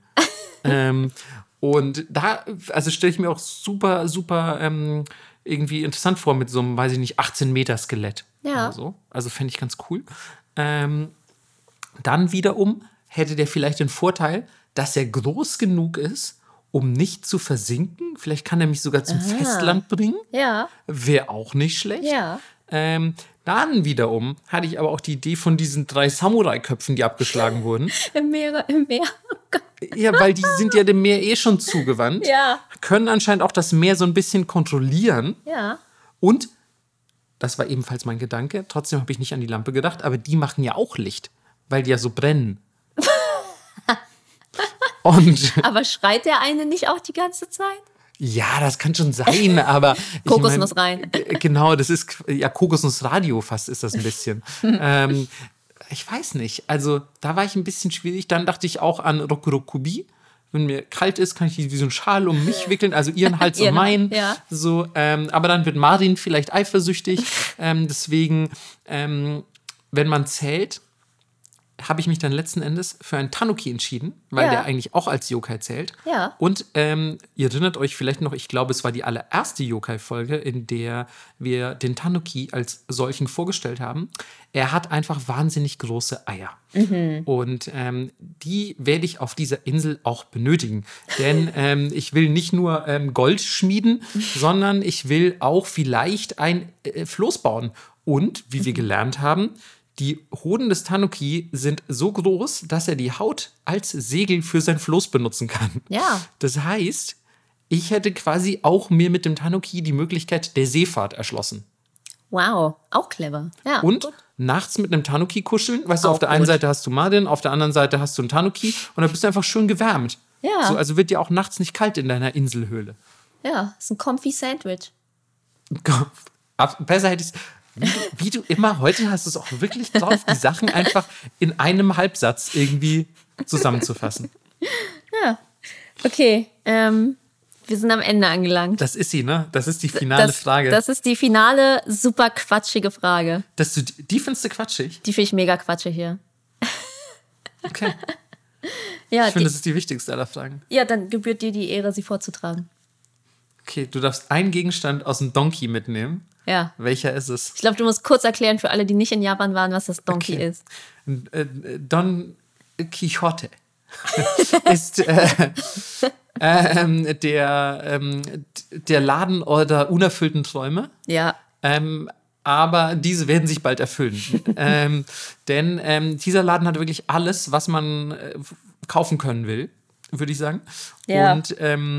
Und da, also stelle ich mir auch super, super irgendwie interessant vor mit so einem, weiß ich nicht, 18-Meter-Skelett. Ja. Oder so. Also fände ich ganz cool. Dann wiederum hätte der vielleicht den Vorteil, dass er groß genug ist, um nicht zu versinken. Vielleicht kann er mich sogar zum Festland bringen. Ja. Wäre auch nicht schlecht. Ja. Dann wiederum hatte ich aber auch die Idee von diesen 3 Samurai-Köpfen, die abgeschlagen wurden. Im Meer. Oh Gott. Ja, weil die sind ja dem Meer eh schon zugewandt. Ja. Können anscheinend auch das Meer so ein bisschen kontrollieren. Ja. Und, das war ebenfalls mein Gedanke, trotzdem habe ich nicht an die Lampe gedacht, aber die machen ja auch Licht, weil die ja so brennen. Und Aber schreit der eine nicht auch die ganze Zeit? ja, das kann schon sein, aber Kokosnuss rein. Genau, das ist ja Kokosnussradio fast ist das ein bisschen. Ich weiß nicht, also da war ich ein bisschen schwierig. Dann dachte ich auch an Rokurokubi. Wenn mir kalt ist, kann ich die wie so einen Schal um mich wickeln, also ihren Hals um meinen. Ja. So, aber dann wird Marin vielleicht eifersüchtig. Deswegen, wenn man zählt, habe ich mich dann letzten Endes für einen Tanuki entschieden, weil der eigentlich auch als Yokai zählt. Ja. Und ihr erinnert euch vielleicht noch, ich glaube, es war die allererste Yokai-Folge, in der wir den Tanuki als solchen vorgestellt haben. Er hat einfach wahnsinnig große Eier. Und die werde ich auf dieser Insel auch benötigen. Denn ich will nicht nur Gold schmieden, sondern ich will auch vielleicht ein Floß bauen. Und, wie wir gelernt haben, die Hoden des Tanuki sind so groß, dass er die Haut als Segel für sein Floß benutzen kann. Ja. Das heißt, ich hätte quasi auch mir mit dem Tanuki die Möglichkeit der Seefahrt erschlossen. Wow, auch clever. Ja, Und gut. nachts mit einem Tanuki kuscheln. Weißt du, Auch auf der einen gut. Seite hast du Marin, auf der anderen Seite hast du einen Tanuki und dann bist du einfach schön gewärmt. Ja. So, also wird dir auch nachts nicht kalt in deiner Inselhöhle. Ja, ist ein comfy Sandwich. Besser hätte ich es. Wie du immer, heute hast du es auch wirklich drauf, die Sachen einfach in einem Halbsatz irgendwie zusammenzufassen. Ja. Okay, wir sind am Ende angelangt. Das ist sie, ne? Das ist die finale Frage. Das ist die finale, super quatschige Frage. Die findest du quatschig? Die finde ich mega quatschig hier. Okay. Ja, Ich finde, das ist die wichtigste aller Fragen. ja, dann gebührt dir die Ehre, sie vorzutragen. Okay, du darfst einen Gegenstand aus dem Donkey mitnehmen. Ja. Welcher ist es? Ich glaube, du musst kurz erklären für alle, die nicht in Japan waren, was das Donkey Okay. ist. Don Quixote ist der Laden der unerfüllten Träume. Ja. Aber diese werden sich bald erfüllen. Denn dieser Laden hat wirklich alles, was man kaufen können will, würde ich sagen. Ja. Und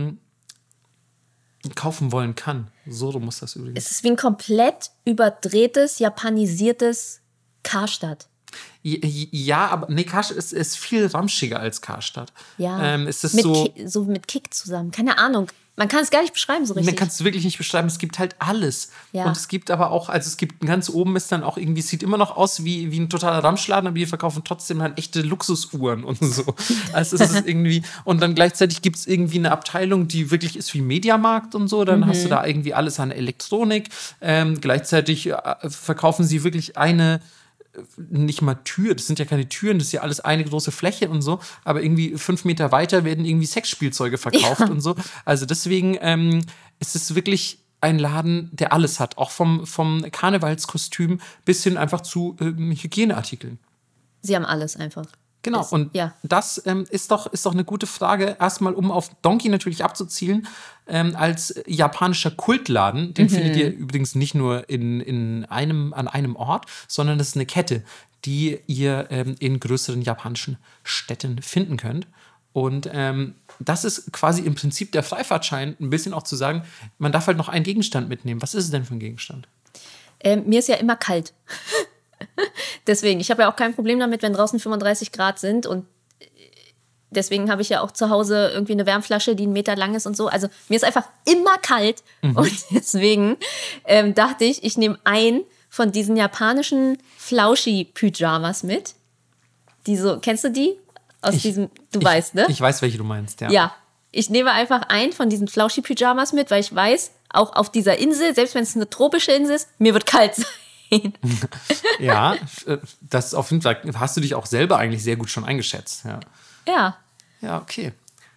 kaufen wollen kann. So muss das übrigens. Es ist wie ein komplett überdrehtes, japanisiertes Karstadt. Ja, aber nee, Karstadt ist viel ramschiger als Karstadt. Ja, Es ist so mit Kick zusammen. Keine Ahnung. Man kann es gar nicht beschreiben so richtig. Man kann es wirklich nicht beschreiben. Es gibt halt alles. Ja. Und es gibt aber auch, also es gibt ganz oben ist dann auch irgendwie, es sieht immer noch aus wie ein totaler Ramschladen, aber die verkaufen trotzdem halt echte Luxusuhren und so. Also es ist irgendwie, und dann gleichzeitig gibt es irgendwie eine Abteilung, die wirklich ist wie Mediamarkt und so. Dann hast du da irgendwie alles an Elektronik. Gleichzeitig verkaufen sie wirklich nicht mal Tür, das sind ja keine Türen, das ist ja alles eine große Fläche und so, aber irgendwie 5 Meter weiter werden irgendwie Sexspielzeuge verkauft und so. Also deswegen ist es wirklich ein Laden, der alles hat, auch vom Karnevalskostüm bis hin einfach zu Hygieneartikeln. Sie haben alles einfach. Genau, und das ist doch eine gute Frage, erstmal um auf Donki natürlich abzuzielen, als japanischer Kultladen, den findet ihr übrigens nicht nur an einem Ort, sondern das ist eine Kette, die ihr in größeren japanischen Städten finden könnt. Und das ist quasi im Prinzip der Freifahrtschein, ein bisschen auch zu sagen, man darf halt noch einen Gegenstand mitnehmen. Was ist es denn für ein Gegenstand? Mir ist ja immer kalt. Deswegen, ich habe ja auch kein Problem damit, wenn draußen 35 Grad sind und deswegen habe ich ja auch zu Hause irgendwie eine Wärmflasche, die 1 Meter lang ist und so. Also mir ist einfach immer kalt und deswegen dachte ich nehme einen von diesen japanischen Flauschi-Pyjamas mit. Die so, kennst du die? Weißt, ne? Ich weiß, welche du meinst, ja. Ja, ich nehme einfach einen von diesen Flauschi-Pyjamas mit, weil ich weiß, auch auf dieser Insel, selbst wenn es eine tropische Insel ist, mir wird kalt sein. Ja, das auf jeden Fall. Hast du dich auch selber eigentlich sehr gut schon eingeschätzt. Ja. Ja, okay.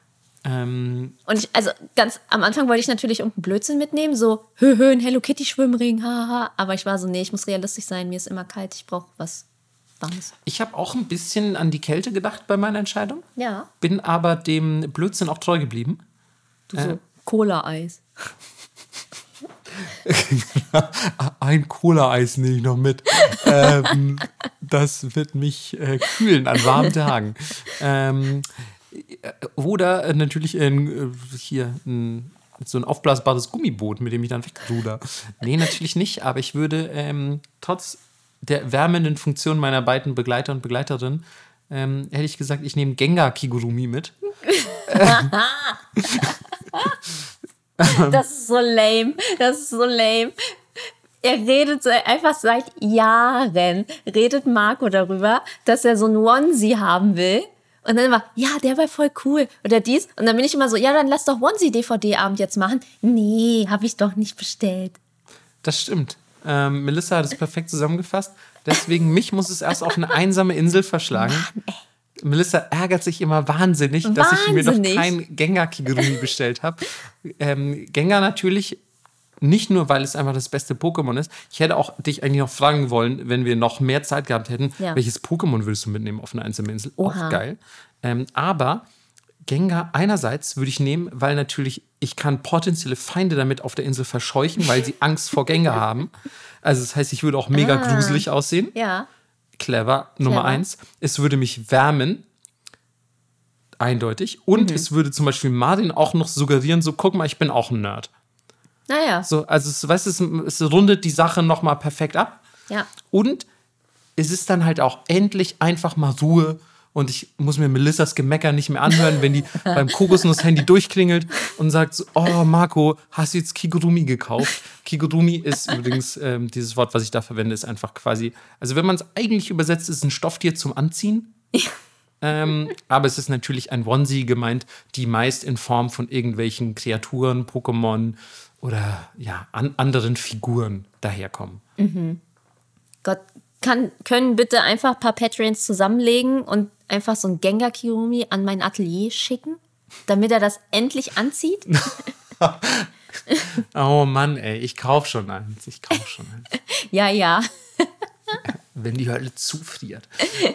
Und also ganz am Anfang wollte ich natürlich irgendeinen Blödsinn mitnehmen, so ein Hello Kitty Schwimmring, haha. Aber ich war so, nee, ich muss realistisch sein, mir ist immer kalt, ich brauche was Warmes. Ich habe auch ein bisschen an die Kälte gedacht bei meiner Entscheidung. Ja. Bin aber dem Blödsinn auch treu geblieben. Du so Cola-Eis. Ein Cola-Eis nehme ich noch mit. Das wird mich kühlen an warmen Tagen. Oder natürlich hier so ein aufblasbares Gummiboot, mit dem ich dann wegruder. Nee, natürlich nicht, aber ich würde trotz der wärmenden Funktion meiner beiden Begleiter und Begleiterinnen, hätte ich gesagt, ich nehme Gengar-Kigurumi mit. Das ist so lame. Das ist so lame. Er redet einfach seit Jahren, redet Marco darüber, dass er so einen Onesie haben will. Und dann immer, ja, der war voll cool. Oder dies. Und dann bin ich immer so, ja, dann lass doch Onesie-DVD-Abend jetzt machen. Nee, habe ich doch nicht bestellt. Das stimmt. Melissa hat es perfekt zusammengefasst. Deswegen, mich muss es erst auf eine einsame Insel verschlagen. Mann, ey. Melissa ärgert sich immer wahnsinnig, dass ich mir noch kein Gengar-Kigurumi bestellt habe. Gengar natürlich nicht nur, weil es einfach das beste Pokémon ist. Ich hätte auch dich eigentlich noch fragen wollen, wenn wir noch mehr Zeit gehabt hätten, welches Pokémon würdest du mitnehmen auf einer einsamen Insel? Oha. Auch geil. Aber Gengar einerseits würde ich nehmen, weil natürlich ich kann potenzielle Feinde damit auf der Insel verscheuchen, weil sie Angst vor Gengar haben. Also das heißt, ich würde auch mega gruselig aussehen. Ja. Clever, Nummer 1. Es würde mich wärmen. Eindeutig. Und es würde zum Beispiel Martin auch noch suggerieren, so, guck mal, ich bin auch ein Nerd. Naja. So, also, weißt du, es rundet die Sache nochmal perfekt ab. Ja. Und es ist dann halt auch endlich einfach mal Ruhe. Und ich muss mir Melissas Gemecker nicht mehr anhören, wenn die beim Kokosnuss-Handy durchklingelt und sagt so, oh Marco, hast du jetzt Kigurumi gekauft? Kigurumi ist übrigens, dieses Wort, was ich da verwende, ist einfach quasi, also wenn man es eigentlich übersetzt, ist es ein Stofftier zum Anziehen. Aber es ist natürlich ein Onesie gemeint, die meist in Form von irgendwelchen Kreaturen, Pokémon oder ja, anderen Figuren daherkommen. Mhm. Gott, können bitte einfach ein paar Patreons zusammenlegen und einfach so ein Gengar-Kigurumi an mein Atelier schicken, damit er das endlich anzieht? Oh Mann, ey, ich kauf schon eins. Ja. Wenn die Hölle zufriert.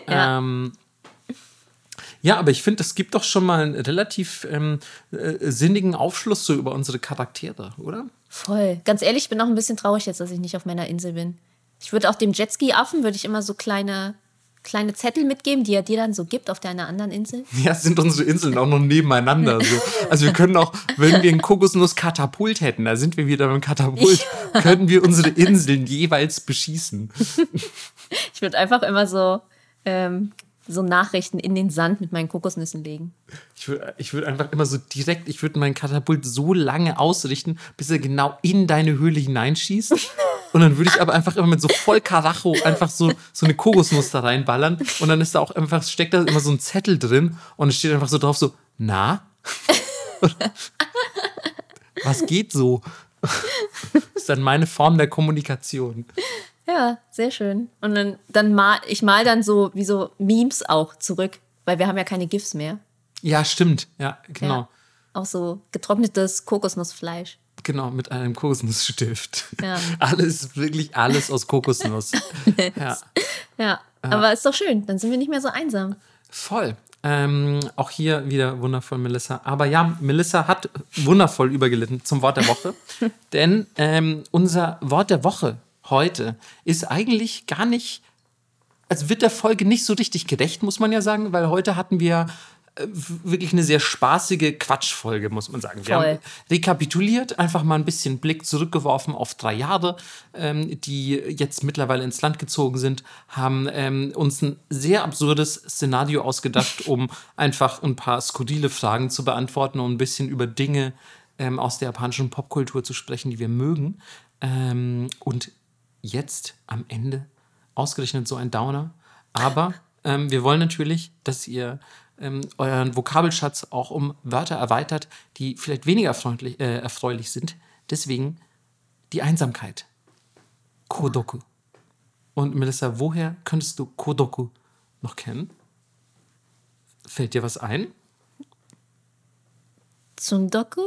Ja, aber ich finde, es gibt doch schon mal einen relativ sinnigen Aufschluss so über unsere Charaktere, oder? Voll. Ganz ehrlich, ich bin auch ein bisschen traurig jetzt, dass ich nicht auf meiner Insel bin. Ich würde auch dem Jetski-Affen, würde ich immer so kleine kleine Zettel mitgeben, die er dir dann so gibt auf deiner anderen Insel? Ja, sind unsere Inseln auch noch nebeneinander. So. Also wir können auch, wenn wir ein Kokosnuss-Katapult hätten, da sind wir wieder beim Katapult, könnten wir unsere Inseln jeweils beschießen. Ich würde einfach immer so Nachrichten in den Sand mit meinen Kokosnüssen legen. Ich würde einfach immer so direkt, ich würde meinen Katapult so lange ausrichten, bis er genau in deine Höhle hineinschießt. Und dann würde ich aber einfach immer mit so voll Karacho einfach so eine Kokosnuss da reinballern. Und dann ist da auch einfach, steckt da immer so ein Zettel drin und es steht einfach so drauf so, na? Was geht so? Das ist dann meine Form der Kommunikation. Ja, sehr schön. Und dann mal dann so wie so Memes auch zurück, weil wir haben ja keine GIFs mehr. Ja, stimmt. Ja, genau. Ja, auch so getrocknetes Kokosnussfleisch. Genau, mit einem Kokosnussstift. Ja. Wirklich alles aus Kokosnuss. Ja, aber ist doch schön, dann sind wir nicht mehr so einsam. Voll. Auch hier wieder wundervoll, Melissa. Aber ja, Melissa hat wundervoll übergelitten zum Wort der Woche. Denn unser Wort der Woche heute ist eigentlich gar nicht, also wird der Folge nicht so richtig gerecht, muss man ja sagen, weil heute hatten wir wirklich eine sehr spaßige Quatschfolge, muss man sagen. Wir haben rekapituliert, einfach mal ein bisschen Blick zurückgeworfen auf 3 Jahre, die jetzt mittlerweile ins Land gezogen sind, haben uns ein sehr absurdes Szenario ausgedacht, um einfach ein paar skurrile Fragen zu beantworten und ein bisschen über Dinge aus der japanischen Popkultur zu sprechen, die wir mögen. Und jetzt am Ende ausgerechnet so ein Downer. Aber wir wollen natürlich, dass ihr euren Vokabelschatz auch um Wörter erweitert, die vielleicht weniger erfreulich sind. Deswegen die Einsamkeit. Kodoku. Und Melissa, woher könntest du Kodoku noch kennen? Fällt dir was ein? Tsundoku?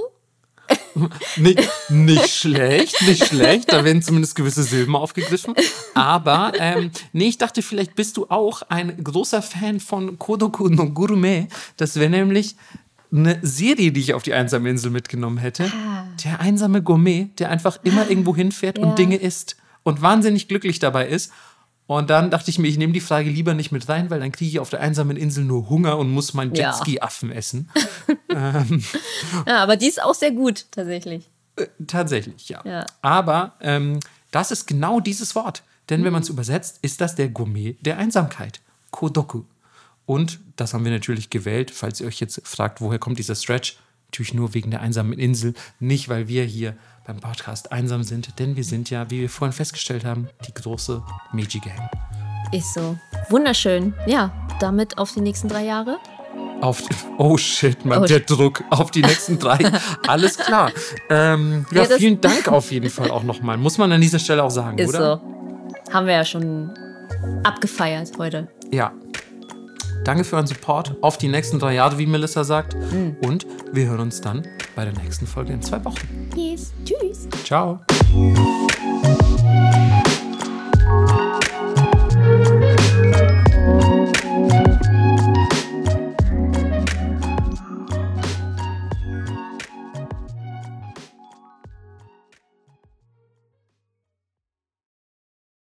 Nicht schlecht. Da werden zumindest gewisse Silben aufgegriffen. Aber, ich dachte, vielleicht bist du auch ein großer Fan von Kodoku no Gurume. Das wäre nämlich eine Serie, die ich auf die einsame Insel mitgenommen hätte. Der einsame Gourmet, der einfach immer irgendwo hinfährt und Dinge isst und wahnsinnig glücklich dabei ist. Und dann dachte ich mir, ich nehme die Frage lieber nicht mit rein, weil dann kriege ich auf der einsamen Insel nur Hunger und muss meinen Jetski-Affen essen. Ja, aber die ist auch sehr gut, tatsächlich. Tatsächlich, ja. Aber das ist genau dieses Wort. Denn wenn man es übersetzt, ist das der Gourmet der Einsamkeit. Kodoku. Und das haben wir natürlich gewählt, falls ihr euch jetzt fragt, woher kommt dieser Stretch? Natürlich nur wegen der einsamen Insel. Nicht, weil wir hier beim Podcast einsam sind, denn wir sind ja, wie wir vorhin festgestellt haben, die große Meiji Gang. Ist so. Wunderschön. Ja, damit auf die nächsten 3 Jahre. Oh shit, Mann, der Druck auf die nächsten 3. Alles klar. Vielen Dank auf jeden Fall auch nochmal. Muss man an dieser Stelle auch sagen, ist oder? So. Haben wir ja schon abgefeiert heute. Ja. Danke für euren Support. Auf die nächsten 3 Jahre, wie Melissa sagt. Und wir hören uns dann bei der nächsten Folge in 2 Wochen. Yes. Tschüss. Ciao.